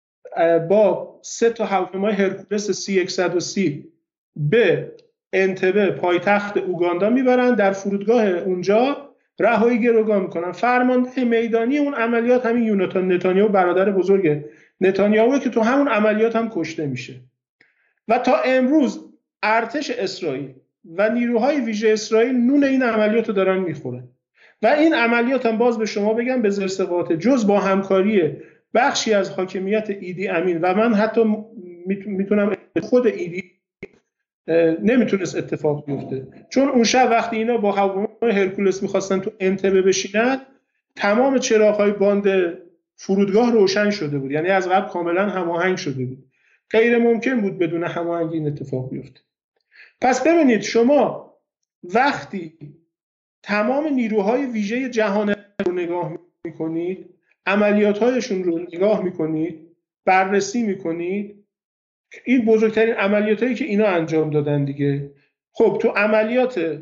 با سه تا هواپیمای هرکولس سی صد و سی به انتبه پایتخت اوگاندا میبرن، در فرودگاه اونجا رهایی گروگان میکنن. فرمانده میدانی اون عملیات همین یوناتان نتانیاهو، برادر بزرگ نتانیاهو که تو همون عملیات هم کشته میشه. و تا امروز ارتش اسرائیل و نیروهای ویژه اسرائیل نون این عملیات رو دارن میخورن و این عملیات هم باز به شما بگم به زرس قاطع جز با همکاری بخشی از حاکمیت ایدی امین و من حتی میتونم خود ایدی نمیتونست اتفاق بیفته، چون اون شب وقتی اینا با هواپیمای هرکولس میخواستن تو انتبه بشینن، تمام چراغ‌های باند فرودگاه روشن شده بود، یعنی از قبل کاملا هماهنگ شده بود. غیر ممکن بود بدون هماهنگی این اتفاق بیفته. پس ببینید شما وقتی تمام نیروهای ویژه جهان رو نگاه میکنید، عملیات‌هایشون رو نگاه میکنید، بررسی میکنید، این بزرگترین عملیاتایی که اینا انجام دادن دیگه. خب تو عملیات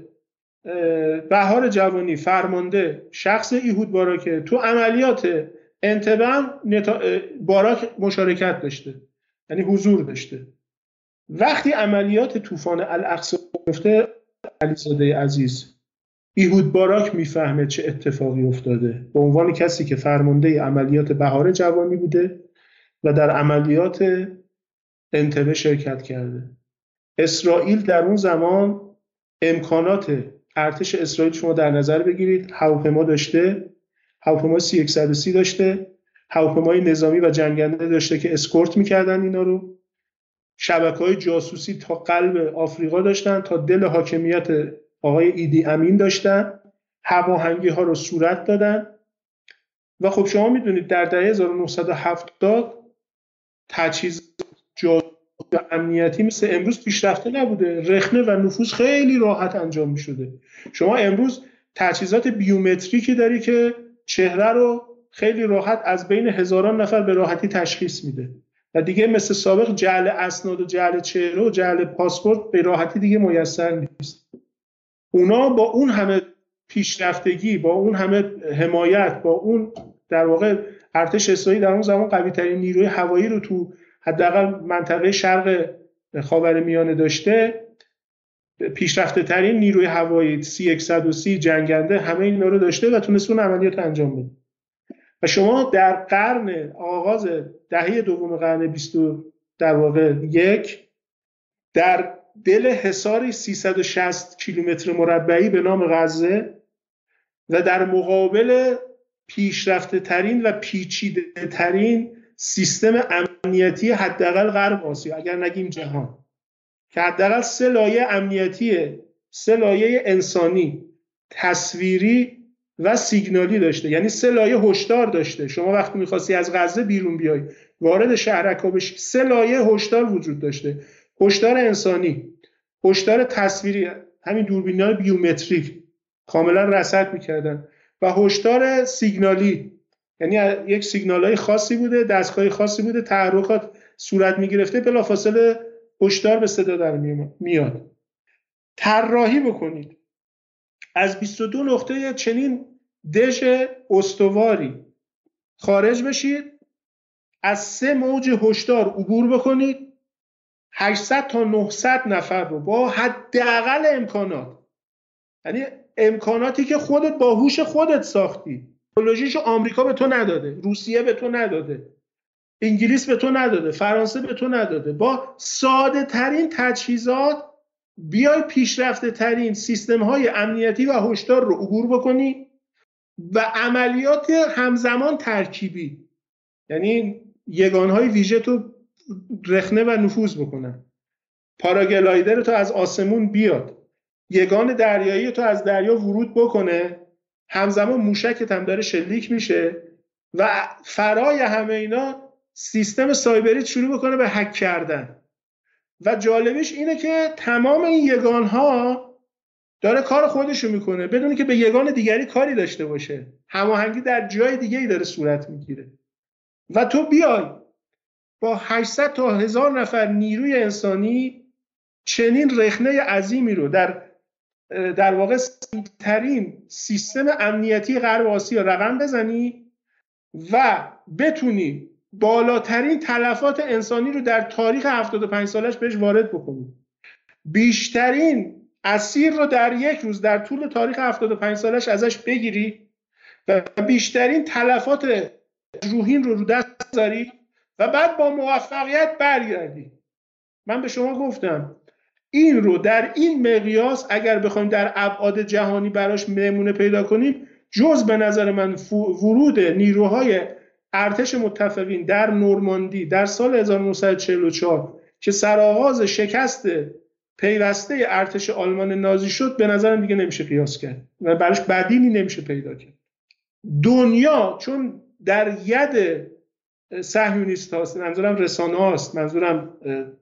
بهار جوانی فرمانده شخص ایهود باراکه، تو عملیات انتبه نتا... باراک مشارکت داشته، یعنی حضور داشته. وقتی عملیات طوفان الاقصی گفته، علیزاده عزیز، ایهود باراک میفهمه چه اتفاقی افتاده به عنوان کسی که فرمانده عملیات بهار جوانی بوده و در عملیات انتبه شرکت کرده. اسرائیل در اون زمان امکانات ارتش اسرائیل شما در نظر بگیرید، هواپیما داشته، هواپیما سی صد و سی داشته، هواپیمای نظامی و جنگنده داشته که اسکورت میکردن اینا رو، شبکه‌های جاسوسی تا قلب آفریقا داشتن، تا دل حاکمیت آقای ایدی امین داشتن، هماهنگی ها رو صورت دادن. و خب شما میدونید در دهه هزار و نهصد و هفتاد تجهیز جاسوسی و امنیتی مثل امروز پیشرفته نبوده، رخنه و نفوذ خیلی راحت انجام میشده. شما امروز تجهیزات بیومتریکی داری که چهره رو خیلی راحت از بین هزاران نفر به راحتی تشخیص میده و دیگه مثل سابق جعل اسناد و جعل چهره و جعل پاسپورت به راحتی دیگه میسر نیست. اونا با اون همه پیشرفتگی، با اون همه حمایت، با اون در واقع ارتش اسرائیل در اون زمان قوی ترین نیروی هوایی رو تو حداقل منطقه شرق خاورمیانه داشته، پیشرفته ترین نیروی هوایی سی صد و سی جنگنده همه اینا رو داشته و تونست اون عملیات انجام بده. و شما در قرن آغاز دهه دوم قرن بیست در واقع یک در دل حصاری سیصد و شصت کیلومتر مربعی به نام غزه و در مقابل پیشرفته ترین و پیچیده ترین سیستم امنیتی حداقل غرب آسیا، اگر نگیم جهان، که حداقل سه لایه امنیتی، سه لایه انسانی، تصویری و سیگنالی داشته. یعنی سه لایه هشدار داشته. شما وقتی می‌خواستی از غزه بیرون بیای وارد شهرک بشی، سه لایه هشدار وجود داشته: هشدار انسانی، هشدار تصویری، همین دوربین‌های بیومتریک کاملا رصد می‌کردن، و هشدار سیگنالی، یعنی یک سیگنال‌های خاصی بوده، دستگاه خاصی بوده، تحرکات صورت می‌گرفته، بلافاصله هشدار به صدا در میاد. طراحی بکنید از بیست و دو نقطه چنین دژ استواری خارج بشید، از سه موج هشدار عبور بکنید، هشتصد تا نهصد نفر رو با حداقل امکانات، یعنی امکاناتی که خودت با هوش خودت ساختی، تکنولوژیشو آمریکا به تو نداده، روسیه به تو نداده، انگلیس به تو نداده، فرانسه به تو نداده، با ساده ترین تجهیزات بیای پیشرفته ترین سیستم های امنیتی و هشدار رو عبور بکنی و عملیات همزمان ترکیبی، یعنی یگانهای ویژه تو رخنه و نفوذ بکنن، پاراگلایدر تو از آسمون بیاد، یگان دریایی تو از دریا ورود بکنه، همزمان موشکت هم داره شلیک میشه و فرای همه اینا سیستم سایبریت شروع بکنه به هک کردن. و جالبش اینه که تمام این یگانها داره کار خودشو میکنه بدون که به یگان دیگری کاری داشته باشه، هماهنگی در جای دیگه‌ای داره صورت میگیره. و تو بیای با هشتصد تا هزار نفر نیروی انسانی چنین رخنه عظیمی رو در در واقع ترین سیستم امنیتی غرب آسیا رقم بزنی و بتونی بالاترین تلفات انسانی رو در تاریخ هفتاد و پنج سالش بهش وارد بکنی، بیشترین اسیر رو در یک روز در طول تاریخ هفتاد و پنج سالش ازش بگیری و بیشترین تلفات روحین رو رو دست بذاری و بعد با موفقیت برگردی. من به شما گفتم این رو در این مقیاس اگر بخوایم در ابعاد جهانی براش نمونه پیدا کنیم، جز به نظر من ورود نیروهای ارتش متفقین در نورماندی در سال هزار و نهصد و چهل و چهار که سرآغاز شکست پیوسته ارتش آلمان نازی شد، به نظرم دیگه نمیشه قیاس کرد و براش بدیلی نمیشه پیدا کرد. دنیا چون در ید صهیونیست هاست، منظورم رسانه هاست، منظورم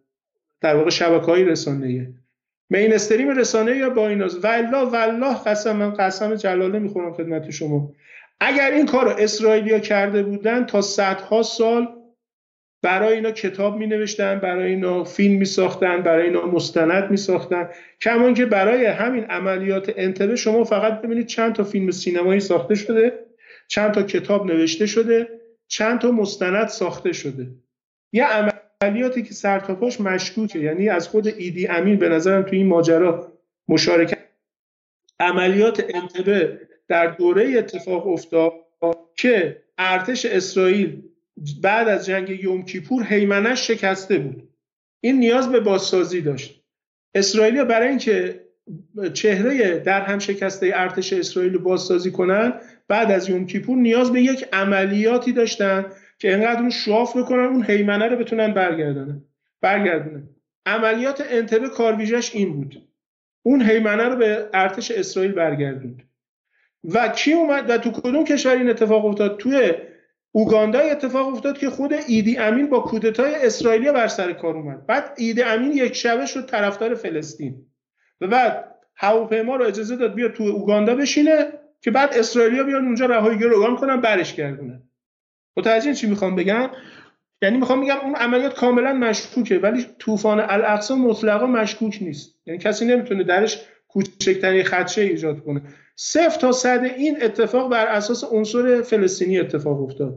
در واقع شبکه‌های رسانه‌ای، مین استریم رسانه‌ای یا با ایناست، والله والله قسم، من قسم جلاله میخورم خدمت شما، اگر این کار رو اسرائیلیا کرده بودن تا صدها سال برای اینا کتاب می نوشتن، برای اینا فیلم می ساختن، برای اینا مستند می ساختن. کمان که برای همین عملیات انتبه شما فقط ببینید چند تا فیلم سینمایی ساخته شده، چند تا کتاب نوشته شده، چند تا مستند ساخته شده. یه عملیاتی که سر تا پاش مشکوکه، یعنی از خود ایدی امین به نظرم تو این ماجرا مشارکت. عملیات انتبه در دوره اتفاق افتاد که ارتش اسرائیل بعد از جنگ یوم کیپور هیمنش شکسته بود. این نیاز به بازسازی داشت. اسرائیلیا برای اینکه چهره در هم شکسته ارتش اسرائیل رو بازسازی کنن، بعد از یوم کیپور نیاز به یک عملیاتی داشتن که اینقدر اون شواف بکنن اون هیمنه رو بتونن برگردونن. برگردونن. عملیات انتبه کارویژش این بود. اون هیمنه رو به ارتش اسرائیل برگردوند. و کی اومد و تو کدوم کشور این اتفاق افتاد؟ توی اوگاندا اتفاق افتاد که خود ایدی امین با کودتای اسرائیلی بر سر کار اومد. بعد ایدی امین یک شبه شد طرفدار فلسطین و بعد هواپیما رو اجازه داد بیاد تو اوگاندا بشینه که بعد اسرائیلیا بیان اونجا رهاییگری رو اعلام کنن برش گردونن. متوجه چی میخوام بگم؟ یعنی میخوام بگم اون عملیات کاملا مشکوکه، ولی طوفان الاقصی مطلقا مشکوک نیست. یعنی کسی نمیتونه درش کوچکترین خدشه ایجاد کنه. صفر تا صد این اتفاق بر اساس عنصر فلسطینی اتفاق افتاد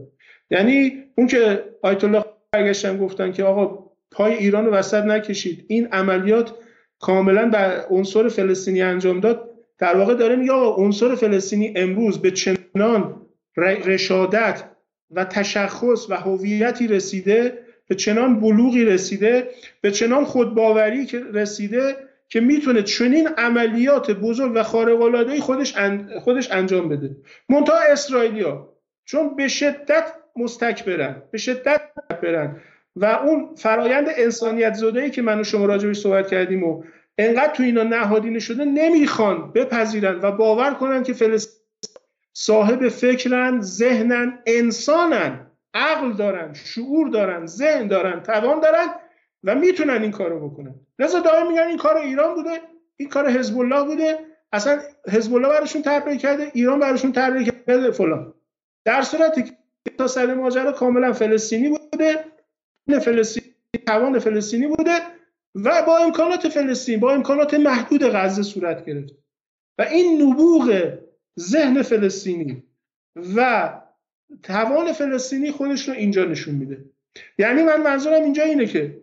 یعنی اون که آیت الله برگشتن گفتن که آقا پای ایران رو وسط نکشید، این عملیات کاملا به عنصر فلسطینی انجام داد، در واقع داره میگه آقا عنصر فلسطینی امروز به چنان رشادت و تشخص و هویتی رسیده، به چنان بلوغی رسیده، به چنان خودباوری که رسیده که میتونه چنین عملیات بزرگ و خارق‌العاده‌ای خودش خودش انجام بده. منتها اسرائیلیا چون به شدت مستکبرن، به شدت مستکبرن و اون فرایند انسانیت زده‌ای که من و شما راجعش صحبت کردیم و انقدر تو اینا نهادینه شده نمیخوان بپذیرن و باور کنن که فلسطین صاحب فکرن، ذهنن، انسانن، عقل دارن، شعور دارن، ذهن دارن، توان دارن و میتونن این کارو بکنن. لذا دائم میگن این کار ایران بوده، این کار حزب الله بوده، اصلا حزب الله براشون طراحی کرده، ایران براشون طراحی کرده فلان. در صورتی که تا سر ماجرا کاملا فلسطینی بوده، فلسطین توان فلسطینی بوده و با امکانات فلسطین، با امکانات محدود غزه صورت گرفت و این نبوغ ذهن فلسطینی و توان فلسطینی خودش رو اینجا نشون میده. یعنی من منظورم اینجا اینه که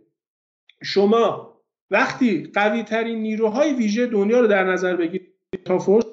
شما وقتی قوی ترین نیروهای ویژه دنیا رو در نظر بگیرید، تا فورس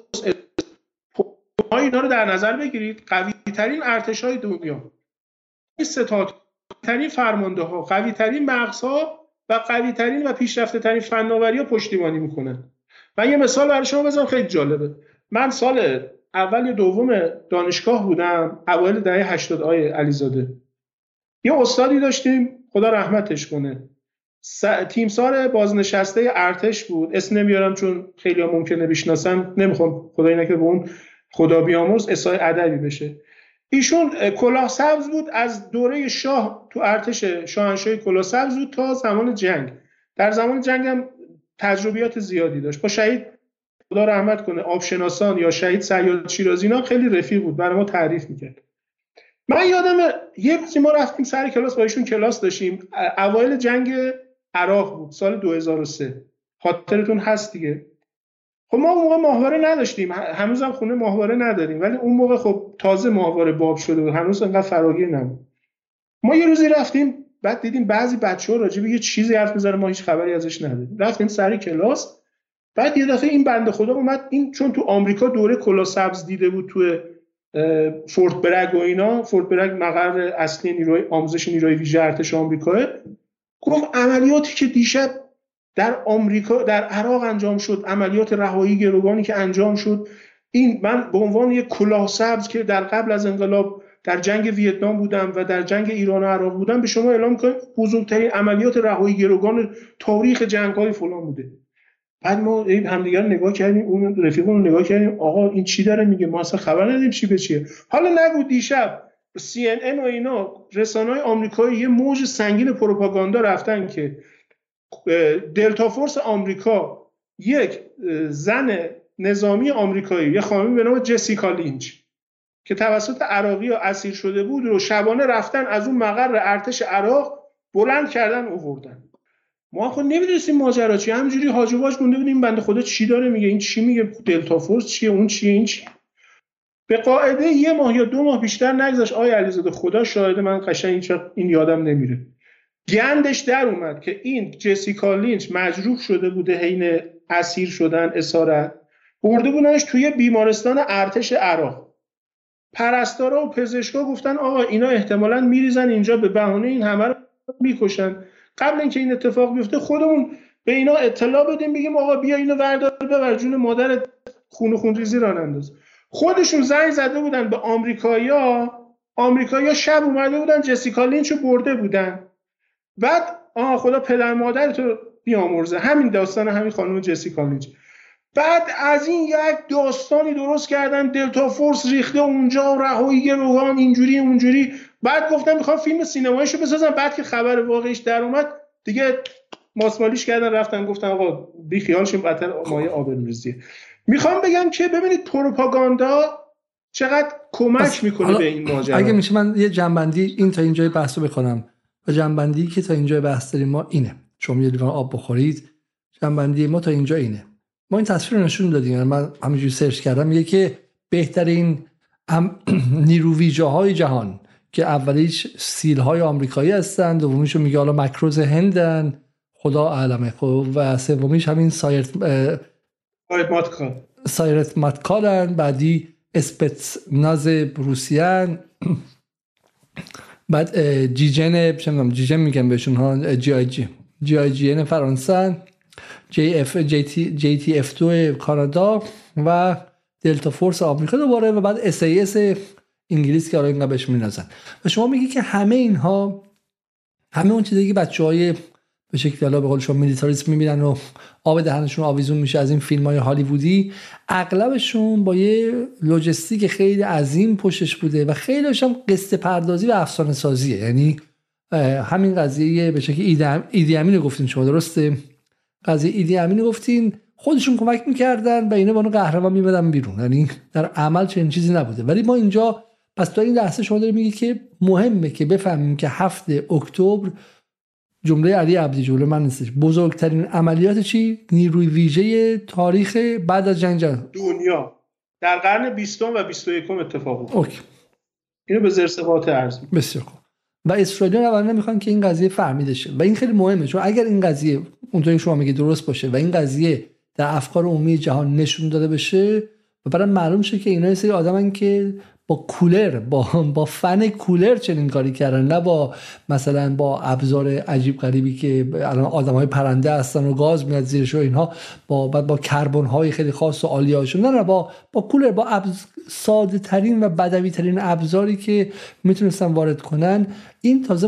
اینا رو در نظر بگیرید، قوی ترین ارتش های دنیا، ستاد ترین فرمانده ها، قوی ترین مغزها و قوی ترین و پیشرفته ترین فناوری ها پشتیبانی میکنن. من یه مثال برای شما بزنم خیلی جالبه. من سال اول یا دوم دانشگاه بودم، اوایل دهه هشتاد آقای علیزاده. یه استادی داشتیم خدا رحمتش کنه، تیمسار بازنشسته ارتش بود، اسم نمیارم چون خیلی ها ممکنه بشناسن، نمیخوام خدای نکنه به اون خدا بیامرز اسای ادبی بشه. ایشون کلاه سبز بود، از دوره شاه تو ارتش شاهنشاهی کلاه سبز بود تا زمان جنگ. در زمان جنگ هم تجربیات زیادی داشت. با شهید خدا رحمت کنه آبشناسان یا شهید صیاد شیرازی اینا خیلی رفیق بود، برای ما تعریف میکرد. من یادم یه روزی ما رفتیم سر کلاس، با ایشون کلاس داشتیم، اوایل جنگ عراق بود، سال دو هزار و سه، خاطرتون هست دیگه. خب ما اون موقع ماهواره نداشتیم، هنوزم خونه ماهواره نداریم، ولی اون موقع خب تازه ماهواره باب شده بود، هنوز انقدر فراگیر نبود. ما یه روزی رفتیم، بعد دیدیم بعضی بچه‌ها راجع به یه چیزی حرف می‌زنن، ما هیچ خبری ازش نداریم. رفتیم سر کلاس، بعد یه دفعه این بنده خدا اومد، این چون تو آمریکا دوره کلاه سبز دیده بود تو فورت برگ و اینا، فورت برگ مقر اصلی نیروی آموزش نیروی ویژه ارتش آمریکا، گفت عملیاتی که دیشب در آمریکا در عراق انجام شد، عملیات رهایی گروگانی که انجام شد، این من به عنوان یک کلاه سبز که در قبل از انقلاب در جنگ ویتنام بودم و در جنگ ایران و عراق بودم، به شما اعلام کنم بزرگترین عملیات رهایی گروگان تاریخ جنگ‌های فلان بوده. بعد ما همدیگر نگاه کردیم، اون رفیقمون نگاه کردیم، آقا این چی داره میگه؟ ما اصلا خبر نداریم چی به چیه. حالا نگو دیشب سی ان ان و اینا رسانه‌های آمریکایی یه موج سنگین پروپاگاندا رفتن که دلتا فورس آمریکا یک زن نظامی آمریکایی، یه خانمی به نام جسیکا لینچ که توسط عراقی ها اسیر شده بود رو شبانه رفتن از اون مقر ارتش عراق بلند کردن آوردن. ما خود نمیدونستیم ماجرا چیه، همینجوری هاج و واج مونده بودیم بنده خدا چی داره میگه، این چی میگه، دلتا فورس چیه، اون چیه، این چیه. به قاعده یه ماه یا دو ماه بیشتر نگذشت آقای علیزاده، خدا شاهد من قشنگ این یادم نمیره، گندش در اومد که این جسیکا لینچ مجروح شده بوده حین اسیر شدن اسارت، برده بودنش توی بیمارستان ارتش عراق. پرستارا و پزشکا گفتن آقا اینا احتمالاً میریزن اینجا به بهانه این همه رو میکشن. قبل اینکه این اتفاق بیفته خودمون به اینا اطلاع بدیم، بگیم آقا بیا اینو وردار ببر جون مادر خون و خون ریزی ران انداز. خودشون زنگ زده بودن به آمریکایی‌ها، آمریکایی‌ها شب اومده بودن جسیکا لینچو برده بودن. بعد آها خدا پدر مادرتو بیامرزه، همین داستان همین خانم جسیکا لینچ. بعد از این یک داستانی درست کردن، دلتا فورس ریخته اونجا، رهایی گروگان اینجوری اونجوری. بعد گفتن میخوام فیلم سینماییشو بسازن، بعد که خبر واقعیش در اومد دیگه ماسمالیش کردن، رفتن گفتن آقا بی خیال شیم، بهتر مایه آبروریزیه. میخوام بگم که ببینید پروپاگاندا چقدر کمک میکنه به این ماجرا. اگه میشه من یه جنبندی این تا اینجای بحثو بکنم، و جنبندی که تا اینجای بحث داریم ما اینه، شما یه لیوان آب بخورید، جنبندی ما تا اینجا اینه. ما این تصویر رو نشون دادیم، یعنی من همینجوری سرچ کردم، میگه که بهترین نیرو ویژه های جهان که اولیش سیل‌های آمریکایی هستن، دومیش میگه حالا مکروز هندن، خدا اعلمه، و سومیش همین سایرت سایرت ماتکال سایرت ماتکالن، بعدی اسپتناز روسیان، بعد جیجن چه جیجن میگم بهشون ها، جی آی جی جی آی جی ان فرانسه، جی اف جی تی جی تی اف دو کانادا و دلتا فورس آمریکا دوباره، و بعد اس ای اس انگلیس که حالا اینقدر بهش می‌نازن. و شما میگی که همه اینها، همه اون چیزایی که بچه‌های به شکلی حالا به قول شما میلیتاریسم می‌بینن و آب دهنشون آویزون میشه از این فیلم‌های هالیوودی، اغلبشون با یه لوجستیک خیلی عظیم پشتش بوده و خیلیش هم قصه پردازی و افسانه سازیه. یعنی همین قضیه به شکلی ایدی امین رو گفتین شما، درسته؟ قضیه ایدی امین رو گفتین، خودشون کمک میکردن و اینا با اون قهرمان میبدن بیرون، یعنی در عمل چنین چیزی نبوده. ولی ما اینجا پس تو این لحظه شما داری میگی که مهمه که بفهمیم که هفته اکتبر، جمله علی عبدی، جمله من نیستش، بزرگترین عملیات چی؟ نیروی ویژه تاریخ بعد از جنگ دنیا در قرن بیستم و بیست و یکم اتفاق افتاد. اوکی. اینو به زرسقاط عرض می‌کنم. بسیار خوب. و اسرائیلی‌ها اولا نمیخوان که این قضیه فهمیده شه و این خیلی مهمه، چون اگر این قضیه اونطوری شما میگی درست باشه و این قضیه در افکار عمومی جهان نشون داده بشه و برای معلوم شه که اینا یه سری آدمن که با کولر با با فن کولر چنین کاری کردن، نه با مثلا با ابزار عجیب غریبی که الان آدمای پرنده هستن و گاز میاد زیرش و اینها، با بعد با کربن های خیلی خاص و عالیه‌هاشون، نه نه با با کولر، با ابز... ساده ترین و بدوی ترین ابزاری که میتونستن وارد کنن. این تازه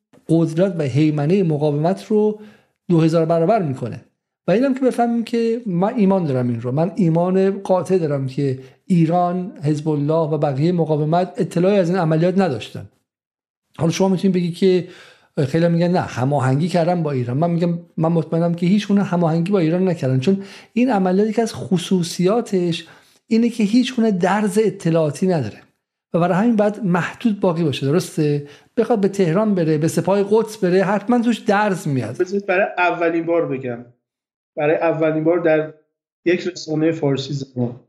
قدرت و هیمنه مقاومت رو دو هزار برابر میکنه. و اینم که بفهمیم که من ایمان دارم این رو، من ایمان قاطع دارم که ایران، حزب الله و بقیه مقاومت اطلاعی از این عملیات نداشتن. حالا شما میتونید بگی که خیلی میگن نه هماهنگی کردن با ایران، من میگم من مطمئنم که هیچ گونه هماهنگی با ایران نکردن، چون این عملیاتی که از خصوصیاتش اینه که هیچ گونه درز اطلاعاتی نداره و برای همین باید محدود باقی باشه. درسته؟ بخواد به تهران بره، به سپاه قدس بره، حتما توش درز میاد. بذارید برای اولین بار بگم، برای اولین بار در یک رسانه فارسی زبان،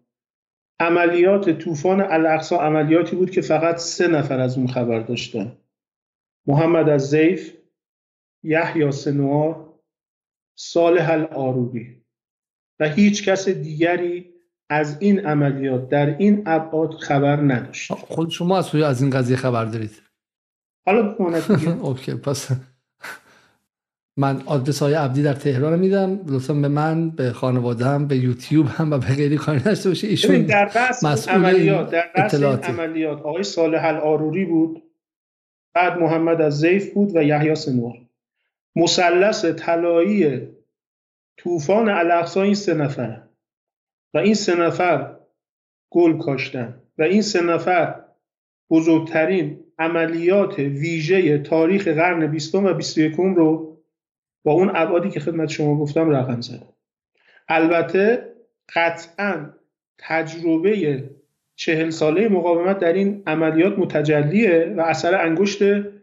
عملیات طوفان الاقصی عملیاتی بود که فقط سه نفر از اون خبر داشتن: محمد الزیف، یحیی سنوار، صالح العاروبی، و هیچ کس دیگری از این عملیات در این ابعاد خبر نداشت. خود شما از از این قضیه خبر دارید؟ حالا بماند. اوکی، پس من آدرس های عبدی در تهران میدم، لطفا به من، به خانواده‌ام، به یوتیوب هم و به غیری کاری داشته باشه. ایشون در رأس عملیات در رأس این عملیات آقای صالح العاروری بود، بعد محمد الزیف بود و یحیی سنوار. مثلث طلایی طوفان الاقصی این سه نفر و این سه نفر گل کاشتن و این سه نفر بزرگترین عملیات ویژه تاریخ قرن بیستم و بیست و یکم رو با اون ابعادی که خدمت شما گفتم رقم زد. البته قطعاً تجربه چهل ساله مقاومت در این عملیات متجلیه و اثر انگشت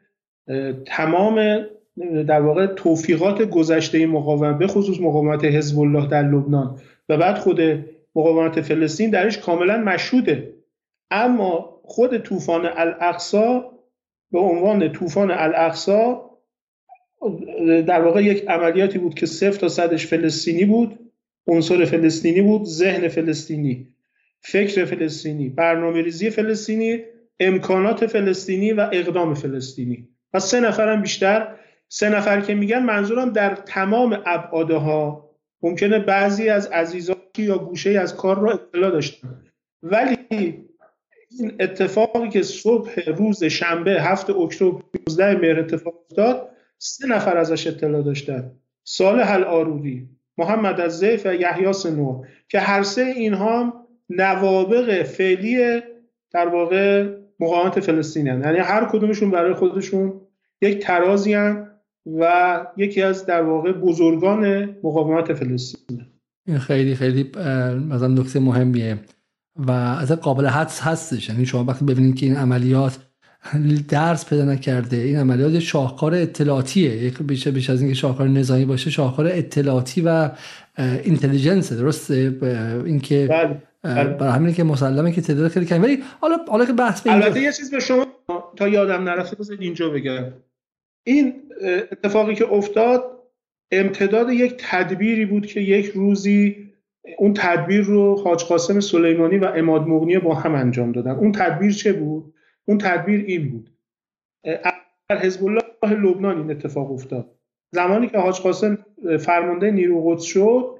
تمام در واقع توفیقات گذشته مقاومت، به خصوص مقاومت حزب الله در لبنان و بعد خود مقاومت فلسطین درش کاملا مشهوده. اما خود طوفان الاقصی به عنوان طوفان الاقصی در واقع یک عملیاتی بود که صفر تا صدش فلسطینی بود، عنصر فلسطینی بود، ذهن فلسطینی، فکر فلسطینی، برنامه‌ریزی فلسطینی، امکانات فلسطینی و اقدام فلسطینی. و سه نفرم بیشتر، سه نفر که میگن منظورم در تمام ابعادها. ممکنه بعضی از عزیزان یا گوشه از کار را اطلاع داشتن، ولی این اتفاقی که صبح روز شنبه هفت اکتبر یازده مهر اتفاق افتاد، سه نفر ازش اطلاع داشتن: صالح العاروری، محمد الزیف و یحیی سنوار، که هر سه اینها هم نوابغ فعلی در واقع مقاومت فلسطینی هستند. یعنی هر کدومشون برای خودشون یک ترازی هستند و یکی از در واقع بزرگان مقاومت فلسطین. این خیلی خیلی مثلا نکته مهمیه و از قابل حدس هستش. یعنی شما وقتی ببینید که این عملیات درس پیدا نکرده، این عملیات شاهکار اطلاعاتیه، یک بیشتر بیش از اینکه شاهکار نظامی باشه شاهکار اطلاعاتی و اینتلیجنس. درسته؟ اینکه برای همینه که مسلمه که تعداد خیلی کمی. ولی حالا حالا که بحث البته یه چیز به شما تا یادم نرفته بذارید اینجا بگم. این اتفاقی که افتاد امتداد یک تدبیری بود که یک روزی اون تدبیر رو حاج قاسم سلیمانی و عماد مغنی با هم انجام دادن. اون تدبیر چه بود؟ اون تدبیر این بود: در حزب الله لبنان این اتفاق افتاد. زمانی که حاج قاسم فرمانده نیروی قدس شد،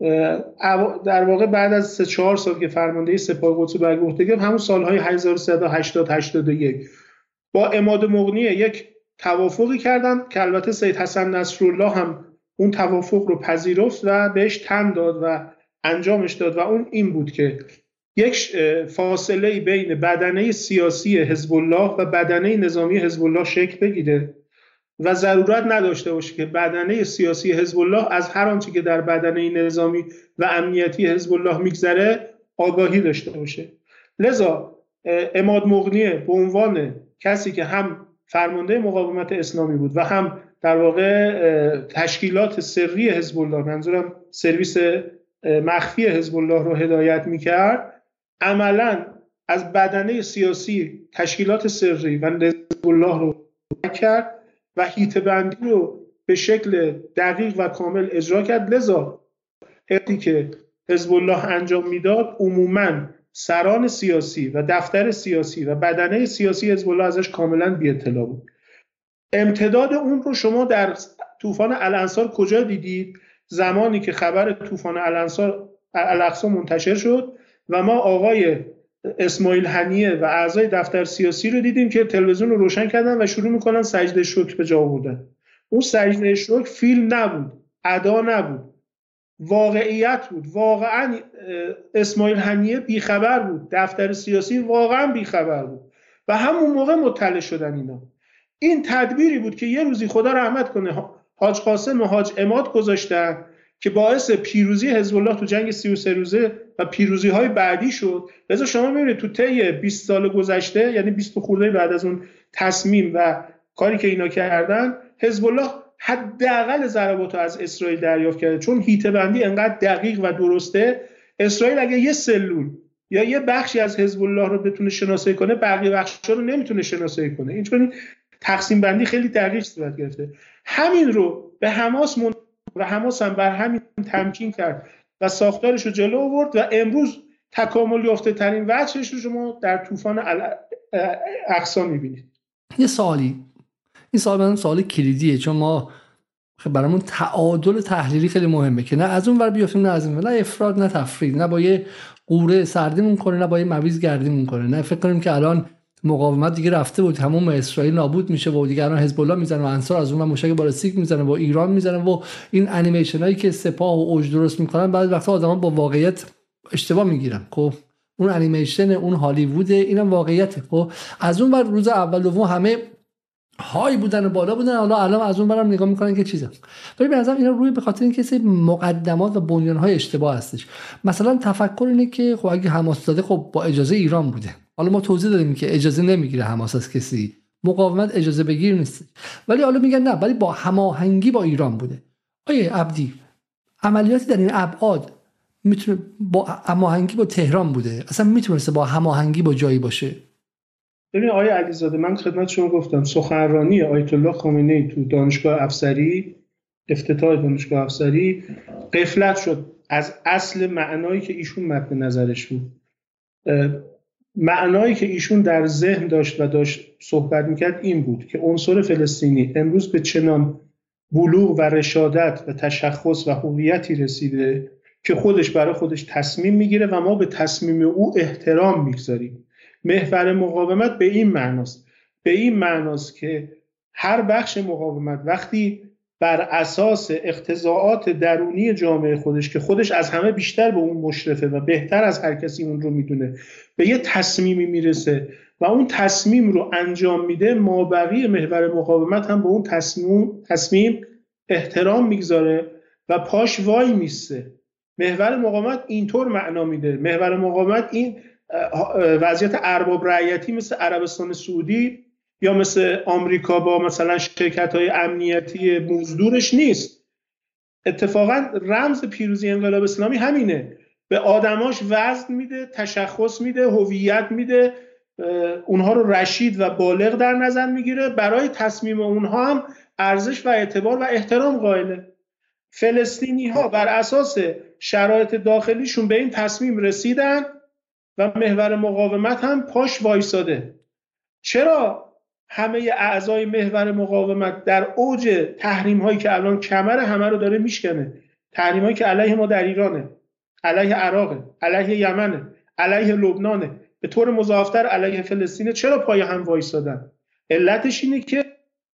در واقع بعد از سه چهار سال که فرمانده سپاه قدس بر عهده گرفت، همون سالهای هزار و سیصد و هشتاد هشتاد و یک با عماد مغنی یک توافقی کردن که البته سید حسن نصرالله هم اون توافق رو پذیرفت و بهش تن داد و انجامش داد و اون این بود که یک فاصله بین بدنه سیاسی حزب الله و بدنه نظامی حزب الله شکل بگیره و ضرورت نداشته باشه که بدنه سیاسی حزب الله از هر آنچه که در بدنه نظامی و امنیتی حزب الله میگذره آگاهی داشته باشه. لذا عماد مغنی به عنوان کسی که هم فرمانده مقاومت اسلامی بود و هم در واقع تشکیلات سری حزب الله، منظورم سرویس مخفی حزب الله رو هدایت میکرد، عملاً از بدنه سیاسی تشکیلات سری و حزب الله رو کرد و هیته بندی رو به شکل دقیق و کامل اجرا کرد. لذا حتی که حزب الله انجام میداد عموماً سران سیاسی و دفتر سیاسی و بدنه سیاسی حزب الله ازش کاملاً بی اطلاع بود. امتداد اون رو شما در طوفان الانصار کجا دیدید؟ زمانی که خبر طوفان الانصار الاقصی منتشر شد و ما آقای اسماعیل هنیه و اعضای دفتر سیاسی رو دیدیم که تلویزیون رو روشن کردن و شروع میکنن سجده شکر به جا آوردن. اون سجده شکر فیلم نبود، ادا نبود، واقعیت بود. واقعا اسماعیل هنیه بیخبر بود، دفتر سیاسی واقعا بیخبر بود و همون موقع مطلع شدن اینا. این تدبیری بود که یه روزی خدا رحمت کنه حاج قاسم و حاج عماد گذاشتن که باعث پیروزی حزب الله تو جنگ سی و سه روزه و پیروزی های بعدی شد. لذا شما میبینید تو طی بیست سال گذشته، یعنی بیست خورده بعد از اون تصمیم و کاری که اینا کردن، حزب الله حداقل ضرباتو از اسرائیل دریافت کرده، چون هیته بندی انقدر دقیق و درسته. اسرائیل اگه یه سلول یا یه بخشی از حزب الله رو بتونه شناسایی کنه، بقیه بخشا رو نمیتونه شناسایی کنه. این تقسیم بندی خیلی دقیق صورت گرفته. همین رو به حماس من... و حماس هم بر همین تمکین کرد و ساختارش رو جلو آورد و امروز تکامل یافته ترین وجهش رو شما در طوفان الاقصی میبینید. یه سوالی، این سوال برام سوال کلیدیه، چون ما برامون تعادل تحلیلی خیلی مهمه که نه از اون ور بیافتیم نه از این ور، نه افراط نه تفرید، نه با یه قوره سردیمون کنه نه با یه مویز گردیمون کنه، نه فکر کنیم که الان مقاومت دیگه رفته بود تمام اسرائیل نابود میشه و دیگه الان حزب الله میزنه و انصار از اون من موشک بالستیک میزنه و ایران میزنه و این انیمیشن هایی که سپاه و اوج درست میکنن بعضی وقتا آدما با واقعیت اشتباه میگیرن. خب اون انیمیشن، اون هالیوود، اینم واقعیته. خب از اون ور روز اول دوم همه های بودن و بالا بودن، حالا الان از اون برم نگاه میکنن که چیزا. ولی به نظرم اینا روی به خاطر اینکه سری مقدمات و بنیان‌های اشتباه هستش. مثلا تفکر اینه که خب اگه حماس زاده خب با اجازه ایران بوده. حالا ما توضیح دادیم که اجازه نمیگیره حماس از کسی، مقاومت اجازه بگیر نیست. ولی حالا میگن نه، ولی با هماهنگی با ایران بوده. آیه عبدی، عملیاتی در این ابعاد میتونه با هماهنگی با تهران بوده، اصلا میتونسته با هماهنگی با جایی باشه؟ ببین آقای علیزاده، من خدمت شما گفتم سخنرانی آیت الله خامنه‌ای تو دانشگاه افسری، افتتاح دانشگاه افسری، غفلت شد از اصل معنایی که ایشون مد نظرش بود. معنایی که ایشون در ذهن داشت و داشت صحبت میکرد این بود که عنصر فلسطینی امروز به چنان بلوغ و رشادت و تشخص و هویتی رسیده که خودش برای خودش تصمیم میگیره و ما به تصمیم او احترام میگذاریم. محور مقاومت به این معناست، به این معناست که هر بخش مقاومت وقتی بر اساس اقتضاعات درونی جامعه خودش که خودش از همه بیشتر به اون مشرفه و بهتر از هر کسی اون رو میدونه، به یه تصمیمی میرسه و اون تصمیم رو انجام میده، مابقی محور مقاومت هم به اون تصمیم تصمیم احترام میگذاره و پاش وای میسته. محور مقاومت اینطور معنا میده. محور مقاومت این وضعیت ارباب رعیتی مثل عربستان سعودی یا مثل آمریکا با مثلا شرکت‌های امنیتی مزدورش نیست. اتفاقا رمز پیروزی انقلاب اسلامی همینه، به آدماش وزن میده، تشخص میده، هویت میده، اونها رو رشید و بالغ در نظر میگیره، برای تصمیم اونها هم ارزش و اعتبار و احترام قائله. فلسطینی ها بر اساس شرایط داخلیشون به این تصمیم رسیدن و محور مقاومت هم پاش وایساده. چرا همه اعضای محور مقاومت در اوج تحریم هایی که الان کمر همه رو داره میشکنه، تحریم هایی که علیه ما در ایرانه، علیه عراقه، علیه یمنه، علیه لبنانه، به طور مضاعفتر علیه فلسطینه، چرا پای هم وایسادن؟ علتش اینه که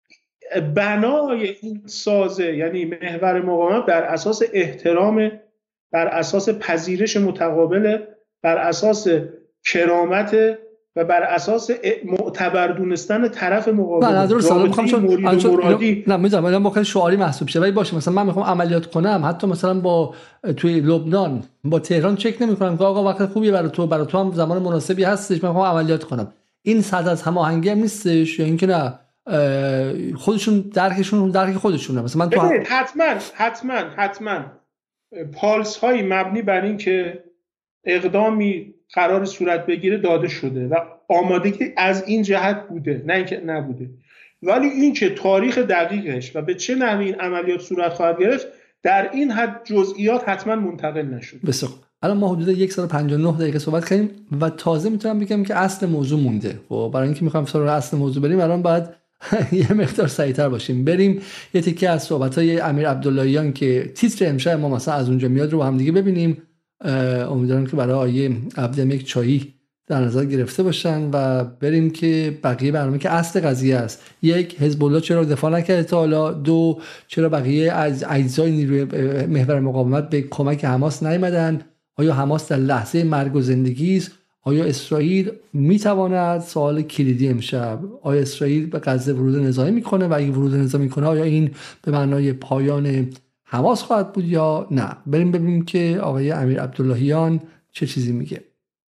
بنای این سازه، یعنی محور مقاومت، بر اساس احترام، بر اساس پذیرش متقابل، بر اساس کرامت و بر اساس معتبر دونستن طرف مقابل. نه درسته، میخوام چون مرادی نه میذارم الان ممکن شعاری محسوب شه، ولی باشه مثلا من میخوام عملیات کنم، حتی مثلا با توی لبنان با تهران چک نمیکنم که آقا وقت خوبی برای تو، برای تو هم زمان مناسبی هستش، من میخوام عملیات کنم. این صد از هماهنگی هم نیستش یا اینکه نه خودشون درکشون درک خودشونه؟ مثلا من تو هم... حتما حتما حتما پالس های مبنی بر این که اقدامی قرار صورت بگیره داده شده و آمادگی از این جهت بوده، نه اینکه نبوده. ولی این که تاریخ دقیقش و به چه نحوی این عملیات صورت خواهد گرفت، در این حد جزئیات حتما منتقل نشد. بسیار. الان ما حدود یک سال و پنجاه و نه دقیقه صحبت کردیم و تازه میتونم بگم که اصل موضوع مونده. خب برای اینکه میخوام سراغ اصل موضوع بریم، الان باید یه مقدار سریعتر باشیم. بریم یه تیکه از صحبت‌های امیر عبداللهیان که تیتر امشب ما مثلا از اونجا میاد رو با هم دیگه ببینیم. امیدوارم که برای آیه عبدالملک چایی در نظر گرفته باشن و بریم که بقیه برنامه که اصل قضیه است. یک، حزب الله چرا دفاع نکرده تا حالا؟ دو، چرا بقیه از اجزای نیروی محور مقاومت به کمک حماس نیامدن؟ آیا حماس در لحظه مرگ و زندگی است؟ آیا اسرائیل میتواند، سوال کلیدی امشب، آیا اسرائیل به غزه ورود نظامی میکنه و اگه ورود نظامی میکنه آیا این به معنای پایان حماس خواهد بود یا نه؟ بریم ببینیم که آقای امیر عبداللهیان چه چیزی میگه.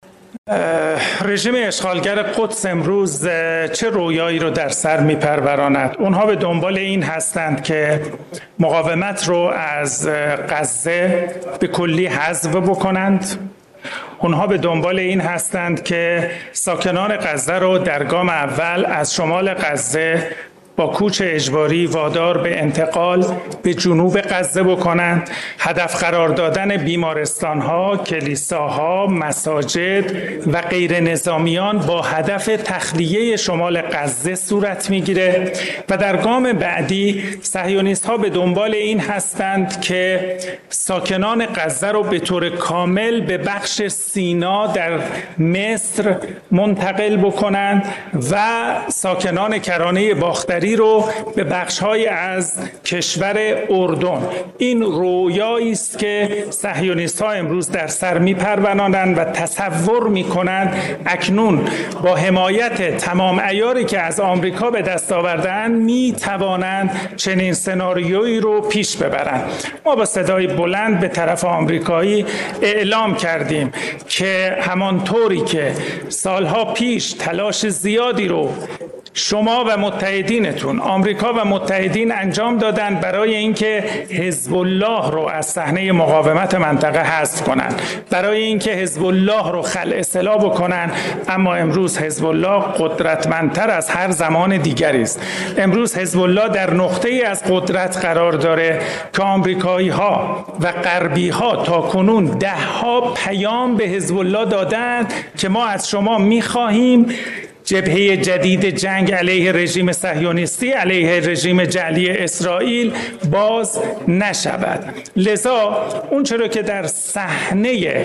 رژیم اشغالگر قدس امروز چه رویایی رو در سر میپروراند؟ اونها به دنبال این هستند که مقاومت رو از غزه به کلی حذف بکنند. اونها به دنبال این هستند که ساکنان غزه رو در گام اول از شمال غزه با کوچ اجباری وادار به انتقال به جنوب غزه بکنند. هدف قرار دادن بیمارستان‌ها، کلیساها، مساجد و غیر نظامیان با هدف تخلیه شمال غزه صورت میگیره و در گام بعدی صهیونیست‌ها به دنبال این هستند که ساکنان غزه رو به طور کامل به بخش سینا در مصر منتقل بکنند و ساکنان کرانه باختری رو به بخش‌های از کشور اردن. این رویایی است که صهیونیست‌ها امروز در سر می‌پرورانند و تصور می‌کنند اکنون با حمایت تمام عیاری که از آمریکا به دست آورده‌اند می‌توانند چنین سناریویی رو پیش ببرند. ما با صدای بلند به طرف آمریکایی اعلام کردیم که همانطوری که سالها پیش تلاش زیادی رو شما و متحدینتون آمریکا و متحدین انجام دادن برای اینکه حزب الله رو از صحنه مقاومت منطقه حذف کنند، برای اینکه حزب الله رو خلع سلاح بکنن، اما امروز حزب الله قدرتمندتر از هر زمان دیگری است. امروز حزب الله در نقطه‌ای از قدرت قرار داره که آمریکایی ها و غربی ها تا کنون ده ها پیام به حزب الله دادند که ما از شما می‌خواهیم جبهه جدید جنگ علیه رژیم صهیونیستی، علیه رژیم جعلی اسرائیل باز نشود. لذا اون چرا که در صحنه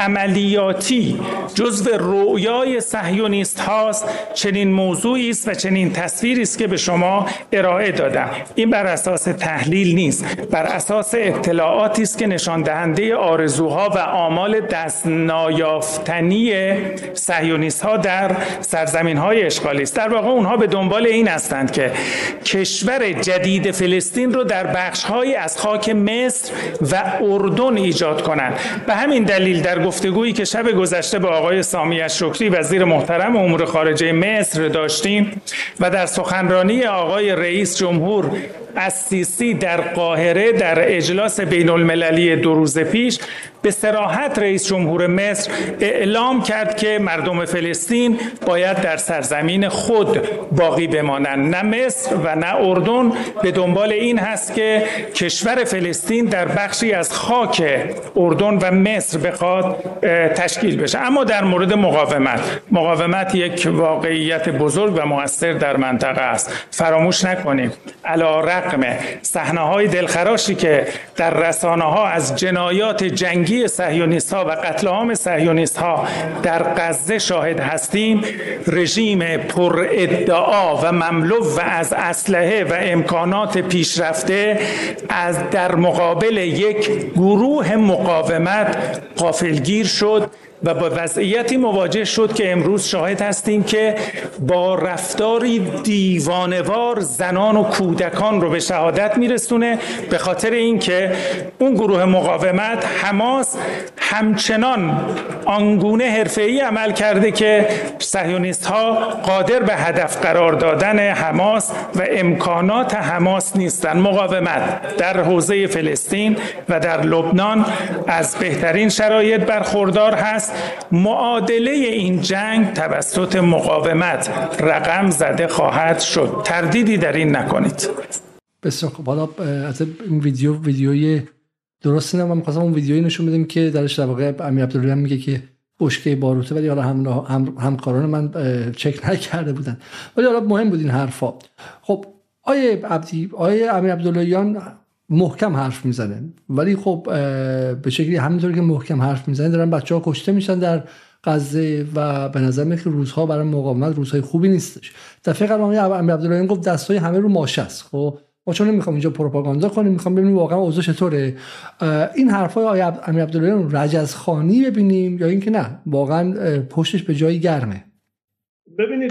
عملیاتی جزو رویای صهیونیست هاست، چنین موضوعی است و چنین تصویری است که به شما ارائه دادم. این بر اساس تحلیل نیست، بر اساس اطلاعاتی است که نشان دهنده آرزوها و آمال دست نیافتنی صهیونیست ها در سرزمین های اشغالی است. در واقع اونها به دنبال این هستند که کشور جدید فلسطین رو در بخش‌های از خاک مصر و اردن ایجاد کنند. به همین دلیل در گفتگویی که شب گذشته با آقای سامی الشکری وزیر محترم امور خارجه مصر داشتیم و در سخنرانی آقای رئیس جمهور السیسی در قاهره در اجلاس بین المللی دو روز پیش به صراحت رئیس جمهور مصر اعلام کرد که مردم فلسطین باید در سرزمین خود باقی بمانند. نه مصر و نه اردن به دنبال این هست که کشور فلسطین در بخشی از خاک اردن و مصر بخواد تشکیل بشه. اما در مورد مقاومت، مقاومت یک واقعیت بزرگ و مؤثر در منطقه است. فراموش نکنیم علی رغم صحنه‌های دلخراشی که در رسانه‌ها از جنایات جنگی صهیونیست‌ها و قتل عام صهیونیست‌ها در غزه شاهد هستیم، رژیم پر ادعا و مملو و از اسلحه و امکانات پیشرفته از در مقابل یک گروه مقاومت غافلگیر شد و با وضعیتی مواجه شد که امروز شاهد هستیم که با رفتاری دیوانه‌وار زنان و کودکان رو به شهادت میرسونه، به خاطر اینکه اون گروه مقاومت حماس همچنان آنگونه حرفه‌ای عمل کرده که صهیونیست‌ها قادر به هدف قرار دادن حماس و امکانات حماس نیستند. مقاومت در حوزه فلسطین و در لبنان از بهترین شرایط برخوردار هست. معادله این جنگ توسط مقاومت رقم زده خواهد شد، تردیدی در این نکنید. بسیار خب، حالا از این ویدیو ویدیوی درست نه، من می‌خواستم اون ویدیویی نشون بدم که درش در واقع امیر عبداللهیان میگه که بشکه باروته، ولی حالا هم هم همکاران من چک نکرده بودن، ولی حالا مهم بود این حرفا. خب آیه عبدی، آیه امیر عبداللهیان محکم حرف میزنه، ولی خب به شکلی همینطوری که محکم حرف میزنه دارن بچه‌ها کشته میشن در غزه و به نظر میاد که روزها برای مقاومت روزهای خوبی نیستش. دفعه قبل آقای امیر عبداللهیان گفت دستای همه رو ماشه است. خب ما چون نمیخوام اینجا پروپاگاندا کنیم، میخوام ببینیم واقعا اوضاع چطوره. این حرفای آقای امیر عبداللهیان رجزخوانی ببینیم یا اینکه نه واقعا پشتش به جایی گرمه؟ ببینید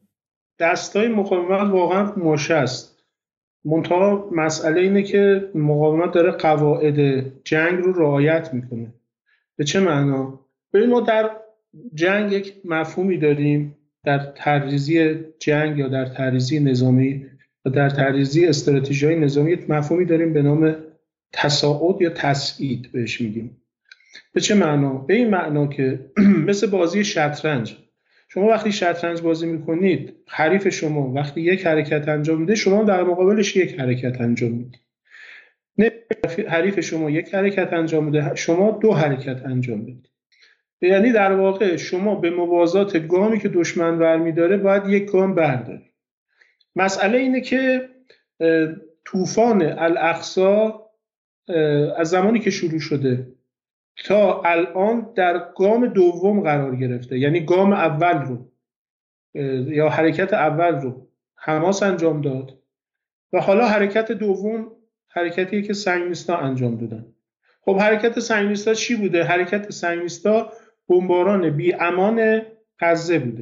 دستای مقاومت واقعا ماشه است. منتها مسئله اینه که مقاومت داره قواعد جنگ رو رعایت میکنه. به چه معنا؟ ببین ما در جنگ یک مفهومی داریم، در طرحریزی جنگ یا در طرحریزی نظامی و در طرحریزی استراتژی‌های نظامی یک مفهومی داریم به نام تصاعد یا تسعید بهش میگیم. به چه معنا؟ به این معنا که مثل بازی شطرنج، شما وقتی شطرنج بازی میکنید حریف شما وقتی یک حرکت انجام میده شما در مقابلش یک حرکت انجام میدید. نه حریف شما یک حرکت انجام میده شما دو حرکت انجام میدید. یعنی در واقع شما به موازات گامی که دشمن برمیداره باید یک گام بردارید. مسئله اینه که طوفان الاقصی از زمانی که شروع شده تا الان در گام دوم قرار گرفته، یعنی گام اول رو یا حرکت اول رو حماس انجام داد و حالا حرکت دوم حرکتی که صهیونیست‌ها انجام دادن. خب حرکت صهیونیست‌ها چی بوده؟ حرکت صهیونیست‌ها بمباران بی امان غزه بوده.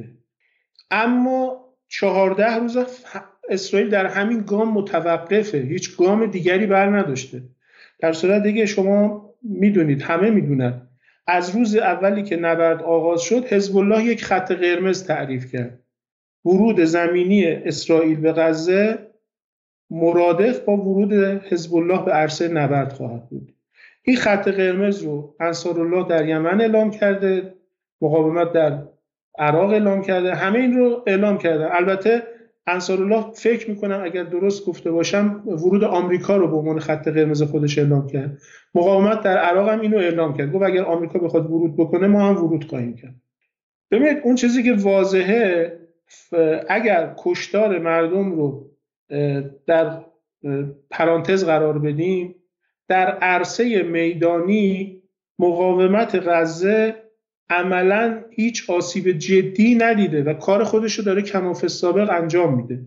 اما چهارده روز اسرائیل در همین گام متوقفه، هیچ گام دیگری بر نداشته. در صورت دیگه شما میدونید، همه میدونن، از روز اولی که نبرد آغاز شد حزب الله یک خط قرمز تعریف کرد. ورود زمینی اسرائیل به غزه مرادف با ورود حزب الله به عرصه نبرد خواهد بود. این خط قرمز رو انصارالله در یمن اعلام کرده، مقاومت در عراق اعلام کرده، همه این رو اعلام کرده. البته انصارالله فکر میکنم اگر درست گفته باشم ورود آمریکا رو به عنوان خط قرمز خودش اعلام کرد. مقاومت در عراق هم اینو اعلام کرد، گفت اگر آمریکا بخواد ورود بکنه ما هم ورود خواهیم کرد. ببینید اون چیزی که واضحه، اگر کشتار مردم رو در پرانتز قرار بدیم، در عرصه میدانی مقاومت غزه عملاً هیچ آسیب جدی ندیده و کار خودش رو داره کماف السابق انجام میده.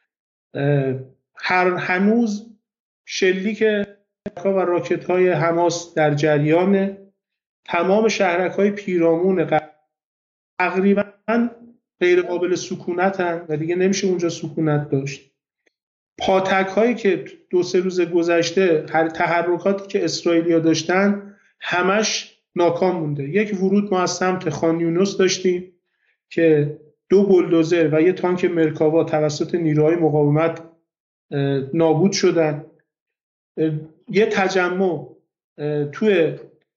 هر هنوز شلیک و راکت‌های حماس در جریان، تمام شهرک‌های پیرامون تقریباً غیر قابل سکونتن و دیگه نمیشه اونجا سکونت داشت. پاتک‌هایی که دو سه روز گذشته هر تحرکاتی که اسرائیلی‌ها داشتن همش ناکام مونده. یک ورود ما از سمت خان یونس داشتیم که دو بولدوزر و یک تانک مرکاوا توسط نیروهای مقاومت نابود شدن. یه تجمع توی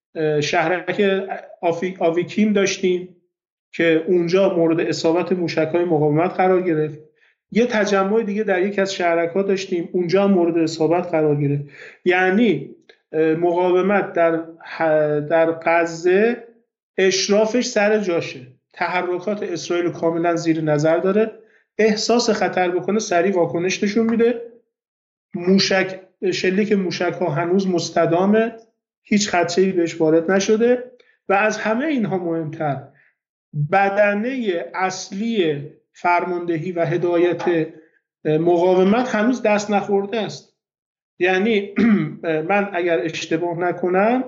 شهرک آویکیم داشتیم که اونجا مورد اصابت موشک‌های مقاومت قرار گرفت. یه تجمع دیگه در یک از شهرک‌ها داشتیم، اونجا مورد اصابت قرار گرفت. یعنی مقاومت در در غزه اشرافش سر جاشه، تحرکات اسرائیل کاملا زیر نظر داره، احساس خطر بکنه سریع واکنش نشون میده. موشک شلیک موشک‌ها هنوز مستدامه، هیچ خدشه‌ای بهش وارد نشده و از همه اینها مهمتر بدنه اصلی فرماندهی و هدایت مقاومت هنوز دست نخورده است. یعنی من اگر اشتباه نکنم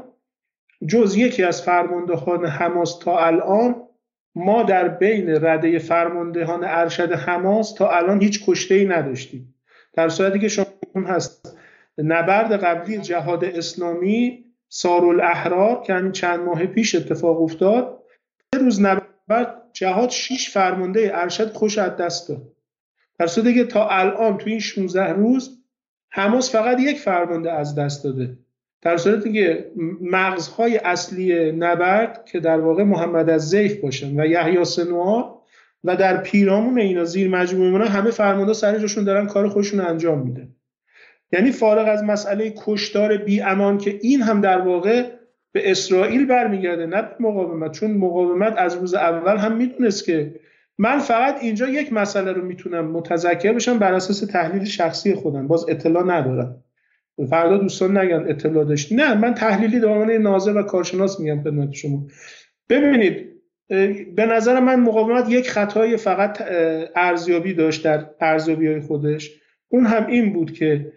جز یکی از فرماندهان حماس تا الان ما در بین رده فرماندهان ارشد حماس تا الان هیچ کشته‌ای نداشتیم، در صورتی که شما هست نبرد قبلی جهاد اسلامی سارالاحرار که همین چند ماه پیش اتفاق افتاد، سه روز نبرد جهاد شش فرمانده ارشد خوش از دست داد، در صورتی که تا الان تو این شانزده روز حماس فقط یک فرمانده از دست داده، در صورتی که مغزهای اصلی نبرد که در واقع محمد الزیف باشن و یحیی سنوار و در پیرامون اینا زیر مجموعه اونا همه فرمانده سر جاشون دارن کار خودشون انجام میدن. یعنی فارغ از مسئله کشتار بی امان که این هم در واقع به اسرائیل برمیگرده نه به مقاومت، چون مقاومت از روز اول هم میدونست که من فقط اینجا یک مسئله رو میتونم متذکر بشم بر اساس تحلیل شخصی خودم، باز اطلاع ندارم، فردا دوستان نگن اطلاع داشت، نه من تحلیلی به عنوان ناظر و کارشناس میگم خدمت شما. ببینید به نظر من مقاومت یک خطای فقط ارزیابی داشت در ارزیابی‌های خودش، اون هم این بود که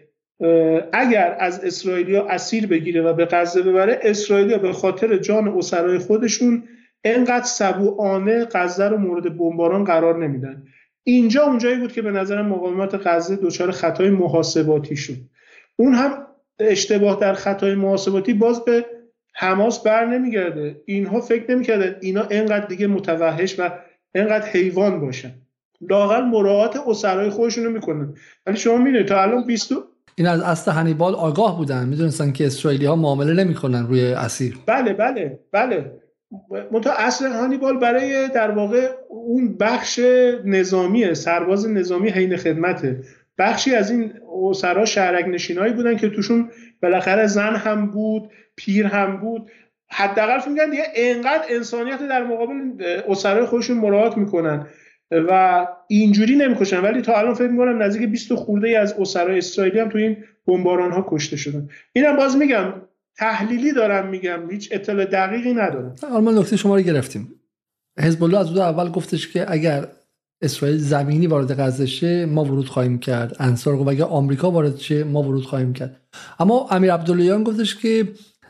اگر از اسرائیلیا اسیر بگیره و به غزه ببره، اسرائیلیا به خاطر جان اسرای خودشون اینقدر سبوعانه غزه رو مورد بمباران قرار نمیدن. اینجا اونجایی بود که به نظر مقاومت غزه دچار خطای محاسباتی شد. اون هم اشتباه در خطای محاسباتی باز به حماس بر نمیگرده، اینها فکر نمیکردن اینا اینقدر دیگه متوحش و اینقدر حیوان باشن، لااقل مراعات اسرای خودشون رو میکنن. ولی شما میبینید تا الان بیست این از اصل هانیبال آگاه بودن، میدونستن که اسرائیلی ها معامله نمیکنن روی اسیر. بله بله بله منتها اصل هانیبال برای در واقع اون بخش نظامی سرباز نظامی حین خدمته، بخشی از این اسرا شهرک نشینایی بودن که توشون بالاخره زن هم بود، پیر هم بود، حداقل فکر می‌کنن دیگه اینقدر انسانیت در مقابل اسرای خودشون مراعات میکنن و اینجوری نمیکشن. ولی تا الان فکر می‌کنم نزدیک بیست خورده ای از اسرای اسرائیلی هم تو این بمباران‌ها کشته شدن. اینم باز میگم تحلیلی دارم میگم، هیچ اطلاع دقیقی ندارم. حالا ما نکته شما رو گرفتیم. حزب الله از اون اول گفتش که اگر اسرائیل زمینی وارد غزه شه ما ورود خواهیم کرد، انصار و اگر آمریکا وارد شه ما ورود خواهیم کرد. اما امیر عبداللهیان گفتش که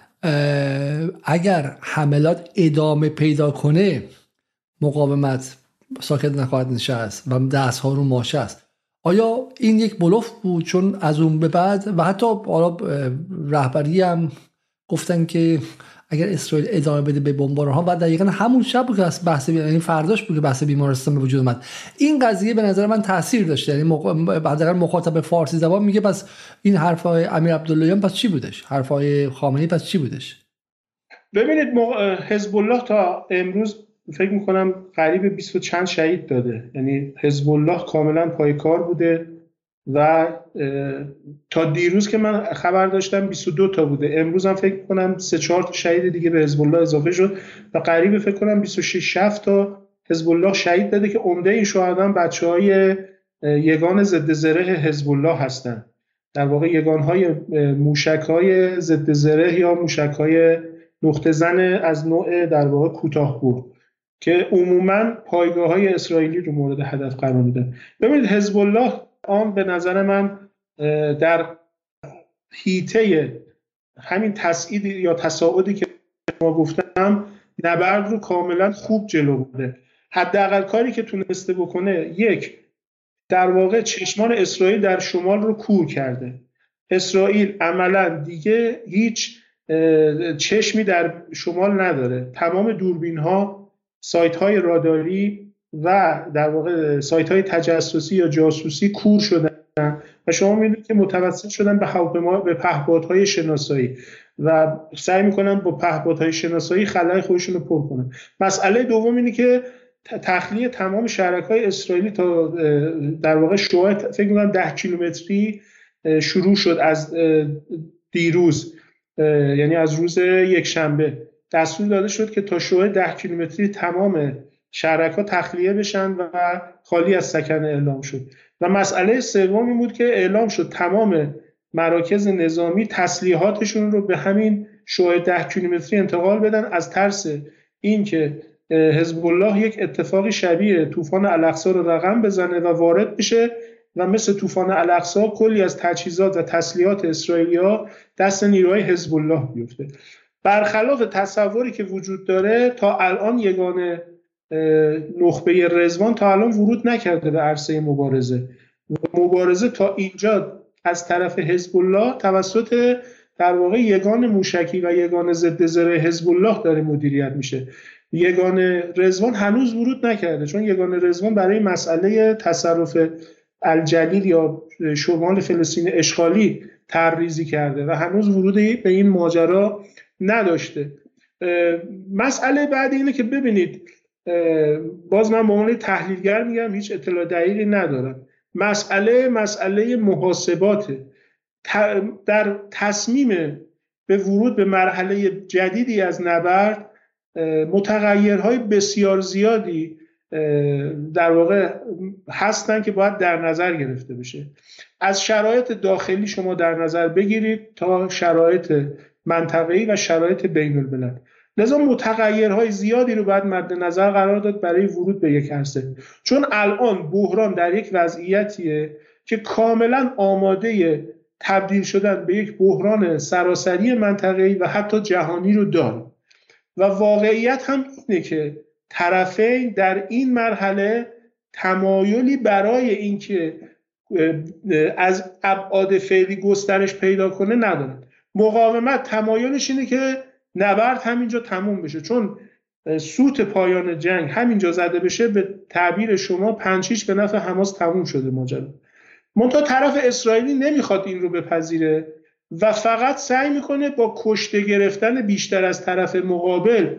اگر حملات ادامه پیدا کنه مقاومت ساکت نخواهد نشست و دستها رو ماشه است. آیا این یک بلوف بود؟ چون از اون به بعد و حتی حالا رهبری هم گفتن که اگر اسرائیل ادامه بده به بمباران‌ها بعد دقیقاً همون شب بود که بحث یعنی فرداش بود که بحث بیمارستان به وجود اومد. این قضیه به نظر من تاثیر داشته، یعنی بعد مخاطب فارسی زبان میگه پس این حرفای امیر عبداللهیان پس چی بودش؟ حرفای خامنه‌ای پس چی بودش؟ ببینید حزب الله تا امروز فکر میکنم قریب بیست و چند شهید داده، یعنی حزب الله کاملا پایکار بوده و تا دیروز که من خبر داشتم بیست و دو تا بوده، امروز هم فکر کنم سه چهار تا شهید دیگه به حزب الله اضافه شد و قریب فکر کنم بیست و شش تا حزب الله شهید داده که عمده این شهدان بچهای یگان ضد زره حزب الله هستن، در واقع یگانهای موشک‌های ضد زره یا موشک‌های نقطه زن از نوع در واقع کوتاه‌بر که عموماً پایگاه‌های اسرائیلی رو مورد هدف قرار میدن. ببینید حزب الله آن به نظر من در حیطه همین تصعید یا تصاعدی که ما گفتم نبرد رو کاملا خوب جلو برده. حداقل کاری که تونسته بکنه یک در واقع چشمان اسرائیل در شمال رو کور کرده. اسرائیل عملا دیگه هیچ چشمی در شمال نداره، تمام دوربین ها، سایت های راداری و در واقع سایت های تجسسی یا جاسوسی کور شدن و شما می‌بینید که متوسل شدن به هواپیما به پهپادهای شناسایی و سعی میکنن با پهپادهای شناسایی خلای خودشون رو پر کنن. مسئله دوم اینه که تخلیه تمام شهرک‌های اسرائیلی تا در واقع شعاع فکر می‌کنم ده کیلومتری شروع شد از دیروز، یعنی از روز یک شنبه دستور داده شد که تا شعاع ده کیلومتری تمام شهرک‌ها تخلیه بشن و خالی از سکنه اعلام شد. و مسئله سوم این بود که اعلام شد تمام مراکز نظامی تسلیحاتشون رو به همین شعاع ده کیلومتری انتقال بدن از ترس اینکه حزب الله یک اتفاقی شبیه طوفان الاقصی رو رقم بزنه و وارد بشه و مثل طوفان الاقصی کلی از تجهیزات و تسلیحات اسرائیلیا دست نیروهای حزب الله بیفته. برخلاف تصوری که وجود داره تا الان یگانه نخبه رضوان تا الان ورود نکرده به عرصه مبارزه. مبارزه تا اینجا از طرف حزب الله توسط در واقع یگان موشکی و یگان ضد زره حزب الله داره مدیریت میشه. یگان رضوان هنوز ورود نکرده، چون یگان رضوان برای مسئله تصرف الجلیل یا شمال فلسطین اشغالی طرح‌ریزی کرده و هنوز ورودی به این ماجرا نداشته. مسئله بعد اینه که ببینید، باز من به عنوان تحلیلگر میگم هیچ اطلاع دقیقی ندارم، مسئله مسئله محاسباته. در تصمیم به ورود به مرحله جدیدی از نبرد متغیرهای بسیار زیادی در واقع هستن که باید در نظر گرفته بشه. از شرایط داخلی شما در نظر بگیرید تا شرایط منطقه‌ای و شرایط بین الملل. لذا متغیرهای زیادی رو باید مد نظر قرار داد برای ورود به یک عرصه، چون الان بحران در یک وضعیتیه که کاملا آماده تبدیل شدن به یک بحران سراسری منطقه‌ای و حتی جهانی رو داره. و واقعیت هم اینه که طرفین در این مرحله تمایلی برای اینکه از ابعاد فعلی گسترش پیدا کنه ندارن. مقاومت تمایلش اینه که نبرد همینجا تموم بشه، چون سوت پایان جنگ همینجا زده بشه، به تعبیر شما پنچیش به نفع حماس تموم شده ماجرا. منتها طرف اسرائیلی نمیخواد این رو بپذیره و فقط سعی میکنه با کشته گرفتن بیشتر از طرف مقابل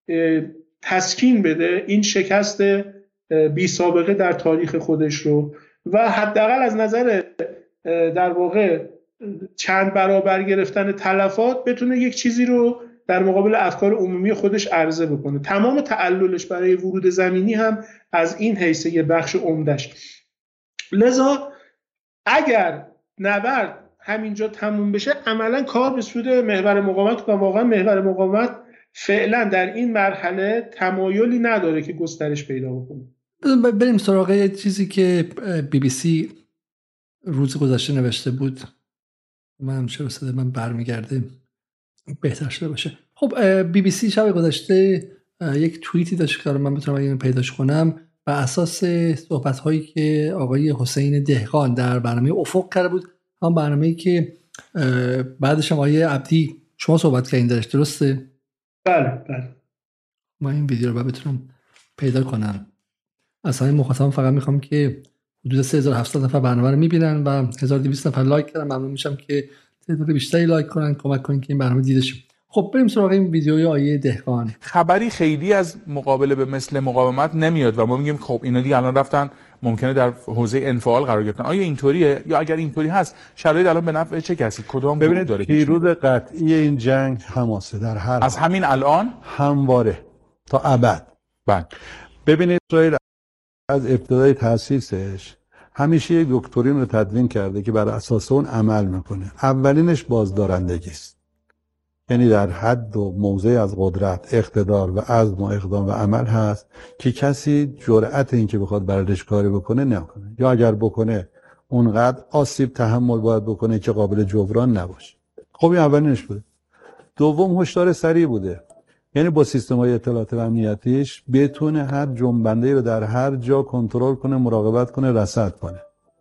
تسکین بده این شکست بی سابقه در تاریخ خودش رو و حداقل از نظر در واقع چند برابر گرفتن تلفات بتونه یک چیزی رو در مقابل افکار عمومی خودش عرضه بکنه. تمام تعللش برای ورود زمینی هم از این حیث یه بخش عمدش. لذا اگر نبرد همینجا تموم بشه عملا کار به سود محور مقاومت و واقعا محور مقاومت فعلا در این مرحله تمایلی نداره که گسترش پیدا بکنه. بریم سراغ چیزی که بی بی سی روز گذشته نوشته بود. من هم چرا صدا من برمیگرده بهتر شده باشه. خب بی بی سی شب گذشته یک توییتی داشت که من بتونم اینو پیداش کنم بر اساس صحبت هایی که آقای حسین دهقان در برنامه افق کرده بود، هم برنامه‌ای که بعدش هم آقای عبدی شما صحبت کردین درش، درسته؟ بله بله. ما این ویدیو رو بتونم پیدا کنم. اصلا مخاطبم فقط میخوام که حدود سه هزار و هفتصد نفر برنامه رو میبینن و هزار و دویست نفر لایک کردن. ممنون میشم که تعداد بیشتری لایک کنن، کمک کنن که این برنامه دیده شه. خب بریم سراغ این ویدیوی آیه دهقان. خبری خیلی از مقابله به مثل مقاومت نمیاد و ما میگیم خب اینا دیگه الان رفتن ممکنه در حوزه انفعال قرار گرفتن. آیا اینطوریه؟ یا اگر اینطوری هست شرایط الان به نفع چه کسی کدام ببینید داره؟ پیروز قطعی این جنگ حماسه در هر از همین الان همواره تا ابد. بله ببینید اسرائیل از ابتدای تأسیسش همیشه یک دکترین رو تدوین کرده که بر اساس اون عمل میکنه. اولینش بازدارندگی است، یعنی در حد و موضع از قدرت، اقتدار و عزم و اقدام و عمل هست که کسی جرأت این که بخواد بردش کاری بکنه نکنه، یا اگر بکنه اونقدر آسیب تحمل باید بکنه که قابل جبران نباشه. خب این اولینش بوده. دوم هشدار سریع بوده، یعنی با سیستم‌های اطلاعات و امنیتیش بتونه هر جنبنده‌ای رو در هر جا کنترل کنه، مراقبت کنه، رصد کنه.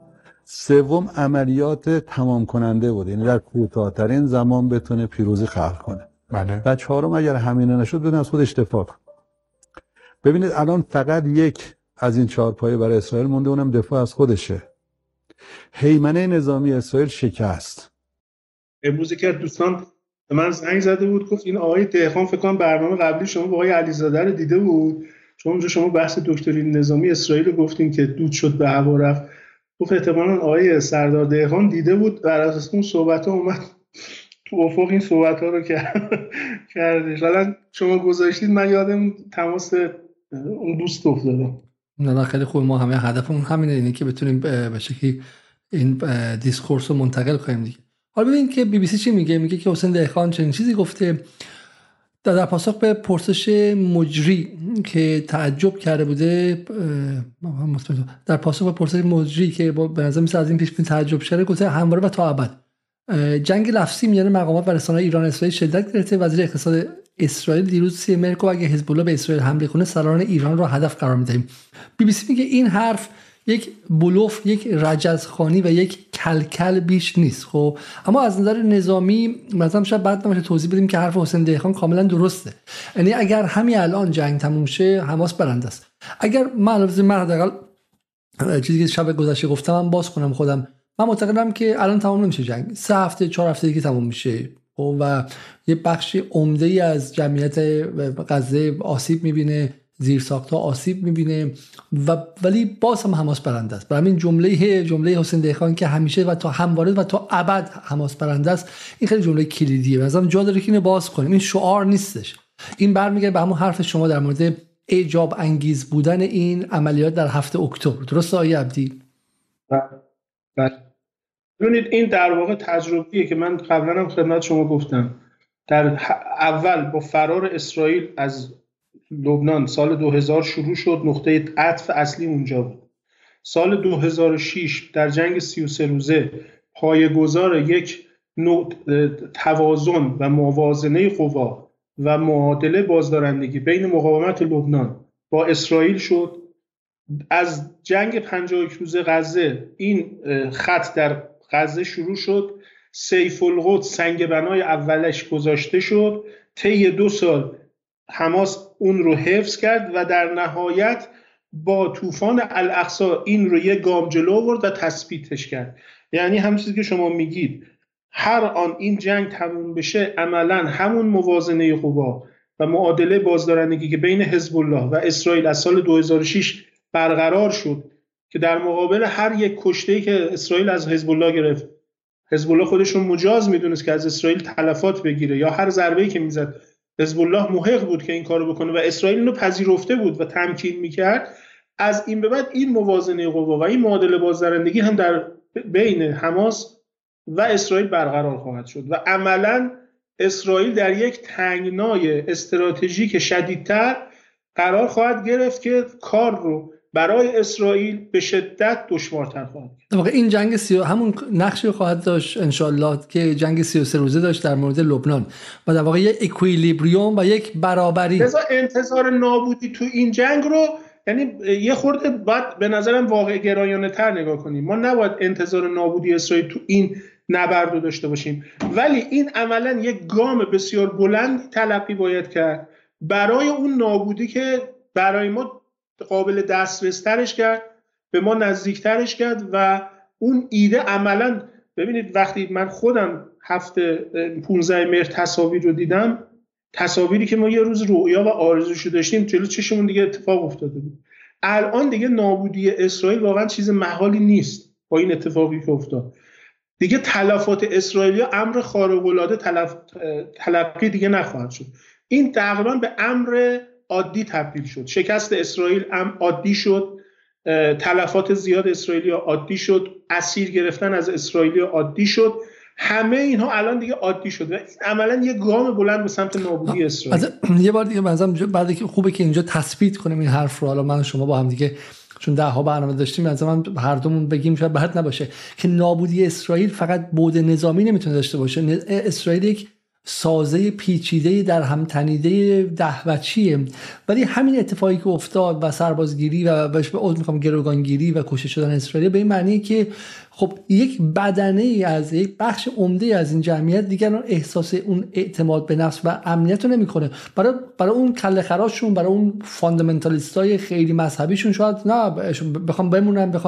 سوم عملیات تمام کننده بوده، یعنی در کوتاه‌ترین زمان بتونه پیروزی خلق کنه. بله. و چهارم اگر همین نشد بدون از خودش دفاع کنه. ببینید الان فقط یک از این چهار پایه برای اسرائیل مونده، اونم دفاع از خودشه. هیمنه نظامی اسرائیل شکست. امروز که دوستان به من زنگ زده بود گفت این آقای دهقان فکر کنم برنامه قبلی شما با آقای علیزاده رو دیده بود، شما اونجا شما بحث دکترین نظامی اسرائیل رو گفتین که دود شد به هوا رفت، گفت احتمالاً آقای سردار دهقان دیده بود، بر اساس اون صحبت‌ها اومد تو افق این صحبت‌ها رو کردش. حالا شما گذاشتید من یادم تماس اون دوست افتادم. نه خیلی خوب، ما همه هدفمون همینه، اینه که بتونیم به شکلی این دیسکورس رو منتقل کنیم دیگه. حالا ببین که بی بی سی چی میگه، میگه که حسین دهقان چنین چیزی گفته در پاسخ به پرسش مجری که تعجب کرده بوده، در پاسخ به پرسش مجری که به نظر میاد از این پیش بینی تعجب شده، گفته همواره و تا ابد جنگ لفظی میان مقامات و رسانه‌های ایران اسرائیل شدت گرفته. وزیر اقتصاد اسرائیل دیروز سی مهر گفت اگه حزب الله به اسرائیل حمله کنه سران ایران رو هدف قرار میدهیم. بی بی سی میگه این حرف یک بلوف، یک رجزخوانی و یک کلکل بیش نیست. خب اما از نظر نظامی مثلا شاید بعد نمیشه توضیح بدیم که حرف حسین دهقان کاملا درسته. یعنی اگر همین الان جنگ تموم شه حماس برنده است. اگر من من حداقل چیزی که شب گذشته گفتم من باز کنم خودم، من معتقدم که الان تمام نمیشه جنگ، سه هفته چهار هفته دیگه تمام میشه و یه بخش عمده ای از جمعیت غزه آسیب میبینه، زیرساخت‌ها آسیب میبینه و ولی باز هم حماس برنده است. برای همین جمله جمله حسین دهقان که همیشه و تا همواره و تا ابد حماس برنده است، این خیلی جمله کلیدیه. مثلا جا داره که اینو باز کنیم، این شعار نیستش، این برمیگرده به همون حرف شما در مورد ایجاب انگیز بودن این عملیات در هفته اکتبر. درست آقای عبدی؟ بله. ببینید این در واقع تجربیه که من قبلا هم خدمت شما گفتم. در اول با فرار اسرائیل از لبنان سال دو هزار شروع شد، نقطه عطف اصلی اونجا بود. سال دو هزار و شش در جنگ سی و سه روزه پایه‌گذار یک نوع توازن و موازنه قوا و معادله بازدارندگی بین مقاومت لبنان با اسرائیل شد. از جنگ پنجاه و یک روزه غزه این خط در غزه شروع شد، سیف القدس سنگ بنای اولش گذاشته شد، طی دو سال حماس اون رو حفظ کرد و در نهایت با طوفان الاقصی این رو یک گام جلو آورد و تثبیتش کرد. یعنی همون چیزی که شما میگید، هر آن این جنگ تموم بشه عملاً همون موازنه قوا و معادله بازدارندگی که بین حزب الله و اسرائیل از سال دو هزار و شش برقرار شد که در مقابل هر یک کشته‌ای که اسرائیل از حزب الله گرفت، حزب الله خودشون مجاز میدونست که از اسرائیل تلفات بگیره یا هر ضربه‌ای که میزد حزب الله محق بود که این کارو بکنه و اسرائیل اینو پذیرفته بود و تمکین میکرد. از این به بعد این موازنه قوا و این معادله بازدارندگی هم در بین حماس و اسرائیل برقرار خواهد شد و عملاً اسرائیل در یک تنگنای استراتژیک شدیدتر قرار خواهد گرفت که کار رو برای اسرائیل به شدت دشوارتر خواهد کرد. در واقع این جنگ سی همون نقشی خواهد داشت انشالله که جنگ سی و سه روزه داشت در مورد لبنان و در واقع یک اکویلیبریوم و یک برابری. لذا انتظار نابودی تو این جنگ رو یعنی یه خورده باید به نظرم واقع گرایانه تر نگاه کنیم. ما نباید انتظار نابودی اسرائیل تو این نبرد رو داشته باشیم، ولی این عملا یک گام بسیار بلند تلقی باید کرد برای اون نابودی که برای ما قابل دسترس ترش کرد، به ما نزدیکترش کرد و اون ایده عملا ببینید وقتی من خودم هفته پانزده مهر تصاویر رو دیدم، تصاویری که ما یه روز رؤیا و آرزوشو داشتیم جلو چشمون دیگه اتفاق افتاده بود. الان دیگه نابودی اسرائیل واقعا چیز محالی نیست. با این اتفاقی که افتاد دیگه تلفات اسرائیلیا امر خارق العاده تلف... تلقی دیگه نخواهد شد. این تقریبا به امر عادی تبدیل شد. شکست اسرائیل هم عادی شد، تلفات زیاد اسرائیلیا عادی شد، اسیر گرفتن از اسرائیلیا عادی شد. همه اینها الان دیگه عادی شد و عملا یه گام بلند به سمت نابودی اسرائیل. یه بار دیگه مثلا بعد که خوبه که اینجا تثبیت کنیم این حرف رو، حالا من شما با هم دیگه چون ده ها برنامه داشتیم مثلا هر دومون بگیم شاید بد نباشه که نابودی اسرائیل فقط بعد نظامی نمیتونه داشته باشه. اسرائیل یک سازه پیچیده در هم تنیده دهوچیه، ولی همین اتفاقی که افتاد و سربازگیری و بهش به عذر میخوام گروگانگیری و کشته شدن اسرائیل به این معنی که خب یک بدنه از یک بخش عمده از این جمعیت دیگر احساس اون اعتماد به نفس و امنیت رو نمیکنه. برای برای اون کله خراشون، برای اون فاندامنتالیستای خیلی مذهبیشون شاید نه بخوام بمونن، بخوان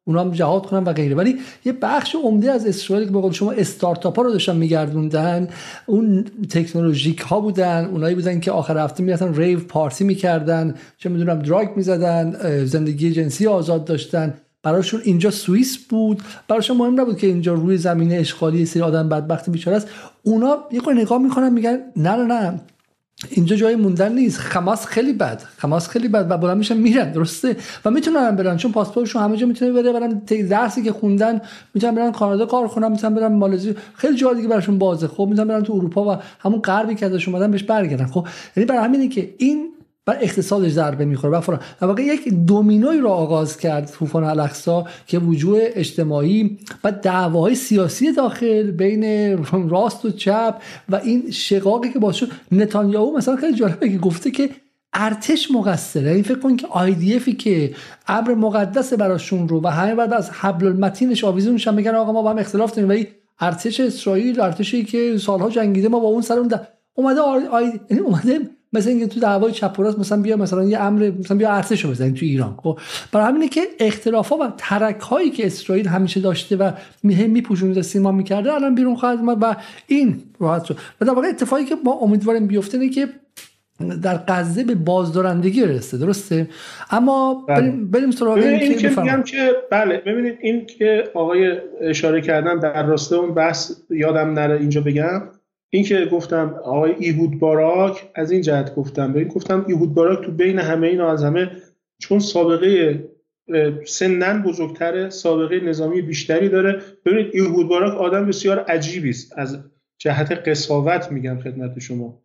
اونا هم جهاد کنن و غیره. ولی یه بخش عمده از اسرائیل که به قول شما استارتاپ ها رو داشتن میگردوندن، اون تکنولوژیک ها بودن، اونایی بودن که آخر هفته میرفتن ریو پارتی میکردن، چه میدونم دراگ میزدن، زندگی جنسی آزاد داشتن. براشون اینجا سوئیس بود، براشون مهم نبود که اینجا روی زمینه اشغالی سری آدم بدبخت بیچاره است. اونا یه خورده نگاه میکنن میگن نه نه نه اینجا جای موندن نیست، حماس خیلی بد، حماس خیلی بد، و بلند میشن میرن. درسته؟ و میتونن برن چون پاسپورتشون همه جا میتونه بره، برن درسی که خوندن میتونن برن کانادا کار کنن، میتونن برن مالزی، خیلی جای دیگه براشون بازه. خب میتونن برن تو اروپا و همون غربی که ازش اومدن بهش برگردن. خب یعنی برای همینه که این بر اقتصادش ضربه میخوره و فلان. و واقعا یک دومینوی رو آغاز کرد طوفان الاقصی که وجوه اجتماعی و دعواهای سیاسی داخل بین راست و چپ و این شقاقی که باعث شد نتانیاهو مثلا خیلی جالبه که گفته که ارتش مقصره. این فکر کن که آی دی افی که امر مقدس براشون رو و همه بعد از حبل المتینش آویزونش هم میگن آقا ما با هم اختلاف داریم، ولی ارتش اسرائیل ارتشی که سالها جنگیده ما با اون سر اون ده. اومده آی یعنی اومده مثلا اینکه تو دعوای چپ و راست مثلا بیا مثلا یه امر مثلا بیا ارتشو بزنین تو ایران. خب برای همینه که اختلافات و ترک‌هایی که اسرائیل همیشه داشته و میهم میپوشونده سیما میکرده الان بیرون خواهد اومد و این راحت شد. و در واقع اتفاقی که ما امیدواریم بیفته اینه که در غزه به بازدارندگی برسه. درسته؟ اما بریم بریم سراغ این که میگم که بله ببینید این که آقای اشاره کردن در راستای اون بحث یادم نره اینجا بگم، این که گفتم آقای ایهود باراک از این جهت گفتم ببین گفتم ایهود باراک تو بین همه اینا از همه چون سابقه سنن بزرگتره، سابقه نظامی بیشتری داره. ببینید ایهود باراک آدم بسیار عجیبی است از جهت قساوت میگم خدمت شما.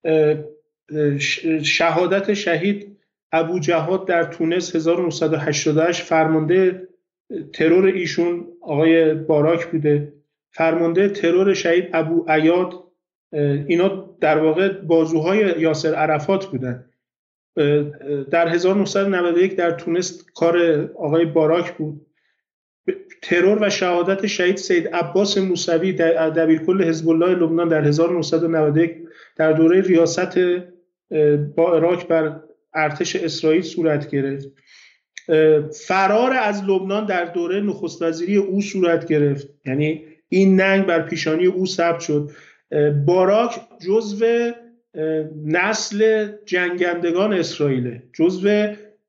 شهادت شهید ابو جهاد در تونس هزار و نهصد و هشتاد و هشت فرمانده ترور ایشون آقای باراک بوده، فرمانده ترور شهید ابو عیاد، اینا در واقع بازوهای یاسر عرفات بودن. در هزار و نهصد و نود و یک در تونس کار آقای باراک بود. ترور و شهادت شهید سید عباس موسوی دبیرکل حزب الله لبنان در هزار و نهصد و نود و یک در دوره ریاست باراک بر ارتش اسرائیل صورت گرفت. فرار از لبنان در دوره نخست وزیری او صورت گرفت، یعنی این ننگ بر پیشانی او ثبت شد. باراک جزو نسل جنگندگان اسرائیل، جزو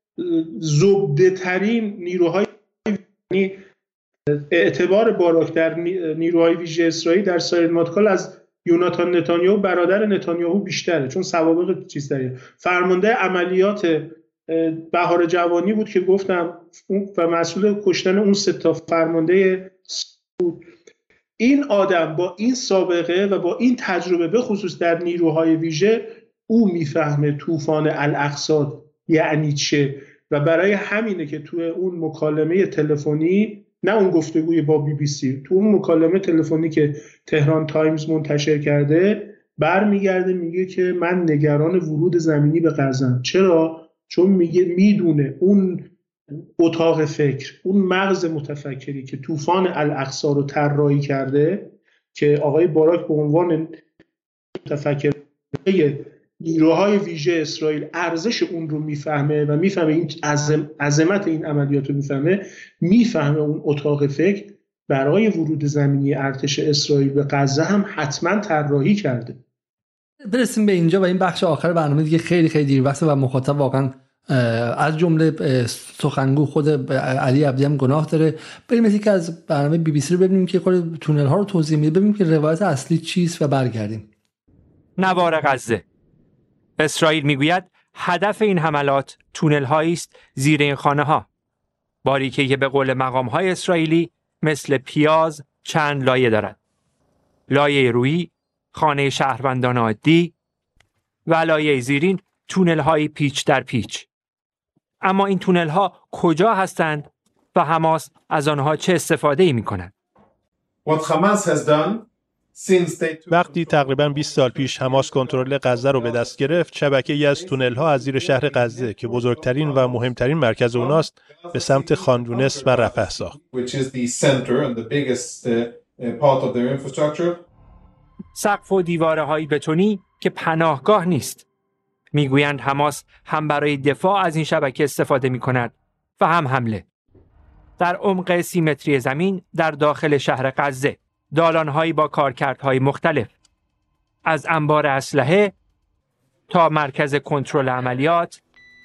زبده ترین نیروهای، یعنی اعتبار باراک در نیروهای ویژه اسرائیل در سایر ماتکال از یوناتان نتانیاهو برادر نتانیاهو بیشتره چون سوابق چیز داره. فرمانده عملیات بهار جوانی بود که گفتم و مسئول کشتن اون سه تا فرمانده بود. این آدم با این سابقه و با این تجربه به خصوص در نیروهای ویژه او میفهمه طوفان الاقصی یعنی چه و برای همینه که توی اون مکالمه تلفنی، نه اون گفتگوی با بی بی سی، تو اون مکالمه تلفنی که تهران تایمز منتشر کرده برمیگرده میگه که من نگران ورود زمینی به غزه‌ام. چرا؟ چون میگه میدونه اون اتاق فکر، اون مغز متفکری که طوفان الاقصی رو طراحی کرده که آقای باراک به عنوان متفکر نیروهای ویژه اسرائیل ارزش اون رو میفهمه و میفهمه این عظم، عظمت این عملیات رو میفهمه، میفهمه اون اتاق فکر برای ورود زمینی ارتش اسرائیل به غزه هم حتما طراحی کرده. برسیم به اینجا و این بخش آخر برنامه دیگه خیلی خیلی دیر وقته و مخاطب واقعا از جمله سخنگو خود علی عبدی هم گناه داره. بریم یکی از برنامه بی بی سی رو ببینیم که خود تونل ها رو توضیح میده، ببینیم که روایت اصلی چیست و برگردیم. نوار غزه. اسرائیل میگوید هدف این حملات تونل هایی است زیر این خانه ها. باریکه‌ای که به قول مقام های اسرائیلی مثل پیاز چند لایه دارد. لایه رویی، خانه شهروندان عادی و لایه زیرین تونل های پیچ در پیچ. اما این تونل ها کجا هستند و حماس از آنها چه استفاده ای می کند؟ وقتی تقریباً بیست سال پیش حماس کنترل غزه رو به دست گرفت، شبکه‌ای از تونل ها از زیر شهر غزه که بزرگترین و مهمترین مرکز اوناست به سمت خان یونس و رفح ساخت. سقف و دیواره های بتونی که پناهگاه نیست. میگویند حماس هم برای دفاع از این شبکه استفاده می کند و هم حمله. در عمق سی متری زمین در داخل شهر غزه، دالان‌هایی با کارکردهای مختلف، از انبار اسلحه تا مرکز کنترل عملیات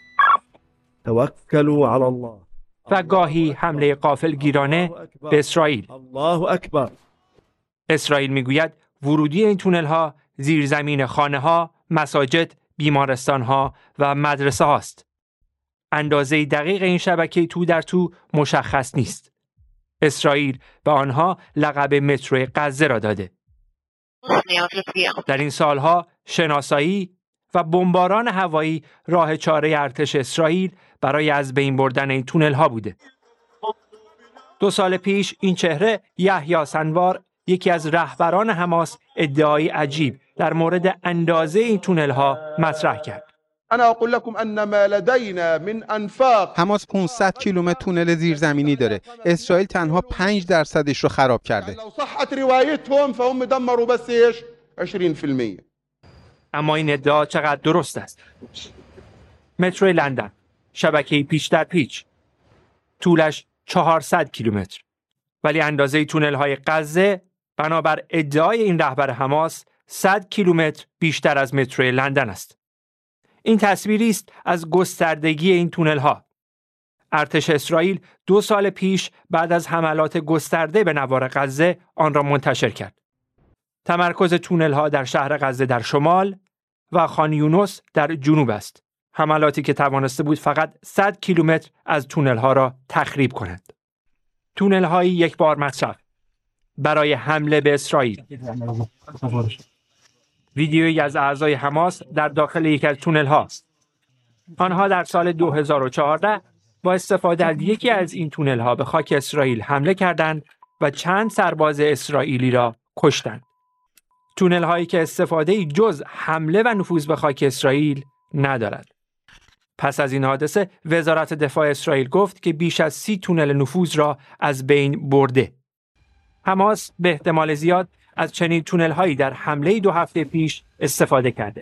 توکلوا علی الله و گاهی حمله غافلگیرانه به اسرائیل. الله اکبر. اسرائیل میگوید ورودی این تونل‌ها زیرزمین خانه‌ها، مساجد، بیمارستان‌ها و مدرسه هاست. اندازه دقیق این شبکه تو در تو مشخص نیست. اسرائیل به آنها لقب مترو غزه را داده. در این سالها شناسایی و بمباران هوایی راه چاره ارتش اسرائیل برای از بین بردن این تونل ها بوده. دو سال پیش این چهره یحیی سنوار، یکی از رهبران حماس، ادعای عجیب در مورد اندازه این تونل ها مطرح کرد. انا اقول لكم ان ما لدينا من انفاق. حماس پانصد کیلومتر تونل زیرزمینی داره. اسرائیل تنها پنج درصدش رو خراب کرده. لو صحت روايتهم فهم دمروا بس ايش عشرين بالمئة. اما این ادعا چقدر درست است؟ مترو لندن، شبکه پیچ در پیچ، طولش چهارصد کیلومتر، ولی اندازه تونل های غزه بنابر ادعای این رهبر حماس صد کیلومتر بیشتر از مترو لندن است. این تصویری است از گستردگی این تونل ها. ارتش اسرائیل دو سال پیش بعد از حملات گسترده به نوار غزه آن را منتشر کرد. تمرکز تونل ها در شهر غزه در شمال و خان یونس در جنوب است. حملاتی که توانسته بود فقط صد کیلومتر از تونل ها را تخریب کنند. تونل هایی یک بار مصرف برای حمله به اسرائیل. ویدیویی از اعضای حماس در داخل یکی از تونل ها. آنها در سال دو هزار و چهارده با استفاده از یکی از این تونل ها به خاک اسرائیل حمله کردند و چند سرباز اسرائیلی را کشتند. تونل هایی که استفاده جز حمله و نفوذ به خاک اسرائیل ندارد. پس از این حادثه وزارت دفاع اسرائیل گفت که بیش از سی تونل نفوذ را از بین برده. حماس به احتمال زیاد از چنین تونل هایی در حمله دو هفته پیش استفاده کرده.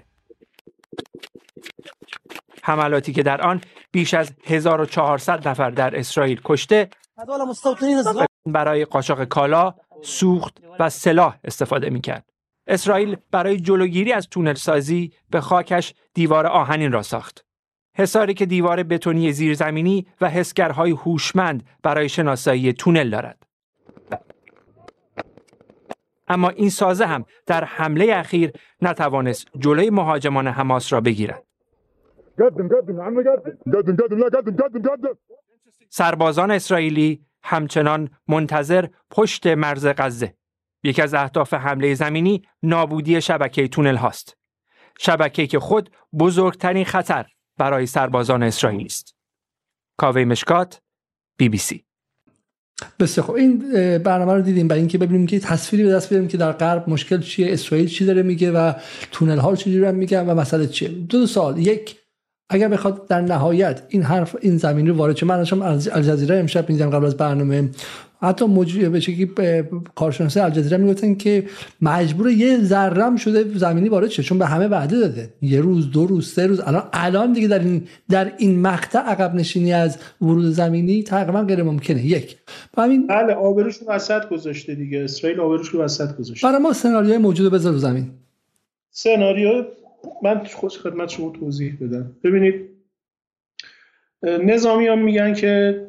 حملاتی که در آن بیش از هزار و چهارصد نفر در اسرائیل کشته، برای قاچاق کالا، سوخت و سلاح استفاده می‌کرد. اسرائیل برای جلوگیری از تونل سازی به خاکش دیوار آهنین را ساخت. حصاری که دیوار بتونی زیرزمینی و حسگرهای هوشمند برای شناسایی تونل دارد. اما این سازه هم در حمله اخیر نتوانست جلوی مهاجمان حماس را بگیرد. سربازان اسرائیلی همچنان منتظر پشت مرز غزه. یکی از اهداف حمله زمینی نابودی شبکه تونل هاست. شبکه‌ای که خود بزرگترین خطر برای سربازان اسرائیلی است. کاوه مشکات، بی بی سی. بسیار خب، این برنامه رو دیدیم برای اینکه ببینیم که تصویری به دست بیاریم که در غرب مشکل چیه، اسرائیل چی داره میگه و تونل ها رو چجوری میگن و مسئله چیه. دو, دو سال یک، اگر بخواد در نهایت این حرف این زمین رو وارد شه، من داشتم الجزیره امشب می‌دیدم قبل از برنامه، حتی موجود به شکلی کارشناسای الجزیره میگفتن که مجبور یه ذره شده زمینی وارد شه، چون به همه وعده داده یه روز دو روز سه روز. الان الان دیگه در این در این مقطع عقب نشینی از ورود زمینی تقریبا غیر ممکنه. یک همین بله، آبروش رو وسط گذاشته دیگه، اسرائیل آبروش رو وسط گذاشته. برای ما سناریوی موجود بذار رو زمین. سناریو من خود خدمت شما توضیح بدم. ببینید، نظامیان میگن که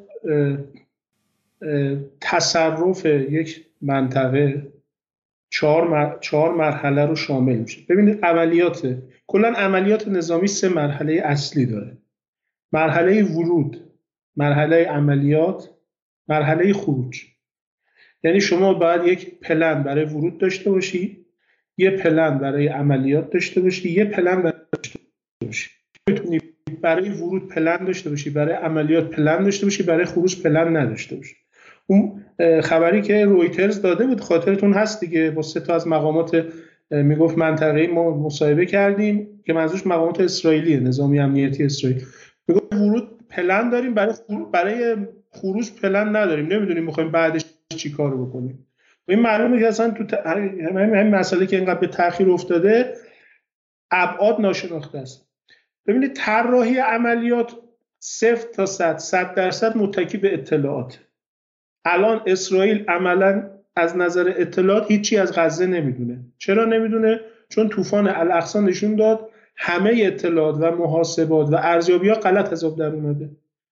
تصرف یک منطقه چهار, مر... چهار مرحله رو شامل میشه. ببینید عملیات کلا عملیات نظامی سه مرحله اصلی داره: مرحله ورود، مرحله عملیات، مرحله خروج. یعنی شما باید یک پلن برای ورود داشته باشی، یه پلن برای عملیات داشته باشی، یه پلن برای داشته باشی. میتونی برای ورود پلن داشته باشی، برای عملیات پلن داشته باشی، برای خروج پلن نداشته باشی. اون خبری که رویترز داده بود خاطرتون هست دیگه، با سه تا از مقامات میگفت منطقه‌ای ما مصاحبه کردیم که منظورش مقامات اسرائیلی نظامی امنیتی اسرائیل. میگفت ورود پلن داریم، برای برای خروج پلن نداریم، نمیدونیم می‌خوایم بعدش چی کارو بکنیم. این معلومه که اصلا تو ت... همین مسئله که اینقدر به تأخیر افتاده ابعاد ناشناخته است. ببینید طراحی عملیات صفر تا صد صد درصد متکی به اطلاعات. الان اسرائیل عملاً از نظر اطلاعات هیچی از غزه نمیدونه. چرا نمیدونه؟ چون طوفان الاقصی نشون داد همه اطلاعات و محاسبات و ارزیابی‌ها غلط حساب در اومده.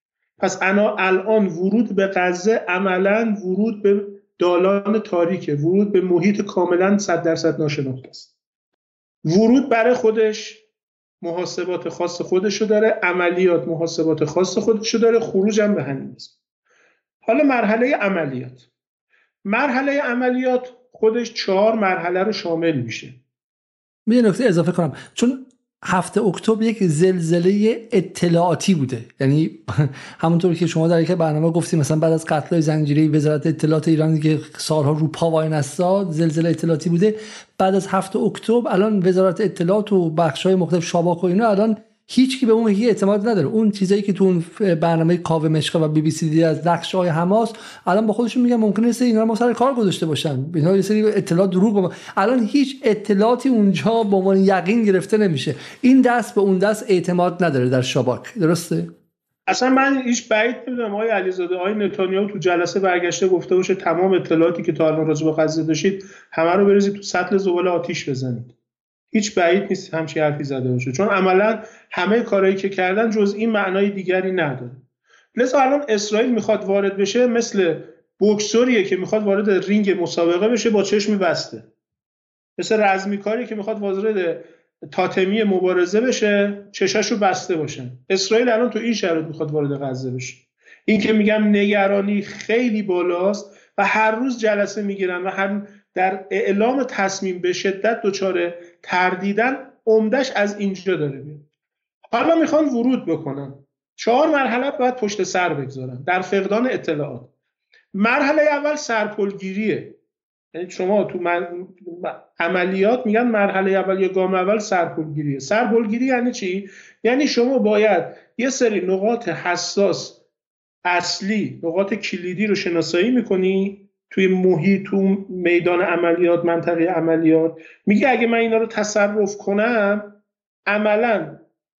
پس انا الان ورود به غزه عملاً ورود به دالان تاریکه، ورود به محیط کاملاً صد درصد ناشناخته است. ورود برای خودش محاسبات خاص خودشو داره، عملیات محاسبات خاص خودشو داره، خروج هم به همین است. حالا مرحله عملیات. مرحله عملیات خودش چهار مرحله رو شامل میشه. می نکته اضافه کنم، چون هفته اکتبر یک زلزله اطلاعاتی بوده، یعنی همونطور که شما در یک برنامه گفتیم مثلا بعد از قتل‌های زنجیره‌ای وزارت اطلاعات ایران که سالها رو پا وای نستاد زلزله اطلاعاتی بوده، بعد از هفته اکتبر الان وزارت اطلاعات و بخش‌های مختلف شاباک و اینا الان هیچ کی به اون هیچ اعتماد نداره. اون چیزایی که تو اون برنامه کاوه مشقه و بی بی سی دیدی از نقشه‌های حماس الان با خودشون میگن ممکنه است اینا ما سر کار گذاشته باشن، اینا یه سری اطلاعات دروغ با الان هیچ اطلاعاتی اونجا به عنوان یقین گرفته نمیشه. این دست به اون دست اعتماد نداره در شاباک، درسته؟ اصلا من هیچ بعید نمیدونم آقای علیزاده، آقای نتانیاهو تو جلسه برگشته گفته باشه تمام اطلاعاتی که تا الان راجع به غزه داشتید همه رو بریزید تو سطل زباله آتیش بزنید. هیچ بعید نیست همچین حرفی زده باشه، چون عملا همه کارهایی که کردن جز این معنای دیگری نداره. لذا الان اسرائیل میخواد وارد بشه مثل بوکسوریه که میخواد وارد رینگ مسابقه بشه با چشم بسته، مثل رزمیکاری که میخواد وارد تاتمی مبارزه بشه چشاشو بسته باشه. اسرائیل الان تو این شرایط میخواد وارد غزه بشه. این که میگم نگرانی خیلی بالاست و هر روز جلسه میگیرن و هر در اعلام تصمیم به شدت دچار تردیدن، عمدش از اینجا داره میاد. حالا میخوان ورود بکنن، چهار مرحله باید پشت سر بگذارن در فقدان اطلاعات. مرحله اول سرپلگیریه، یعنی شما تو من... عملیات میگن مرحله اول یا گام اول سرپلگیریه. سرپلگیری یعنی چی؟ یعنی شما باید یه سری نقاط حساس اصلی، نقاط کلیدی رو شناسایی میکنی توی محیط، تو میدان عملیات، منطقه عملیات. میگه اگه من اینا رو تصرف کنم عملاً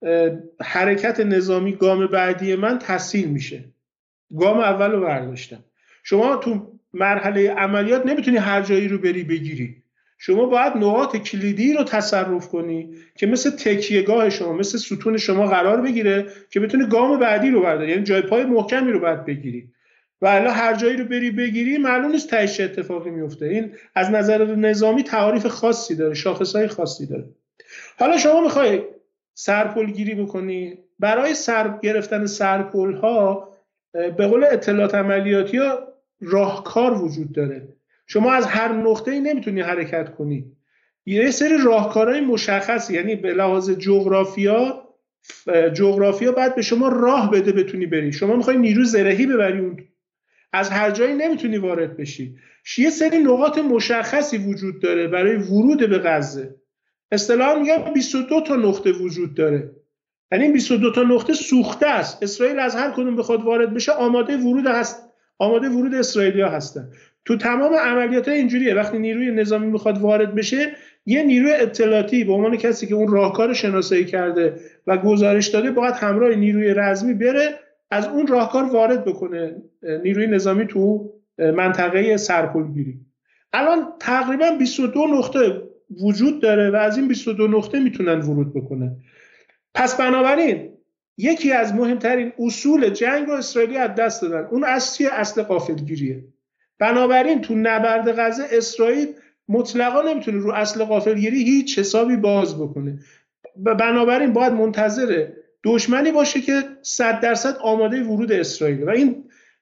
حرکت نظامی گام بعدی من تسهیل میشه. گام اول رو برداشتم. شما تو مرحله عملیات نمیتونی هر جایی رو بری بگیری، شما باید نقاط کلیدی رو تصرف کنی که مثل تکیهگاه شما، مثل ستون شما قرار بگیره که بتونی گام بعدی رو برداری، یعنی جای پای محکمی رو باید بگیری. و الا هر جایی رو بری بگیری معلوم نیست تهش اتفاقی میفته. این از نظر نظامی تعاریف خاصی داره، شاخصهای خاصی داره. حالا شما میخوای سرپلگیری بکنی، برای سر گرفتن سرپل‌ها به قول اطلاعات عملیاتی ها راهکار وجود داره. شما از هر نقطه‌ای نمیتونی حرکت کنی، یه سری راهکارهای مشخصی، یعنی به لحاظ جغرافیا جغرافیا باید به شما راه بده بتونی بری. شما میخوای نیرو زرهی ببری اون، از هر جایی نمیتونی وارد بشی. یه سری نقاط مشخصی وجود داره برای ورود به غزه. اصطلاحاً میگن بیست و دو تا نقطه وجود داره، یعنی این بیست و دو تا نقطه سوخته است. اسرائیل از هر کدوم بخواد وارد بشه آماده ورود هست، آماده ورود اسرائیلی‌ها هستن. تو تمام عملیات اینجوریه، وقتی نیروی نظامی میخواد وارد بشه یه نیروی اطلاعاتی به عنوان کسی که اون راهکار شناسایی کرده و گزارش داده باید همراه نیروی رزمی بره از اون راهکار وارد بکنه نیروی نظامی تو منطقه سرپلگیری. الان تقریبا بیست و دو نقطه وجود داره و از این بیست و دو نقطه میتونن ورود بکنن. پس بنابراین یکی از مهمترین اصول جنگ رو اسرائیلی از دست دادن. اون اصلی اصل غافلگیریه. بنابراین تو نبرد غزه اسرائیل مطلقا نمیتونه رو اصل غافلگیری هیچ حسابی باز بکنه. بنابراین باید منتظر دشمنی باشه که صد درصد آماده ورود اسرائیل و این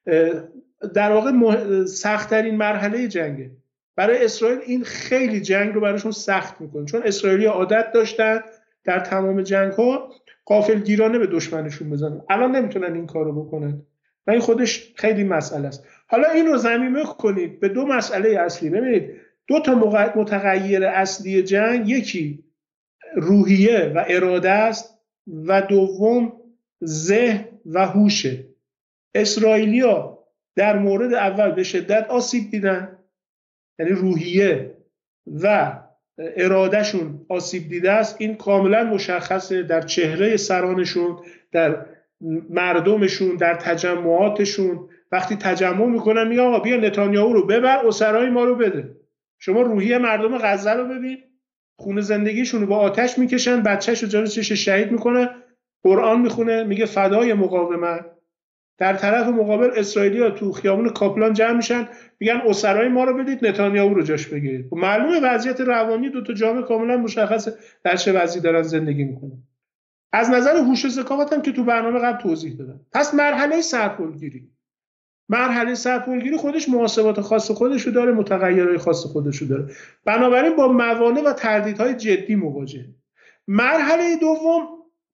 در واقع سخت‌ترین مرحله جنگه. برای اسرائیل این خیلی جنگ رو براشون سخت میکنه، چون اسرائیلی عادت داشتن در تمام جنگ‌ها غافلگیرانه به دشمنشون بزنن. الان نمیتونن این کارو بکنن و این خودش خیلی مسئله است. حالا این رو ضمیمه کنید به دو مسئله اصلی. ببینید دو تا متغیر اصلی جنگ، یکی روحیه و اراده است و دوم ذهن و هوشه. اسرائیلیا در مورد اول به شدت آسیب دیدن، یعنی روحیه و ارادهشون آسیب دیده است. این کاملا مشخصه در چهره سرانشون، در مردمشون، در تجمعاتشون وقتی تجمع میکنن میگن آقا بیا نتانیاهو رو ببر، اسرای ما رو بده. شما روحیه مردم غزه رو ببین، خونه زندگیشون رو با آتش میکشن، بچه‌شو جلوی چشش شهید میکنن، قرآن میخونه میگه فدای مقاومت. در طرف مقابل اسرائیلی‌ها تو خیابون کاپلان جمع میشن میگن اسرای ما رو بدید، نتانیاهو رو جاش بگیرید. معلومه وضعیت روانی دو تا جامعه کاملا مشخصه در چه وضعی دارن زندگی میکنن. از نظر هوش و ذکاوت هم که تو برنامه قبل توضیح دادم. پس مرحله سرپلگیری مرحله سرپلگیری خودش محاسبات خاص خودشو داره، متغیرهای خاص خودشو داره، بنابراین با موانع و تردیدهای جدی مواجهه. مرحله دوم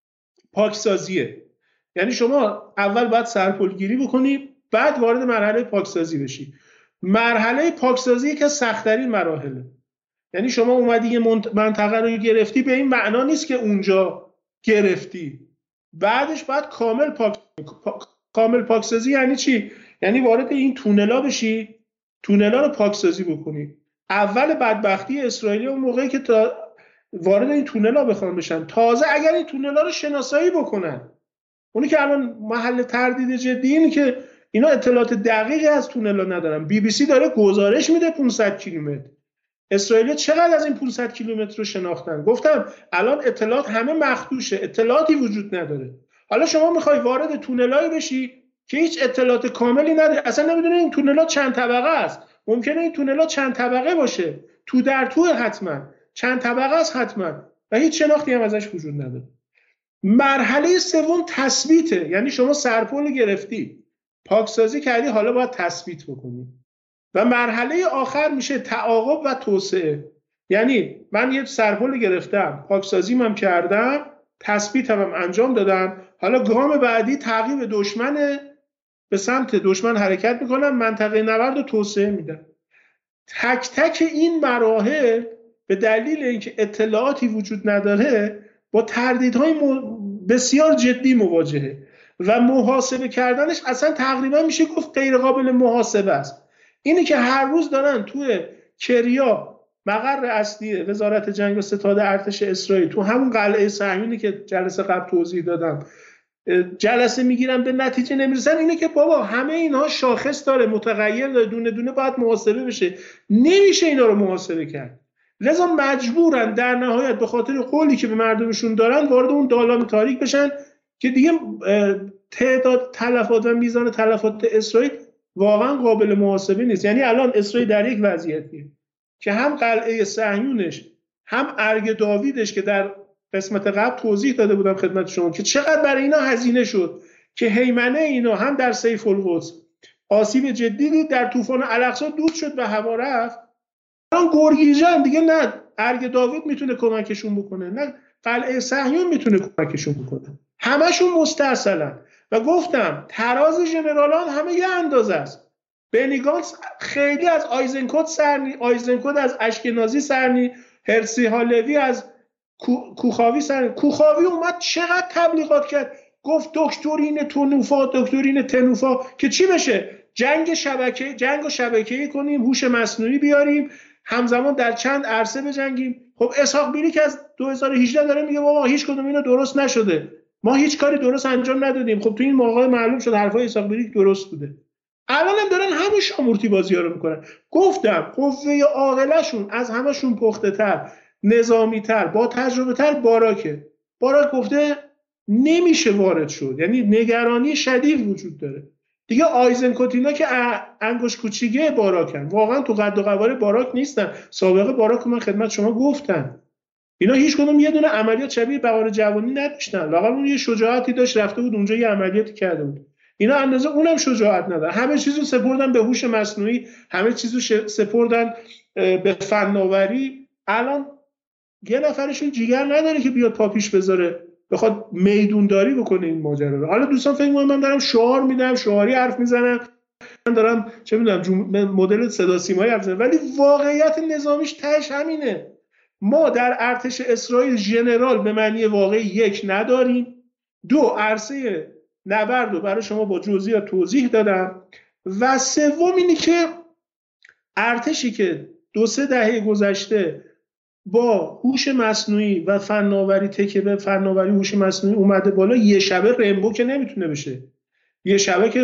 پاکسازیه، یعنی شما اول باید سرپلگیری بکنی بعد وارد مرحله پاکسازی بشی. مرحله پاکسازی یکی از سخت‌ترین مراحله، یعنی شما اومدی یه منطقه رو گرفتی به این معنا نیست که اونجا گرفتی، بعدش باید کامل پاک کامل پاکسازی. یعنی چی؟ یعنی وارد این تونلا بشی، تونلا رو پاکسازی بکنی. اول بدبختی اسرائیلی اون موقعی که تا وارد این تونلا بخوان بشن، تازه اگر این تونلا رو شناسایی بکنن. اونی که الان محل تردید جدی اینه که اینا اطلاعات دقیقی از تونلا ندارن. بی بی سی داره گزارش میده پانصد کیلومتر. اسرائیل چقدر از این پانصد کیلومتر رو شناختن؟ گفتم الان اطلاعات همه مخدوشه، اطلاعاتی وجود نداره. حالا شما میخوای وارد تونلایی بشی که هیچ اطلاعات کاملی نداره، اصلا نمیدونه این تونلا چند طبقه است. ممکنه این تونلا چند طبقه باشه، تو در تو حتما چند طبقه است حتما، و هیچ شناختی هم ازش وجود نداره. مرحله سوم تثبیته، یعنی شما سرپل گرفتی، پاکسازی کردی، حالا باید تثبیت بکنی. و مرحله آخر میشه تعاقب و توسعه، یعنی من یه سرپل گرفتم، پاکسازیم هم کردم، تثبیتم هم انجام دادم، حالا گام بعدی تعقیب دشمنه، به سمت دشمن حرکت میکنم، منطقه نبرد رو توسعه میدم. تک تک این مراحل به دلیل اینکه اطلاعاتی وجود نداره با تردیدهای بسیار جدی مواجهه و محاسبه کردنش اصلا تقریبا میشه گفت غیر قابل محاسبه است. اینی که هر روز دارن توی کریا، مقر اصلی وزارت جنگ و ستاد ارتش اسرائیل، تو همون قلعه صهیونی که جلسه قبل توضیح دادم، جلسه میگیرن به نتیجه نمیرسن، اینه که بابا همه اینها شاخص داره، متغیر داره، دونه دونه باید محاسبه بشه، نمیشه اینا رو محاسبه کرد. لذا مجبورن در نهایت به خاطر قولی که به مردمشون دارن وارد اون دالان تاریک بشن که دیگه تعداد تلفات و میزان تلفات اسرائیل واقعا قابل محاسبه نیست. یعنی الان اسرائیل در یک وضعیتیه که هم قلعه صهیونش، هم ارگ داویدش که در قسمت قبل توضیح داده بودم خدمت شما که چقدر برای اینا هزینه شد که هیمنه اینا هم در سیف القدس آسیب جدی دید، در طوفان الاقصی دود شد و هوا رفت. الان گرگیجان دیگه نه ارگ داوید میتونه کمکشون بکنه، نه قلعه صهیون میتونه کمکشون بکنه، همشون مستاصلن. و گفتم تراز ژنرالان همه یه اندازه است. بنی گانتس خیلی از آیزنکوت سرنی، آیزنکوت از اشکنازی سرنی، هرسی هالوی از کوخاوی سرنی. کوخاوی اومد چقدر تبلیغات کرد، گفت دکترین تنوفا، دکترین تنوفا، که چی بشه؟ جنگ شبکه، جنگ و شبکه‌ای کنیم، هوش مصنوعی بیاریم، همزمان در چند عرصه بجنگیم. خب اسحاق بیری که از دو هزار و هجده داره میگه بابا هیچ کدوم اینا درست نشده، ما هیچ کاری درست انجام ندادیم. خب تو این موقع معلوم شد حرفای اسحاق بیری درست بوده. الان هم دارن همون شامورتی بازی‌ها رو میکنن. گفتم قوه عاقله‌شون از همشون پخته‌تر، نظامی‌تر، با تجربه‌تر باراکه. باراک گفته نمیشه وارد شد، یعنی نگرانی شدید وجود داره. دیگه آیزنکوتینا که انگوش کوچیکه باراکن، واقعا تو قد و قواره باراک نیستن. سابقه باراک من خدمت شما گفتم، اینا هیچ کدوم یه دونه عملیات شبیه بهار جوانی نداشتن. واقعا اون یه شجاعتی داشت، رفته بود اونجا یه عملیاتی کرده بود. اینا اندازه اونم شجاعت نداره. همه چیزو سپردن به هوش مصنوعی، همه چیزو سپردن به فناوری. الان یه نفرشون جیگر نداره که بیاد پاپیش بذاره بخواد میدونداری بکنه این ماجرا رو. حالا دوستان فکر می‌کنن من دارم شعار میدم، شعاری حرف میزنم، من دارم چه میدونم مدل صدا سیمایی حرف میزنم، ولی واقعیت نظامیش تهش همینه. ما در ارتش اسرائیل ژنرال به معنی واقعی یک نداریم. دو، عرصه نبرد رو برای شما با جزئیات توضیح دادم. و سوم اینی که ارتشی که دو سه دهه گذشته با هوش مصنوعی و فناوری تکیه به فناوری هوش مصنوعی اومده بالا، یه شبه رمبو که نمیتونه بشه. یه شبکه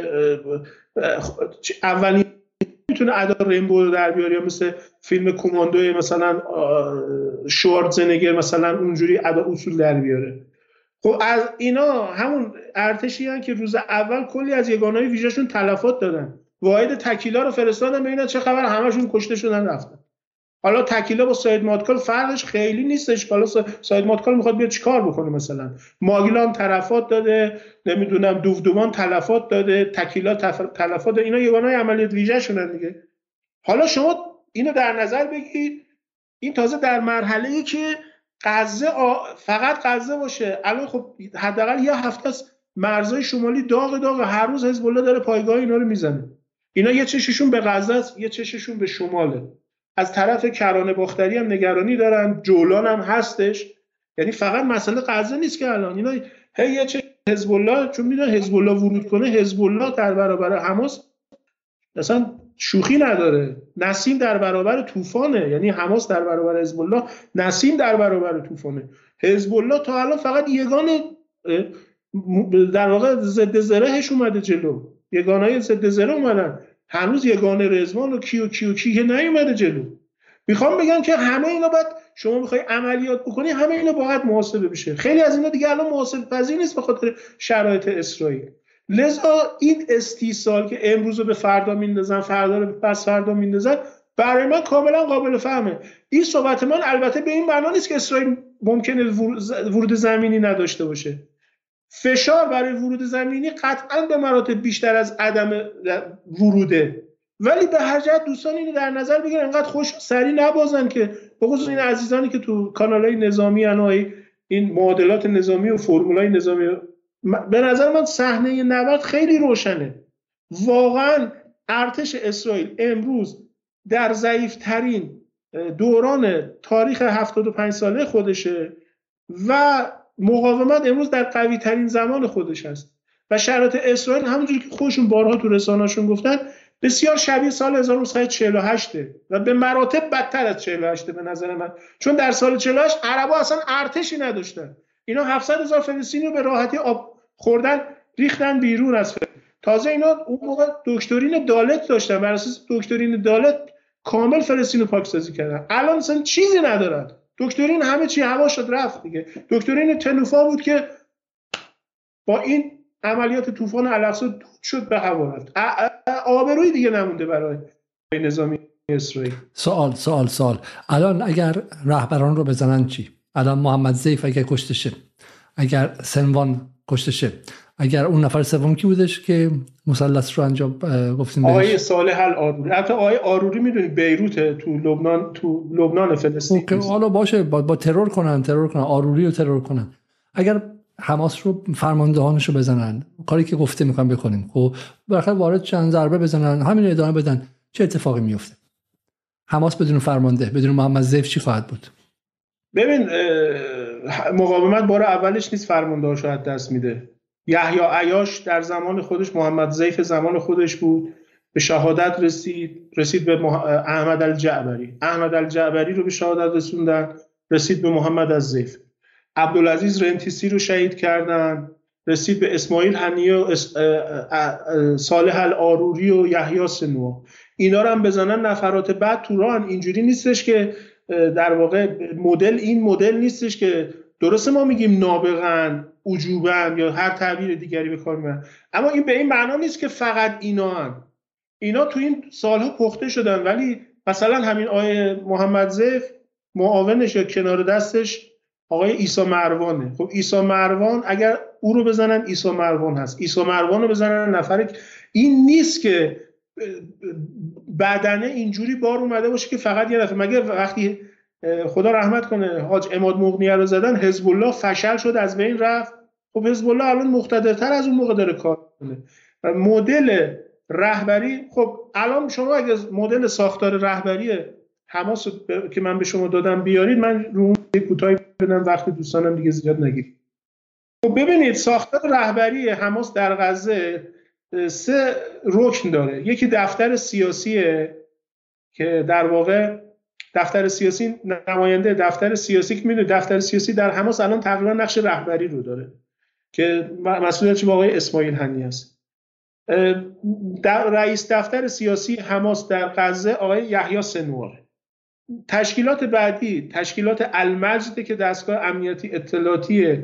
اولین میتونه ادا رینبو رو در بیاره، یا مثل فیلم کماندو مثلا شوارزنگر مثلا اونجوری ادا اصول در بیاره. خب از اینا همون ارتشی هستن که روز اول کلی از یگانه‌های ویژه‌شون تلفات دادن. واحد تکیلا رو فرستادن ببینن چه خبر، همشون کشته شدن رفتن. حالا تکیلا با سید ماتکال فرقش خیلی نیستش. حالا سید ماتکال میخواد بیاد چیکار بکنه؟ مثلا ماگلان تلفات داده، نمیدونم دوفدومان تلفات داده، تکیلا تلفات داده. اینا یگانه‌های عملیات ویژه شدن دیگه. حالا شما اینو در نظر بگید، این تازه در مرحله‌ای که غزه آ... فقط غزه باشه. الان خب حداقل یه هفته است مرزهای شمالی داغ داغ، هر روز حزب الله داره پایگاه اینا رو میزنه. اینا یه چششون به غزه است، یه چششون به شماله. از طرف کرانه باختری هم نگرانی دارن، جولان هم هستش. یعنی فقط مسئله غزه نیست که الان اینا هی یه چه حزب الله، چون میدونن حزب الله ورود کنه، حزب الله در برابر حماس اصلا شوخی نداره. نسیم در برابر طوفانه، یعنی حماس در برابر حزب الله، نسیم در برابر طوفانه. حزب الله تا الان فقط یگانه در واقع ضد زرهش اومده جلو، یگانه‌های ضد زره اومدن، هنوز یگانه رضوان و کی و کی و کی که نیومده جلو. میخوام بگم که همه اینا باید، شما میخوای عملیات بکنی همه اینا باید محاسبه بشه. خیلی از اینا دیگه الان محاسبه پذیر نیست به خاطر شرایط اسرائیل. لذا این استیصال که امروز رو به فردا میندازن، فردا رو به پس فردا میندازن، برای من کاملا قابل فهمه. این صحبت من البته به این معنا نیست که اسرائیل ممکنه ورود زمینی نداشته باشه. فشار برای ورود زمینی قطعا به مراتب بیشتر از عدم وروده، ولی به هر جهت دوستان اینو در نظر بگیرن، انقدر خوش سری نبازن که بخصوص این عزیزانی که تو کانال‌های نظامی انای این معادلات نظامی و فرمولای نظامی، به نظر من صحنه نبرد خیلی روشنه. واقعا ارتش اسرائیل امروز در ضعیف‌ترین دوران تاریخ هفتاد و پنج ساله خودشه و مقاومت امروز در قوی ترین زمان خودش هست و شرایط اسرائیل همونجوری که خودشون بارها تو رسانه‌شون گفتن بسیار شبیه سال هزار و نهصد و چهل و هشت و به مراتب بدتر از چهل و هشت به نظر من. چون در سال چهل و هشت عربا اصلا ارتشی نداشتن، اینا هفتصد هزار فلسطینی رو به راحتی آب خوردن ریختن بیرون از فلسطین. تازه اینا اون موقع دکترین دالت داشتن، بر اساس دکترین دالت کامل فلسطین رو پاکسازی کردن. الان اصلا چیزی ندارن، دکترین همه چی هوا شد رفت دیگه. دکترین تنوفا بود که با این عملیات طوفان الاقصی دود شد به هوا رفت. آبروی دیگه نمونده برای نظامی اسرائیل. سوال سوال سوال الان اگر رهبران رو بزنن چی؟ الان محمد ضیف اگر کشته شه، اگر سنوان کشته شه، اگر اون نفر سوم کی بودش که مثلث رو انجام گفتیم بهش؟ آقای صالح الاروری. البته آقای آروری میدونید بیروت تو لبنان، تو لبنان فلسطین. حالا باشه با, با ترور کنن ترور کنن آروری رو ترور کنن. اگر حماس رو فرماندهانش رو بزنن، کاری که گفته میخوام بکنیم، خب بالاخره وارد چند ضربه بزنن، همین ادامه بدن، چه اتفاقی میفته؟ حماس بدون فرمانده، بدون محمد ضیف چی خواهد بود؟ ببین مقاومت بار اولش نیست فرماندهاش رو از دست میده. یحیی عیاش در زمان خودش، محمد ضیف زمان خودش بود، به شهادت رسید، رسید به مح... احمد الجعبری. احمد الجعبری رو به شهادت رسوندن، رسید به محمد الضیف. عبدالعزیز رنتیسی رو شهید کردن، رسید به اسماعیل هنیه و اس... صالح الاروری و یحیی سنوار. اینا رو هم بزنن نفرات بعد تو راه. اینجوری نیستش که در واقع مدل این مدل نیستش که درسته ما میگیم نابغن، عجوبن یا هر تعبیر دیگری به کار میبرن، اما این به این معنا نیست که فقط اینا هن. اینا تو این سالها پخته شدن، ولی مثلا همین آقای محمد ضیف معاونش یا کنار دستش آقای عیسی مروانه. خب عیسی مروان اگر او رو بزنن عیسی مروان هست، عیسی مروان رو بزنن نفر. این نیست که بدنه اینجوری بار اومده باشه که فقط یه نفر. مگه وقتی خدا رحمت کنه حاج عماد مغنیه رو زدن حزب الله فشل شد، از بین رفت؟ خب حزب الله الان مقتدرتر از اون موقع داره کار میکنه. مدل رهبری، خب الان شما اگه مدل ساختار رهبری حماس ب... که من به شما دادم بیارید، من رو اون کوتاهی بدم وقت دوستانم دیگه زیاد نگیرید. خب ببینید ساختار رهبری حماس در غزه سه رکن داره. یکی دفتر سیاسیه که در واقع دفتر سیاسی نماینده دفتر سیاسی که میدونید دفتر سیاسی در حماس الان تقریبا نقش رهبری رو داره. که مسئولیتش با آقای اسماعیل هنی است. در رئیس دفتر سیاسی حماس در غزه آقای یحیی سنواره. تشکیلات بعدی تشکیلات المجد که دستگاه امنیتی اطلاعاتی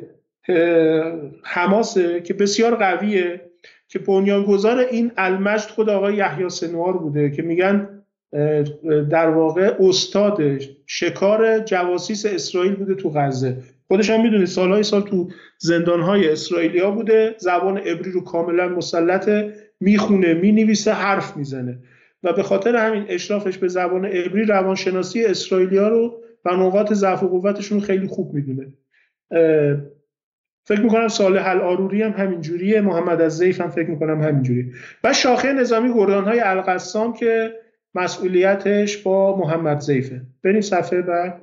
حماسه که بسیار قویه، که بنیانگذار این المجد خود آقای یحیی سنوار بوده که میگن در واقع استاد شکار جواسیس اسرائیل بوده تو غزه. خودش هم میدونید سالهای سال تو زندانهای اسرائیلیا بوده، زبان عبری رو کاملا مسلطه، میخونه، مینویسه، حرف میزنه و به خاطر همین اشرافش به زبان عبری روانشناسی اسرائیلیا رو و نقاط ضعف و قوتشون خیلی خوب میدونه. فکر میکنم صالح العاروری هم همین جوریه، محمد الضیف هم فکر میکنم همین جوریه و شاخه نظامی گردانهای القسام که مسئولیتش با محمد ضیفه. بریم صفحه بعد.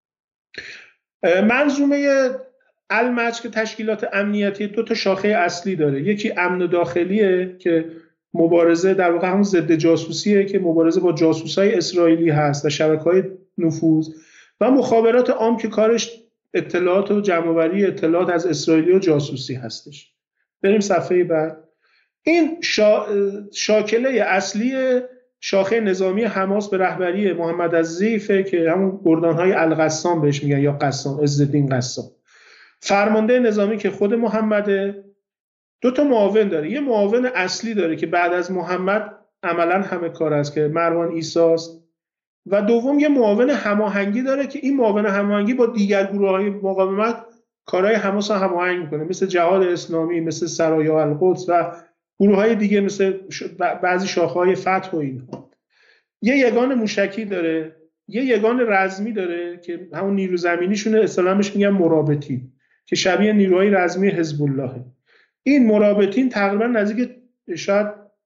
منظومه المجد که تشکیلات امنیتی دو تا شاخه اصلی داره، یکی امن داخلیه که مبارزه در واقع همون ضد جاسوسیه که مبارزه با جاسوسای اسرائیلی هست و شبکه‌های نفوذ، و مخابرات عام که کارش اطلاعات و جمع‌آوری اطلاعات از اسرائیلی و جاسوسی هستش. بریم صفحه بعد. این شا... شاکله اصلی شاخه نظامی حماس به رهبری محمد الضیفه که همون گردانهای القسام بهش میگن یا قسام، عزالدین قسام. فرمانده نظامی که خود محمده، دو تا معاون داره. یه معاون اصلی داره که بعد از محمد عملاً همه کار است که مروان عیسی است، و دوم یه معاون هماهنگی داره که این معاون هماهنگی با دیگر گروه‌های مقاومت کارهای حماس رو هماهنگ می‌کنه، مثل جهاد اسلامی، مثل سرایا القدس و گروه‌های دیگه مثل بعضی شاخه‌های فتح و اینها. یه یگان موشکی داره، یه یگان رزمی داره که همون نیرو زمینیشونه، اصطلاحش میگن مرابطین که شبیه نیروهای رزمی حزب اللهه. این مرابطین تقریبا نزدیک شاید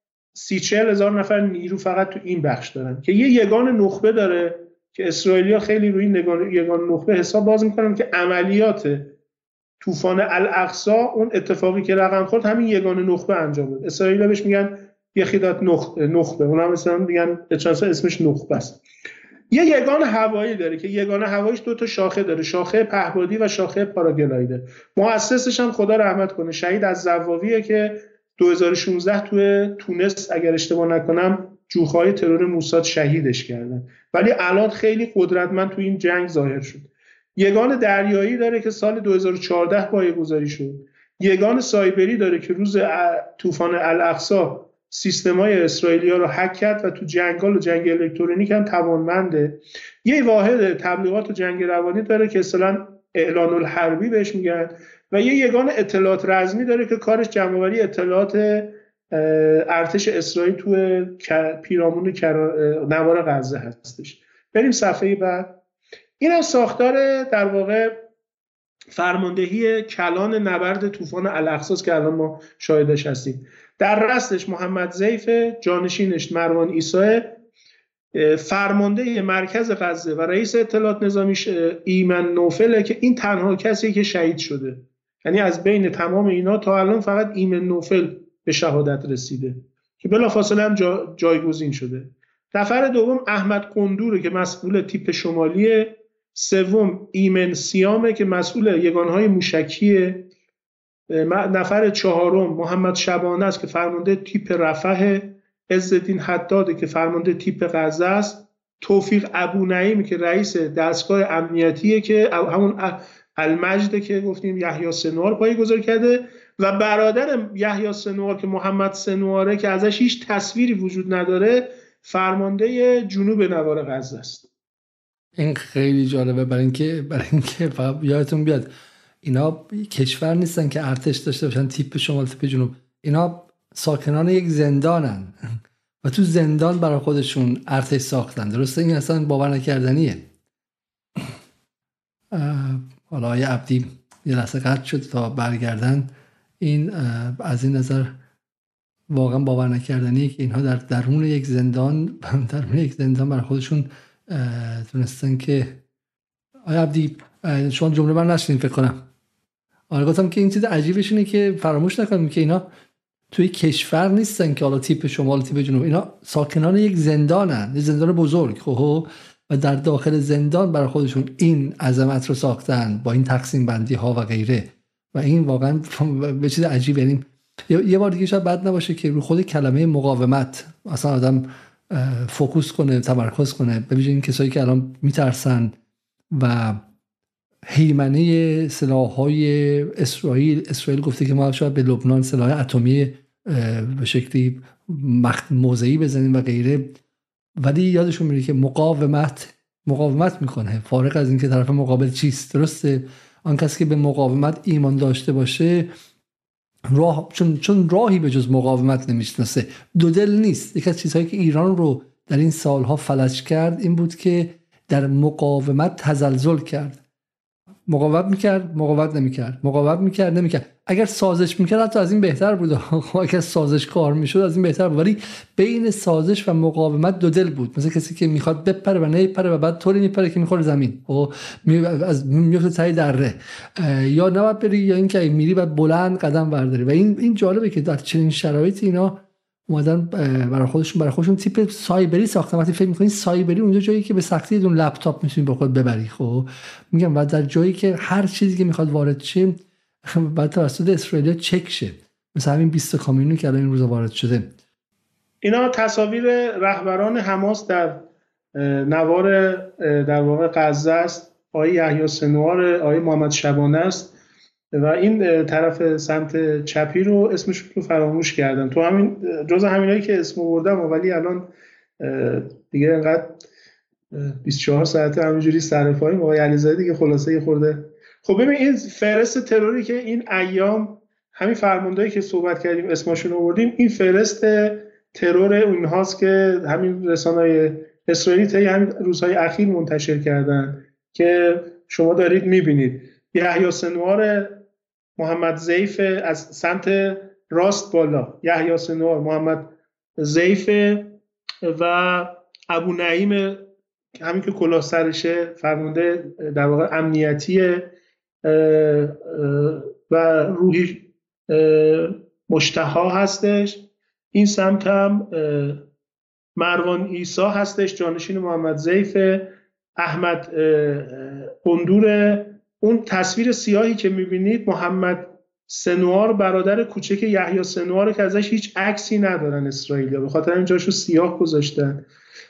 سی چهل هزار نفر نیرو فقط تو این بخش دارن که یه یگان نخبه داره که اسرائیلیا خیلی روی این یگان نخبه حساب باز میکنن که عملیات طوفان الاقصی اون اتفاقی که رقم خورد همین یگان نخبه انجام داد. اسرائیلیا بهش میگن یخیدات نخ... نخبه، اونم مثلا میگن اچانسا اسمش نخبه است. یه یگان هوایی داره که یگان هواییش دو تا شاخه داره، شاخه پهپادی و شاخه پاراگلایدر. مؤسسش هم خدا رحمت کنه شهید الزواویه که دو هزار و شانزده توی تونس اگر اشتباه نکنم جوخهای ترور موساد شهیدش کردن، ولی الان خیلی قدرتمند تو این جنگ ظاهر شد. یگان دریایی داره که سال دو هزار و چهارده پایه‌گذاری شد. یگان سایبری داره که روز طوفان الاقصی سیستم‌های اسرائیلیا رو هک کرد و تو جنگال و جنگ الکترونیک هم توانمنده. یه واحد تبلیغات و جنگ روانی داره که اصطلاحاً اعلان الحربی بهش میگن، و یه یگان اطلاعات رزمی داره که کارش جمع‌آوری اطلاعات ارتش اسرائیل تو پیرامون نوار غزه هستش. بریم صفحه بعد. این هم ساختار در واقع فرماندهی کلان نبرد طوفان الاقصی که الان ما شاهدش هستیم. در رأسش محمد ضیف، جانشینش مروان عیسی، فرمانده مرکز غزه و رئیس اطلاعات نظامیش ایمن نوفله که این تنها کسی که شهید شده. یعنی از بین تمام اینا تا الان فقط ایمن نوفل به شهادت رسیده که بلافاصله هم جا جایگزین شده. نفر دوم احمد قندوره که مسئول تیپ شمالیه. سوم ایمن سیامه که مسئول یگانهای موشکیه. نفر چهارم محمد شبانه است که فرمانده تیپ رفح. عزالدین حداده که فرمانده تیپ غزه است. توفیق ابونعیمی که رئیس دستگاه امنیتیه که همون المجد که گفتیم یحیی سنوار پایه‌گذاری کرده، و برادر یحیی سنوار که محمد سنواره که ازش هیچ تصویری وجود نداره فرمانده جنوب نوار غزه است. این خیلی جالبه برای اینکه برای اینکه یادتون بیاد اینا کشور نیستن که ارتش داشته باشن تیپ شمال تیپ جنوب، اینا ساکنان یک زندانن و تو زندان برای خودشون ارتش ساختن. درسته؟ این اصلا باور نکردنیه. حالا آیه عبدی یه لحظه قطع شد تا برگردن. این از این نظر واقعا باور نکردنیه که اینها در درون یک زندان درون یک زندان برای خودشون تونستن که آیه عبدی شما جمله من نشنید فکر کنم. آره گفتم که این چیز عجیبش اینه که فراموش نکنیم که اینا توی کشور نیستن که حالا تیپ شمال تیپ جنوب، اینا ساکنان یک زندانن، یک زندان بزرگ خب، و در داخل زندان برای خودشون این عظمت رو ساختن با این تقسیم بندی ها و غیره. و این واقعا به چیز عجیبه. یعنی یه بار دیگه شاید بد نباشه که رو خود کلمه مقاومت اصلا آدم فوکوس کنه، تمرکز کنه، به ویژه این کسایی که الان میترسن و هیمنه سلاح‌های اسرائیل اسرائیل گفته که ما شاید به لبنان سلاح اتمی به شکلی موضعی بزنیم و غیره، ولی یادشون میره که مقاومت مقاومت میکنه فارغ از اینکه طرف مقابل چیست. درسته آن کسی که به مقاومت ایمان داشته باشه راه چون چون راهی به جز مقاومت نمیشناسه، دو دل نیست. یک از چیزهایی که ایران رو در این سالها فلج کرد این بود که در مقاومت تزلزل کرد. مقاومت میکرد مقاومت نمیکرد مقاومت میکرد نمیکرد اگر سازش میکرد حتی از این بهتر بود. اگر سازش کار میشد از این بهتر بود، ولی بین سازش و مقاومت دو دل بود. مثل کسی که میخواد بپره و نمیپره و بعد طوری میپره که میخوره زمین و از میفته تای دره، یا نباید بری یا اینکه میری بعد بلند قدم برداری. و این این جالبه که در چنین شرایطی اینا اومدن برای خودشون برای خودشون تیپ سایبری ساختن. وقتی فکر می‌کنی سایبری اونجا جایی که به سختی اون لپتاپ می‌تونی با خود ببری، خب میگم و در جایی که هر چیزی که میخواد وارد شه بعد توسط اسرائیل چک شه، مثلا همین بیست کامیونی که الان این روزا وارد شده. اینا تصاویر رهبران حماس در نوار در واقع غزه است. آقای یحیی سنوار، آقای محمد شبانه است و این طرف سمت چپی رو اسمش رو فراموش کردم. تو همین جز همینایی که اسم آوردم ولی الان دیگه انقدر بیست و چهار ساعته همینجوری سر پاییم. آقای علیزاده دیگه خلاصه یه خورده. خب ببین این فهرست تروری که این ایام همین فرماندهایی که صحبت کردیم اسمشون رو آوردیم، این فهرست ترور اونهاست که همین رسانه‌های اسرائیلی طی همین روزهای اخیر منتشر کردن که شما دارید می‌بینید. یحیی سنوار، محمد ضیف از سمت راست بالا، یحیی سنوار، محمد ضیف و ابو نعیم همین که کلاه سرشه فرمانده در واقع امنیتی و روحی مشتها هستش. این سمت هم مروان عیسی هستش، جانشین محمد ضیف. احمد قندور. اون تصویر سیاهی که میبینید محمد سنوار برادر کوچک یحیی سنوار که ازش هیچ عکسی ندارن اسرائیلیا، به خاطر این جاشو سیاه گذاشتن.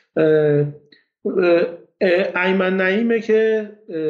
ایمن نعیمه که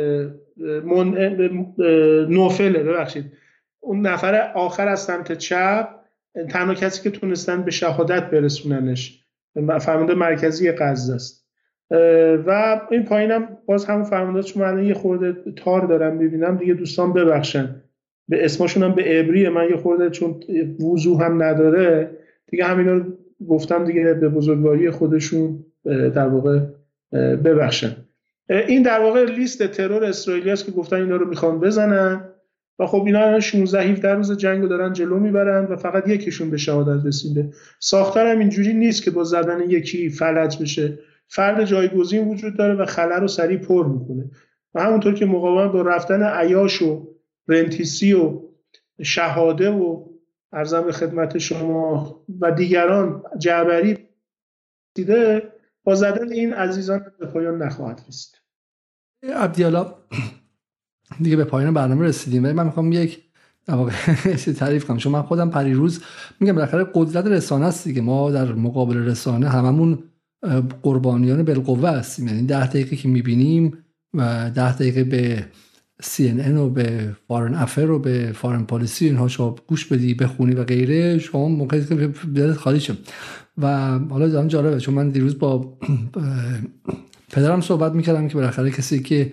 نوفله، ببخشید اون نفر آخر از سمت چپ، تنها کسی که تونستن به شهادت برسوننش، فرمانده مرکزی غزه است. و این پایینم باز همون فرمانده، چون من یه خورده تار دارم میبینم دیگه، دوستان ببخشن به اسمشون هم به عبریه، من یه خورده چون وضوح هم نداره دیگه همینا رو گفتم دیگه، به بزرگواری خودشون در واقع ببخشن. این در واقع لیست ترور اسرائیلی است که گفتن اینا رو میخوان بزنن و خب اینا شانزده هفده روز جنگ رو دارن جلو میبرن و فقط یکیشون به شهادت رسیده. ساختار هم اینجوری نیست که با زدن یکی فلج بشه، فرد جایگزین وجود داره و خلا رو سریع پر میکنه و همونطور که مقاومت با رفتن عیاش و رنتیسی و شهاده و عرضم به خدمت شما و دیگران جعبری دیده، با زدن این عزیزان به پایان نخواهد رسید. عبدالله دیگه به پایان برنامه رسیدیم، ولی من میخوام یک در واقع تعریف کنم، چون من خودم پریروز میگم بالاخره قدرت رسانه است دیگه، ما در مقابل رسانه هممون قربانیان بالقوه هستیم. یعنی ده دقیقه که میبینیم و ده دقیقه به سی ان ان و به فارن افر و به فارن پالیسی اینها شما گوش بدی بخونی و غیره، شما موقعی که دلت خالی شه. و حالا دارم جالبه چون من دیروز با پدرم صحبت میکردم که بالاخره کسی که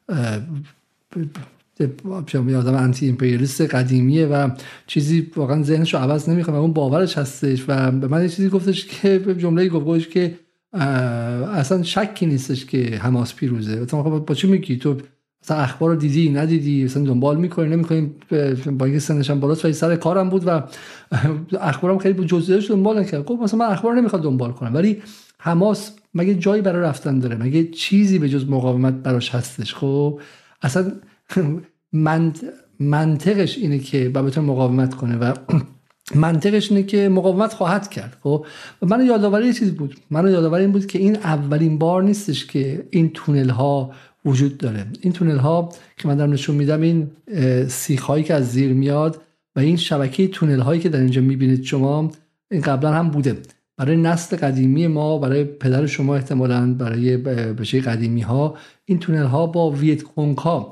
یه آدم انتی امپریالیست قدیمیه و چیزی واقعا ذهنش رو عوض نمیکنه و اون باورش هستش و به من یه چیزی گفتش که به جمله‌ای گفتش که اصلا شکی نیستش که حماس پیروزه. مثلا با چی میگی تو؟ مثلا اخبار رو دیدی ندیدی؟ مثلا دنبال میکنی نمیکنی؟ با اینکه سنش هم بالاست و سر کارم بود و اخبارم خیلی جزئیاتش دنبال نکردم. خب مثلا من اخبار نمیخواد دنبال کنم، ولی حماس مگه جایی برای رفتن داره؟ مگه چیزی به جز مقاومت براش هستش؟ خب اصلا منطقش اینه که باید بتونه مقاومت کنه و منطقش اینه که مقاومت خواهد کرد. خب من یادآوری یه چیز بود، من یادآوری این بود که این اولین بار نیستش که این تونل ها وجود داره. این تونل ها که من دارم نشون میدم، این سیخ هایی که از زیر میاد و این شبکه تونل هایی که در اینجا میبینید شما، این قبلا هم بوده برای نسل قدیمی ما، برای پدر شما احتمالاً، برای بچه قدیمی ها. این تونل ها با ویت کونگ ها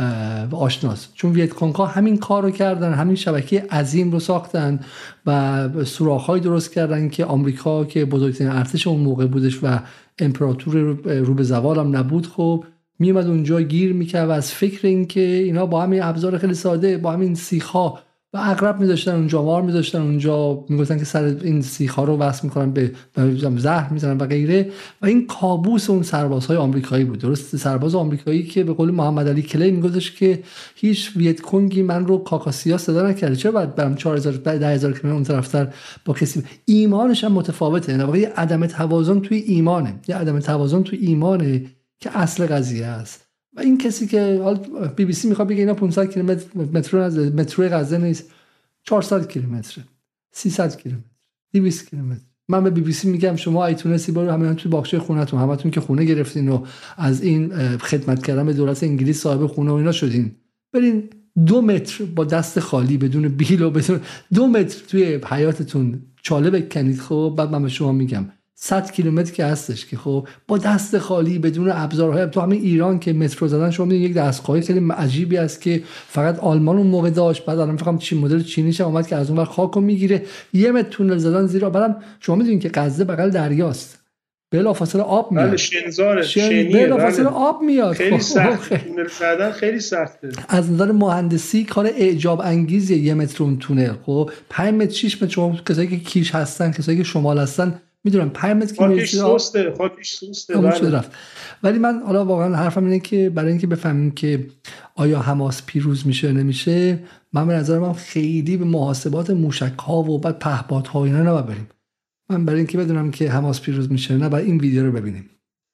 آشناست، چون ویت کونگ ها همین کار رو کردن، همین شبکه عظیم رو ساختن و سوراخ‌های درست کردن که آمریکا که بزرگترین ارتش اون موقع بودش و امپراتور رو به زوال هم نبود، خب میومد اونجا گیر میکرد و از فکر این که اینا با همین ابزار خیلی ساده، با همین سیخ‌ها و عقرب میذاشتن اونجا، مار میذاشتن اونجا، میگفتن که سر این سیخ‌ها رو وصل میکنن به زهر میزنن و غیره. و این کابوس اون سربازهای آمریکایی بود. درست سرباز آمریکایی که به قول محمد علی کلی میگفتش که هیچ ویت کنگی من رو کاکاسیا صدا نکرده، چرا باید برم چهار هزار ده هزار کیلومتر اون طرفتر با کسی. ایمانش هم متفاوته، یعنی واقعا عدم توازن توی ایمانه، یه عدم توازن توی ایمانه که اصل قضیه است. و این کسی که حالا بی بی سی میخواد بگه اینا پانصد کیلومتر مترو از مترو غزه نیست، چهارصد کیلومتر، سیصد کیلومتر، دویست کیلومتر. من به بی بی سی میگم شما ای تونستی برو همین توی باغچه خونتون، همتون که خونه گرفتین و از این خدمت کردن به دولت انگلیس صاحب خونه و اینا شدین، برین دو متر با دست خالی بدون بیل و بدون دو متر توی حیاتتون چاله بکنید. خب بعد من به شما میگم صد کیلومتر که هستش که خب با دست خالی بدون ابزارهای، تو همین ایران که مترو زدن شما میدونید یک دستگاهی خیلی عجیبی است که فقط آلمان اون موقع داشت، بعد الان فقط چین مدل چینیش هم اومد که از اون ور خاکو میگیره، یه متر تونل زدن زیرا. بعدم شما میدونید که غزه بغل دریاست، بلافاصله آب میاد. بله شنزاره، شن... شنیه، بلافاصله بله. آب میاد. خیلی سخته، تونل زدن خیلی سخته. از نظر مهندسی کار اعجاب انگیزیه یه متر اون تونل. خب پنج متر شش متر، شما کسایی که کیش هستن، کسایی که شمال هستن میدونم پنج متر که خاکش سوسته، خاکش سوسته. بله. ولی من حالا واقعا حرفم اینه که برای اینکه بفهمیم که آیا حماس پیروز میشه نمیشه، من به نظر من خیلی به محاسبات موشک ها و بعد پهپاد ها اینا نباید بریم. من برای اینکه بدونم که حماس پیروز میشه نه، باید این ویدیو رو ببینیم.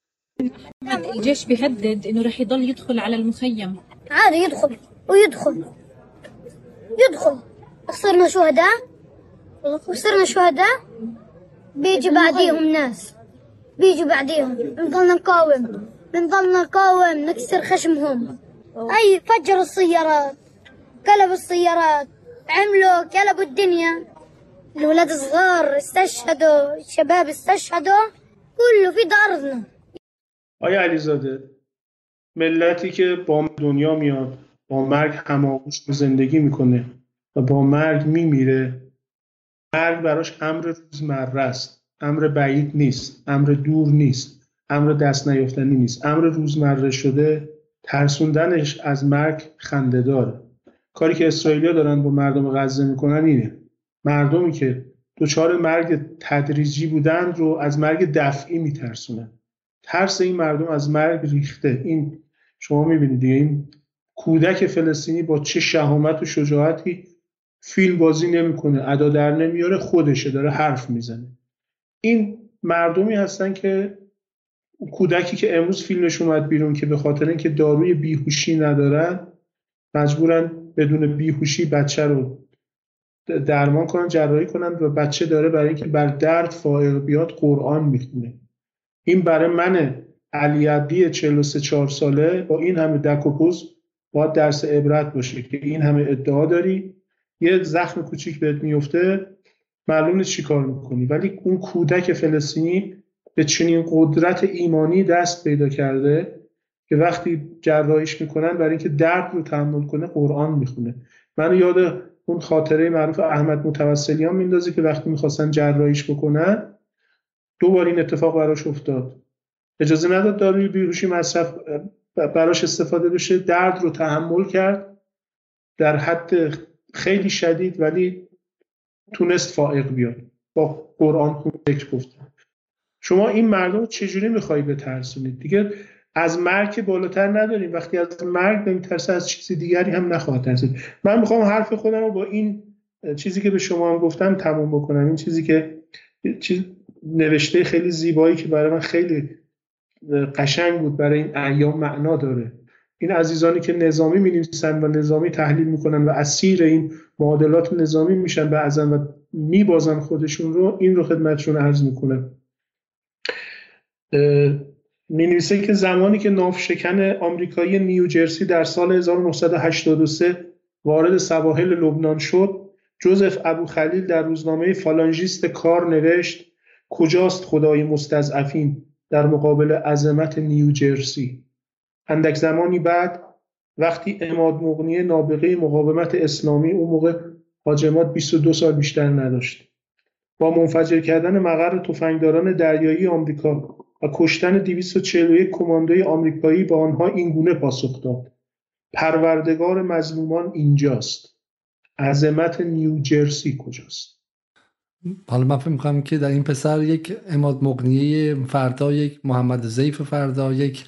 الجيش بيهدد انه رح يضل يدخل على المخيم. عادي يدخل ويدخل يدخل صرنا شهداء وصرنا شهداء، بيجي بعديهم ناس، بيجي بعديهم بنضلنا نقاوم، بنضلنا نقاوم نكسر خشمهم. اي فجروا السيارات، قلبوا السيارات، عملوا قلبوا الدنيا. الولاد الصغار استشهدوا، الشباب استشهدوا، كله في ارضنا. آیا علیزاده، ملتی که با دنیا میاد، با مرگ هماغوش به زندگی میکنه و با مرگ میمیره، مرگ براش امر روزمره است، امر بعید نیست، امر دور نیست، امر دست نیافتنی نیست، امر روزمره شده. ترسوندنش از مرگ خنده داره. کاری که اسرائیلیا دارن با مردم غزه میکنن اینه، مردمی که دچار مرگ تدریجی بودن رو از مرگ دفعی میترسونن. ترس این مردم از مرگ ریخته. این شما میبینید دیگه، این کودک فلسطینی با چه شهامت و شجاعتی فیلم بازی نمیکنه، ادا در نمیاره، خودشه داره حرف میزنه. این مردمی هستن که کودکی که امروز فیلمش اومد بیرون که به خاطر اینکه داروی بیهوشی ندارن مجبورن بدون بیهوشی بچه رو درمان کنن، جراحی کنن و بچه داره برای اینکه بر درد فائق بیاد قرآن میخونه. این برای من علی عبدی چهل و سه چهار ساله با این همه دک و پوز باید درس عبرت باشه که این همه ادعا داری، یه زخم کوچیک بهت میفته معلوم نیست چی کار میکنی. ولی اون کودک فلسطینی به چنین قدرت ایمانی دست پیدا کرده که وقتی جراحیش میکنن برای اینکه درد رو تحمل کنه قرآن میخونه. من یاد اون خاطره معروف احمد متوسلیان میندازه که وقتی میخواستن جراحیش بکنن دو بار این اتفاق براش افتاد، اجازه نداد داروی بیهوشی مصرف براش استفاده بشه، درد رو تحمل کرد در حد خیلی شدید ولی تونست فائق بیاد، با قرآن خوب ذکر گفتن. شما این مردم چجوری میخوایی بترسونید؟ دیگه از مرگ بالاتر نداریم. وقتی از مرگ نمیترسه از چیزی دیگری هم نخواهد ترسید. من میخوام حرف خودم رو با این چیزی که به شما هم گفتم تموم بکنم. این چیزی که چیز نوشته خیلی زیبایی که برای من خیلی قشنگ بود، برای این ایام معنا داره. این عزیزانی که نظامی می‌نویسن و نظامی تحلیل میکنن و اسیر این معادلات نظامی میشن بعضن و میبازن خودشون رو، این رو خدمتشون عرض میکنم. می‌نویسه که زمانی که ناوشکن آمریکایی نیوجرسی در سال هزار و نهصد و هشتاد و سه وارد سواحل لبنان شد، جوزف ابوخلیل در روزنامه فالانژیست کار نوشت کجاست خدای مستضعفین در مقابل عظمت نیوجرسی. اندک زمانی بعد وقتی عماد مغنی نابغه مقاومت اسلامی، اون موقع حاج عماد بیست و دو سال بیشتر نداشت، با منفجر کردن مقر تفنگداران دریایی آمریکا و کشتن دویست و چهل و یک کماندوی آمریکایی با آنها این گونه پاسخ داد: پروردگار مظلومان اینجاست، عظمت نیوجرسی کجاست؟ حالا من فکر می‌کنم که در این پسر یک عماد مغنی فردا، یک محمد ضیف فردا، یک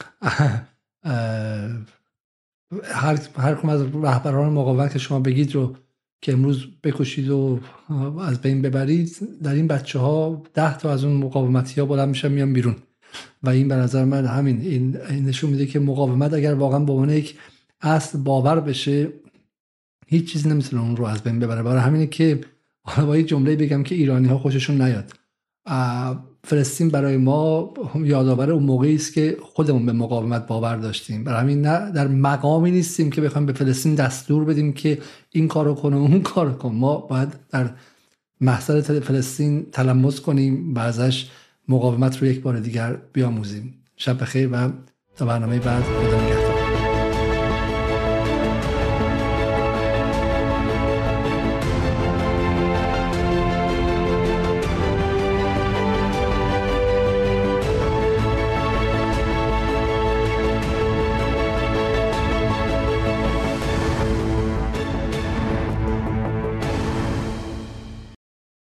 هر هر کدوم از رهبران مقاومت که شما بگید رو که امروز بکشید و از بین ببرید، در این بچه ها ده تا از اون مقاومتی ها بلند میشن میان بیرون. و این به نظر من همین این, این نشون میده که مقاومت اگر واقعا به عنوان یک اصل باور بشه، هیچ چیزی نمیتونه اون رو از بین ببره. برای همینه که حالا با یک جمله بگم که ایرانی ها خوششون نیاد، فلسطین برای ما یادآور اون موقعی است که خودمون به مقاومت باور داشتیم. برای همین نه در مقامی نیستیم که بخوایم به فلسطین دستور بدیم که این کارو کنه اون کارو کن. ما باید در محصول فلسطین تلمس کنیم و ازش مقاومت رو یک بار دیگر بیاموزیم. شب بخیر و تا برنامه بعد خدا نگهدار.